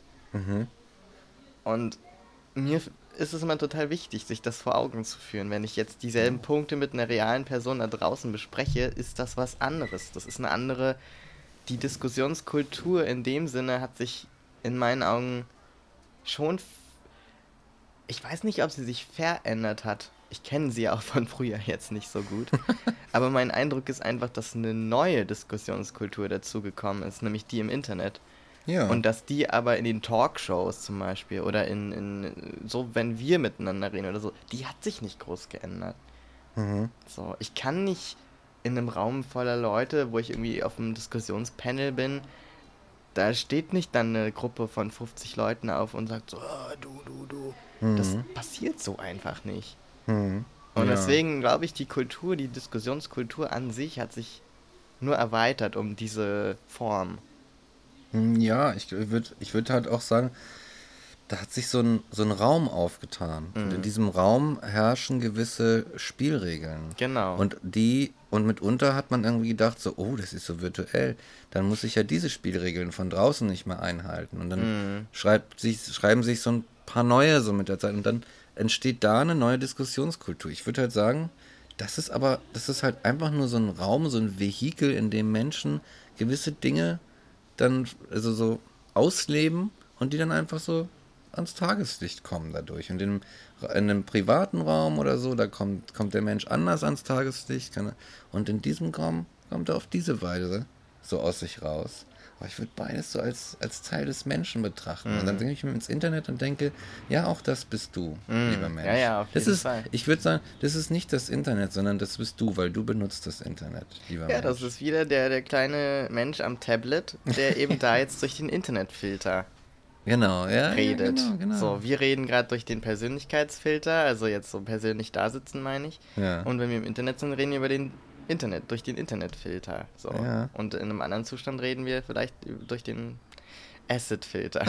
Und mir ist es immer total wichtig, sich das vor Augen zu führen. Wenn ich jetzt dieselben Punkte mit einer realen Person da draußen bespreche, ist das was anderes. Das ist eine andere, die Diskussionskultur in dem Sinne hat sich in meinen Augen schon, ich weiß nicht, ob sie sich verändert hat. Ich kenne sie auch von früher jetzt nicht so gut. Aber mein Eindruck ist einfach, dass eine neue Diskussionskultur dazugekommen ist, nämlich die im Internet. ja. Und dass die aber in den Talkshows zum Beispiel oder so, wenn wir miteinander reden oder so, die hat sich nicht groß geändert. So, ich kann nicht in einem Raum voller Leute, wo ich irgendwie auf einem Diskussionspanel bin, da steht nicht dann eine Gruppe von 50 Leuten auf und sagt so, du. Das passiert so einfach nicht. Und Ja. deswegen glaube ich, die Diskussionskultur an sich hat sich nur erweitert um diese Form. Ja, ich würd halt auch sagen, da hat sich so ein Raum aufgetan. Und in diesem Raum herrschen gewisse Spielregeln. Genau. Und mitunter hat man irgendwie gedacht, so, oh, das ist so virtuell. Dann muss ich ja diese Spielregeln von draußen nicht mehr einhalten. Und dann schreiben sich so ein paar neue so mit der Zeit. Und dann entsteht da eine neue Diskussionskultur. Ich würde halt sagen, das ist halt einfach nur so ein Raum, so ein Vehikel, in dem Menschen gewisse Dinge dann also so ausleben und die dann einfach so ans Tageslicht kommen dadurch. Und in einem privaten Raum oder so, da kommt der Mensch anders ans Tageslicht. Und in diesem Raum kommt er auf diese Weise so aus sich raus. Aber ich würde beides so als Teil des Menschen betrachten. Und dann denke ich mir ins Internet und denke, ja, auch das bist du, lieber Mensch. Ja, auf jeden Fall. Ich würde sagen, das ist nicht das Internet, sondern das bist du, weil du benutzt das Internet, lieber Ja, Mensch. das ist wieder der kleine Mensch am Tablet, der eben da jetzt durch den Internetfilter Genau, ja. redet. Ja, genau. So, wir reden gerade durch den Persönlichkeitsfilter, also jetzt so persönlich da sitzen, meine ich. Ja. Und wenn wir im Internet sind, reden wir durch den Internetfilter. So. Ja. Und in einem anderen Zustand reden wir vielleicht durch den Acid-Filter.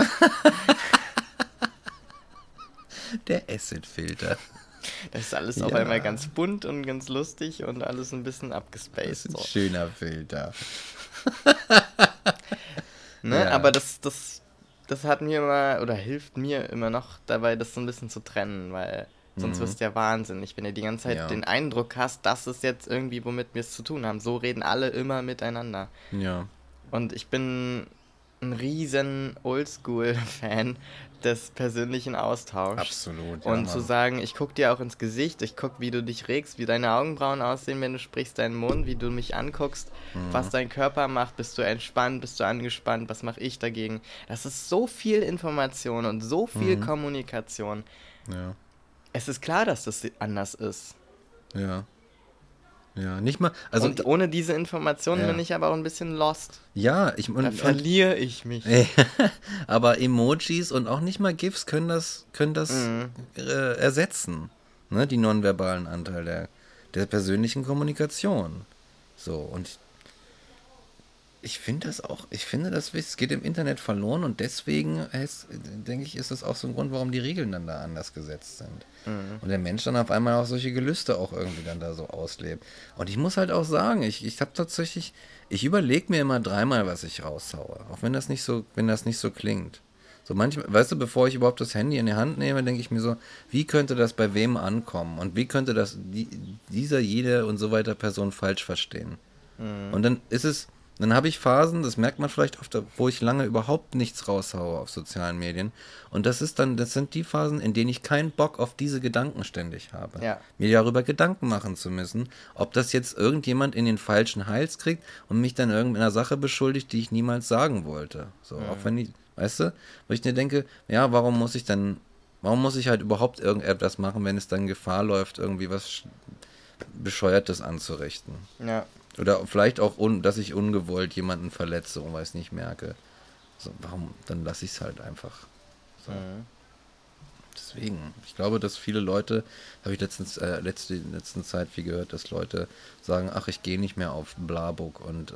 Der Acid-Filter. Das ist alles auf Ja. einmal ganz bunt und ganz lustig und alles ein bisschen Das abgespaced. ist ein So. schöner Filter. Ne? Ja. Aber das das hat mir immer, oder hilft mir immer noch dabei, das so ein bisschen zu trennen, weil sonst wirst du ja wahnsinnig, wenn du die ganze Zeit den Eindruck hast, dass es jetzt irgendwie womit wir es zu tun haben. So reden alle immer miteinander. Ja. Und ich bin ein riesen Oldschool-Fan des persönlichen Austauschs. Absolut. Ja, Und zu sagen, ich guck dir auch ins Gesicht, ich guck, wie du dich regst, wie deine Augenbrauen aussehen, wenn du sprichst, deinen Mund, wie du mich anguckst, was dein Körper macht, bist du entspannt, bist du angespannt, was mache ich dagegen? Das ist so viel Information und so viel Kommunikation. Ja. Es ist klar, dass das anders ist. Ja. Ja, nicht mal. Also, und ohne diese Informationen bin ich aber auch ein bisschen lost. Ja, da verliere ich mich. Aber Emojis und auch nicht mal GIFs können das ersetzen. Ne? Die nonverbalen Anteil der persönlichen Kommunikation. So, und ich finde das geht im Internet verloren und deswegen denke ich, ist das auch so ein Grund, warum die Regeln dann da anders gesetzt sind. Und der Mensch dann auf einmal auch solche Gelüste auch irgendwie dann da so auslebt. Und ich muss halt auch sagen, ich überlege mir immer dreimal, was ich raushaue. Auch wenn das nicht so klingt. So manchmal, weißt du, bevor ich überhaupt das Handy in die Hand nehme, denke ich mir so, wie könnte das bei wem ankommen? Und wie könnte das jede und so weiter Person falsch verstehen? Und dann habe ich Phasen, das merkt man vielleicht oft, wo ich lange überhaupt nichts raushaue auf sozialen Medien. Und das sind die Phasen, in denen ich keinen Bock auf diese Gedanken ständig habe. Ja. Mir darüber Gedanken machen zu müssen, ob das jetzt irgendjemand in den falschen Hals kriegt und mich dann irgendeiner Sache beschuldigt, die ich niemals sagen wollte. So, auch wenn ich, weißt du, wo ich mir denke, ja, warum muss ich halt überhaupt irgendetwas machen, wenn es dann Gefahr läuft, irgendwie was Bescheuertes anzurichten. Ja. Oder vielleicht auch, dass ich ungewollt jemanden verletze und es nicht merke. So, dann lasse ich es halt einfach. So. Deswegen, ich glaube, dass viele Leute, habe ich letzten Zeit viel gehört, dass Leute sagen, ach, ich gehe nicht mehr auf Blabook und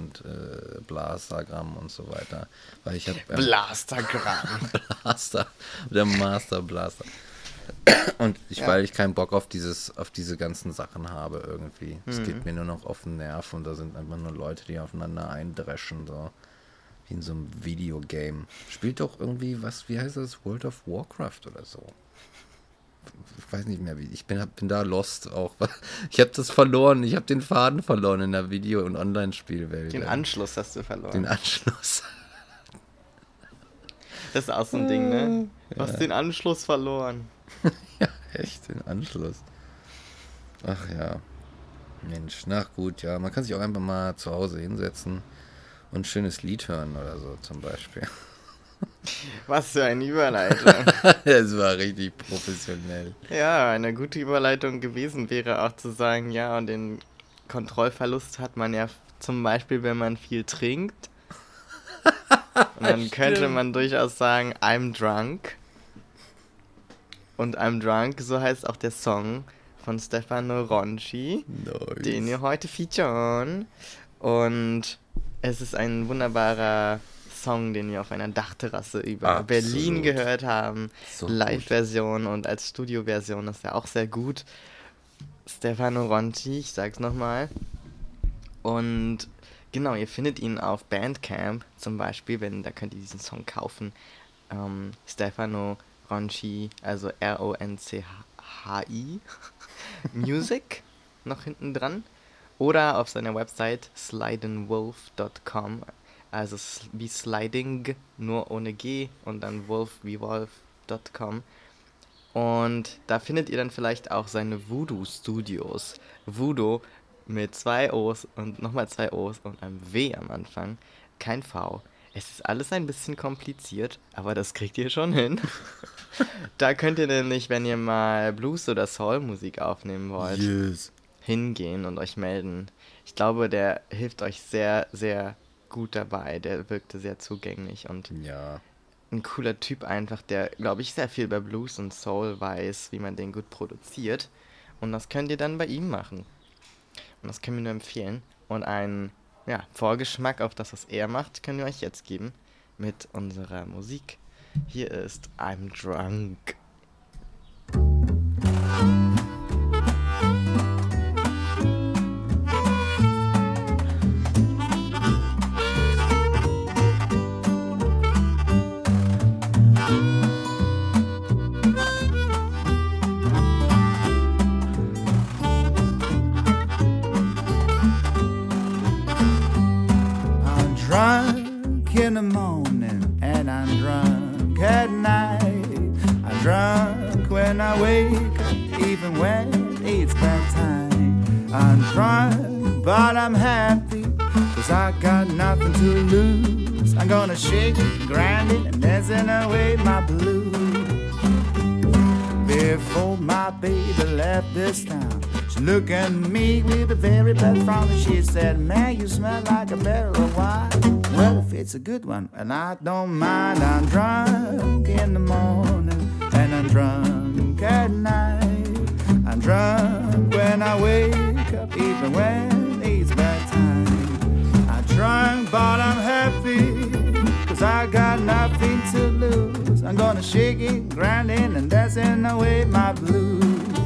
Blastagram und so weiter. Weil ich habe Blastagram. Der Master Blaster. Und weil ich keinen Bock auf diese ganzen Sachen habe irgendwie. Es geht mir nur noch auf den Nerv und da sind einfach nur Leute, die aufeinander eindreschen, so wie in so einem Videogame. Spielt doch irgendwie wie heißt das? World of Warcraft oder so. Ich weiß nicht mehr, ich bin da lost auch. Ich habe das verloren, ich habe den Faden verloren in der Video- und Online-Spielwelt. Den Anschluss hast du verloren. Den Anschluss. Das ist auch so ein Ding, ne? Du hast den Anschluss verloren. Ja, echt, den Anschluss. Ach ja. Mensch, na gut, ja. Man kann sich auch einfach mal zu Hause hinsetzen und ein schönes Lied hören oder so zum Beispiel. Was für eine Überleitung. Das war richtig professionell. Ja, eine gute Überleitung gewesen wäre auch zu sagen, ja, und den Kontrollverlust hat man ja zum Beispiel, wenn man viel trinkt. Und dann könnte man durchaus sagen, I'm drunk. Und I'm Drunk, so heißt auch der Song von Stefano Ronci, den wir heute featuren. Und es ist ein wunderbarer Song, den wir auf einer Dachterrasse über Berlin gehört haben. So Live-Version und als Studio-Version ist er auch sehr gut. Stefano Ronci, ich sag's nochmal. Und genau, ihr findet ihn auf Bandcamp zum Beispiel, da könnt ihr diesen Song kaufen. Stefano Ronci, also Ronchi Music noch hinten dran. Oder auf seiner Website slidingwolf.com, also wie Sliding, nur ohne G und dann Wolf wie Wolf.com. Und da findet ihr dann vielleicht auch seine Voodoo Studios. Voodoo mit 2 O's und nochmal 2 O's und einem W am Anfang, kein V. Es ist alles ein bisschen kompliziert, aber das kriegt ihr schon hin. Da könnt ihr nämlich, wenn ihr mal Blues- oder Soul-Musik aufnehmen wollt, hingehen und euch melden. Ich glaube, der hilft euch sehr, sehr gut dabei. Der wirkte sehr zugänglich und ein cooler Typ einfach, der, glaube ich, sehr viel über Blues und Soul weiß, wie man den gut produziert. Und das könnt ihr dann bei ihm machen. Und das können wir nur empfehlen. Und einen Vorgeschmack auf das, was er macht, können wir euch jetzt geben mit unserer Musik. Hier ist I'm Drunk. in the morning and I'm drunk at night. I'm drunk when I wake up, even when it's bedtime. I'm drunk, but I'm happy, 'cause I got nothing to lose. I'm gonna shake it, grind it, and dancing away my blues. Before my baby left this town, she looked at me with a very bad frown, and she said, man, you smell like a barrel of wine. Well, if it's a good one, and I don't mind. I'm drunk in the morning, and I'm drunk at night. I'm drunk when I wake up, even when it's bedtime. I'm drunk, but I'm happy, 'cause I got nothing to lose. I'm gonna shake it, grinding, and dancing away my blues.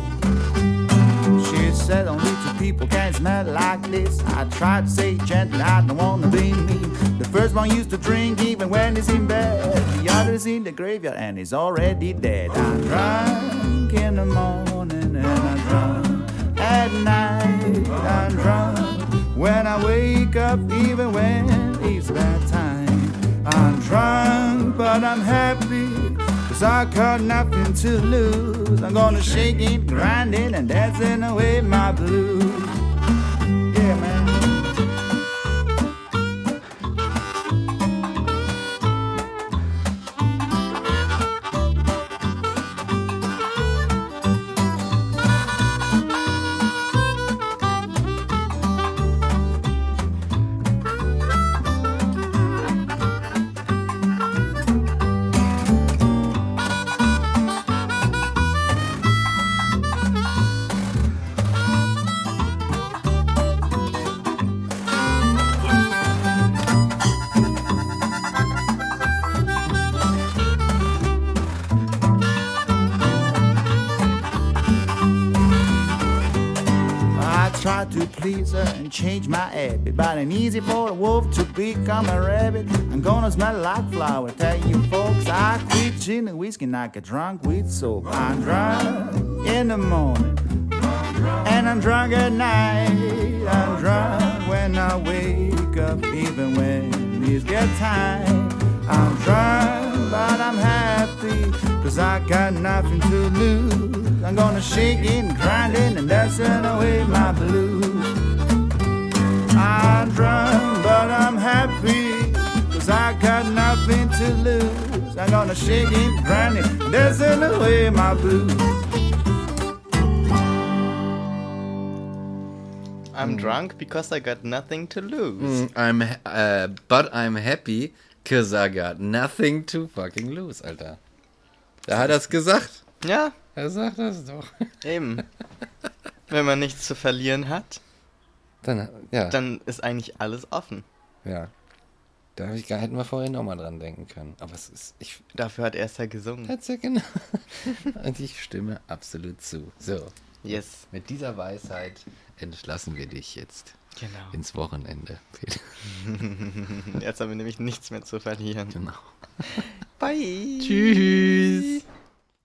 She said only two people can smell like this. I tried to say gently, I don't wanna be mean. The first one used to drink even when he's in bed. The other's in the graveyard and he's already dead. I'm drunk in the morning and I'm drunk at night. I'm drunk when I wake up, even when it's bedtime. I'm drunk, but I'm happy, 'cause I got nothing to lose. I'm gonna shake it, grind it, and dancing away my blues. Yeah, man. Tried to please her and change my habit, but it ain't easy for a wolf to become a rabbit. I'm gonna smell like flour, tell you folks. I quit gin and whiskey and I get drunk with soap. I'm drunk in the morning and I'm drunk at night. I'm drunk when I wake up, even when it's get time. I'm drunk, but I'm happy, 'cause I got nothing to lose. I'm gonna shake it, grind it, and dancing away my blues. I'm drunk, but I'm happy, 'cause I got nothing to lose. I'm gonna shake it, grind it, and dancing away my blues. I'm drunk because I got nothing to lose. But I'm happy, 'cause I got nothing to fucking lose, Alter. Da hat er's gesagt. Ja, Er sagt das doch. eben. Wenn man nichts zu verlieren hat, Dann, ja. dann ist eigentlich alles offen. Ja. Da hätten wir vorhin nochmal dran denken können. Aber es ist, Dafür hat er es ja gesungen. hat's ja genau. Und ich stimme absolut zu. So, Yes, mit dieser Weisheit entlassen wir dich jetzt genau. ins Wochenende. Peter. Jetzt haben wir nämlich nichts mehr zu verlieren. Genau. Bye. Tschüss.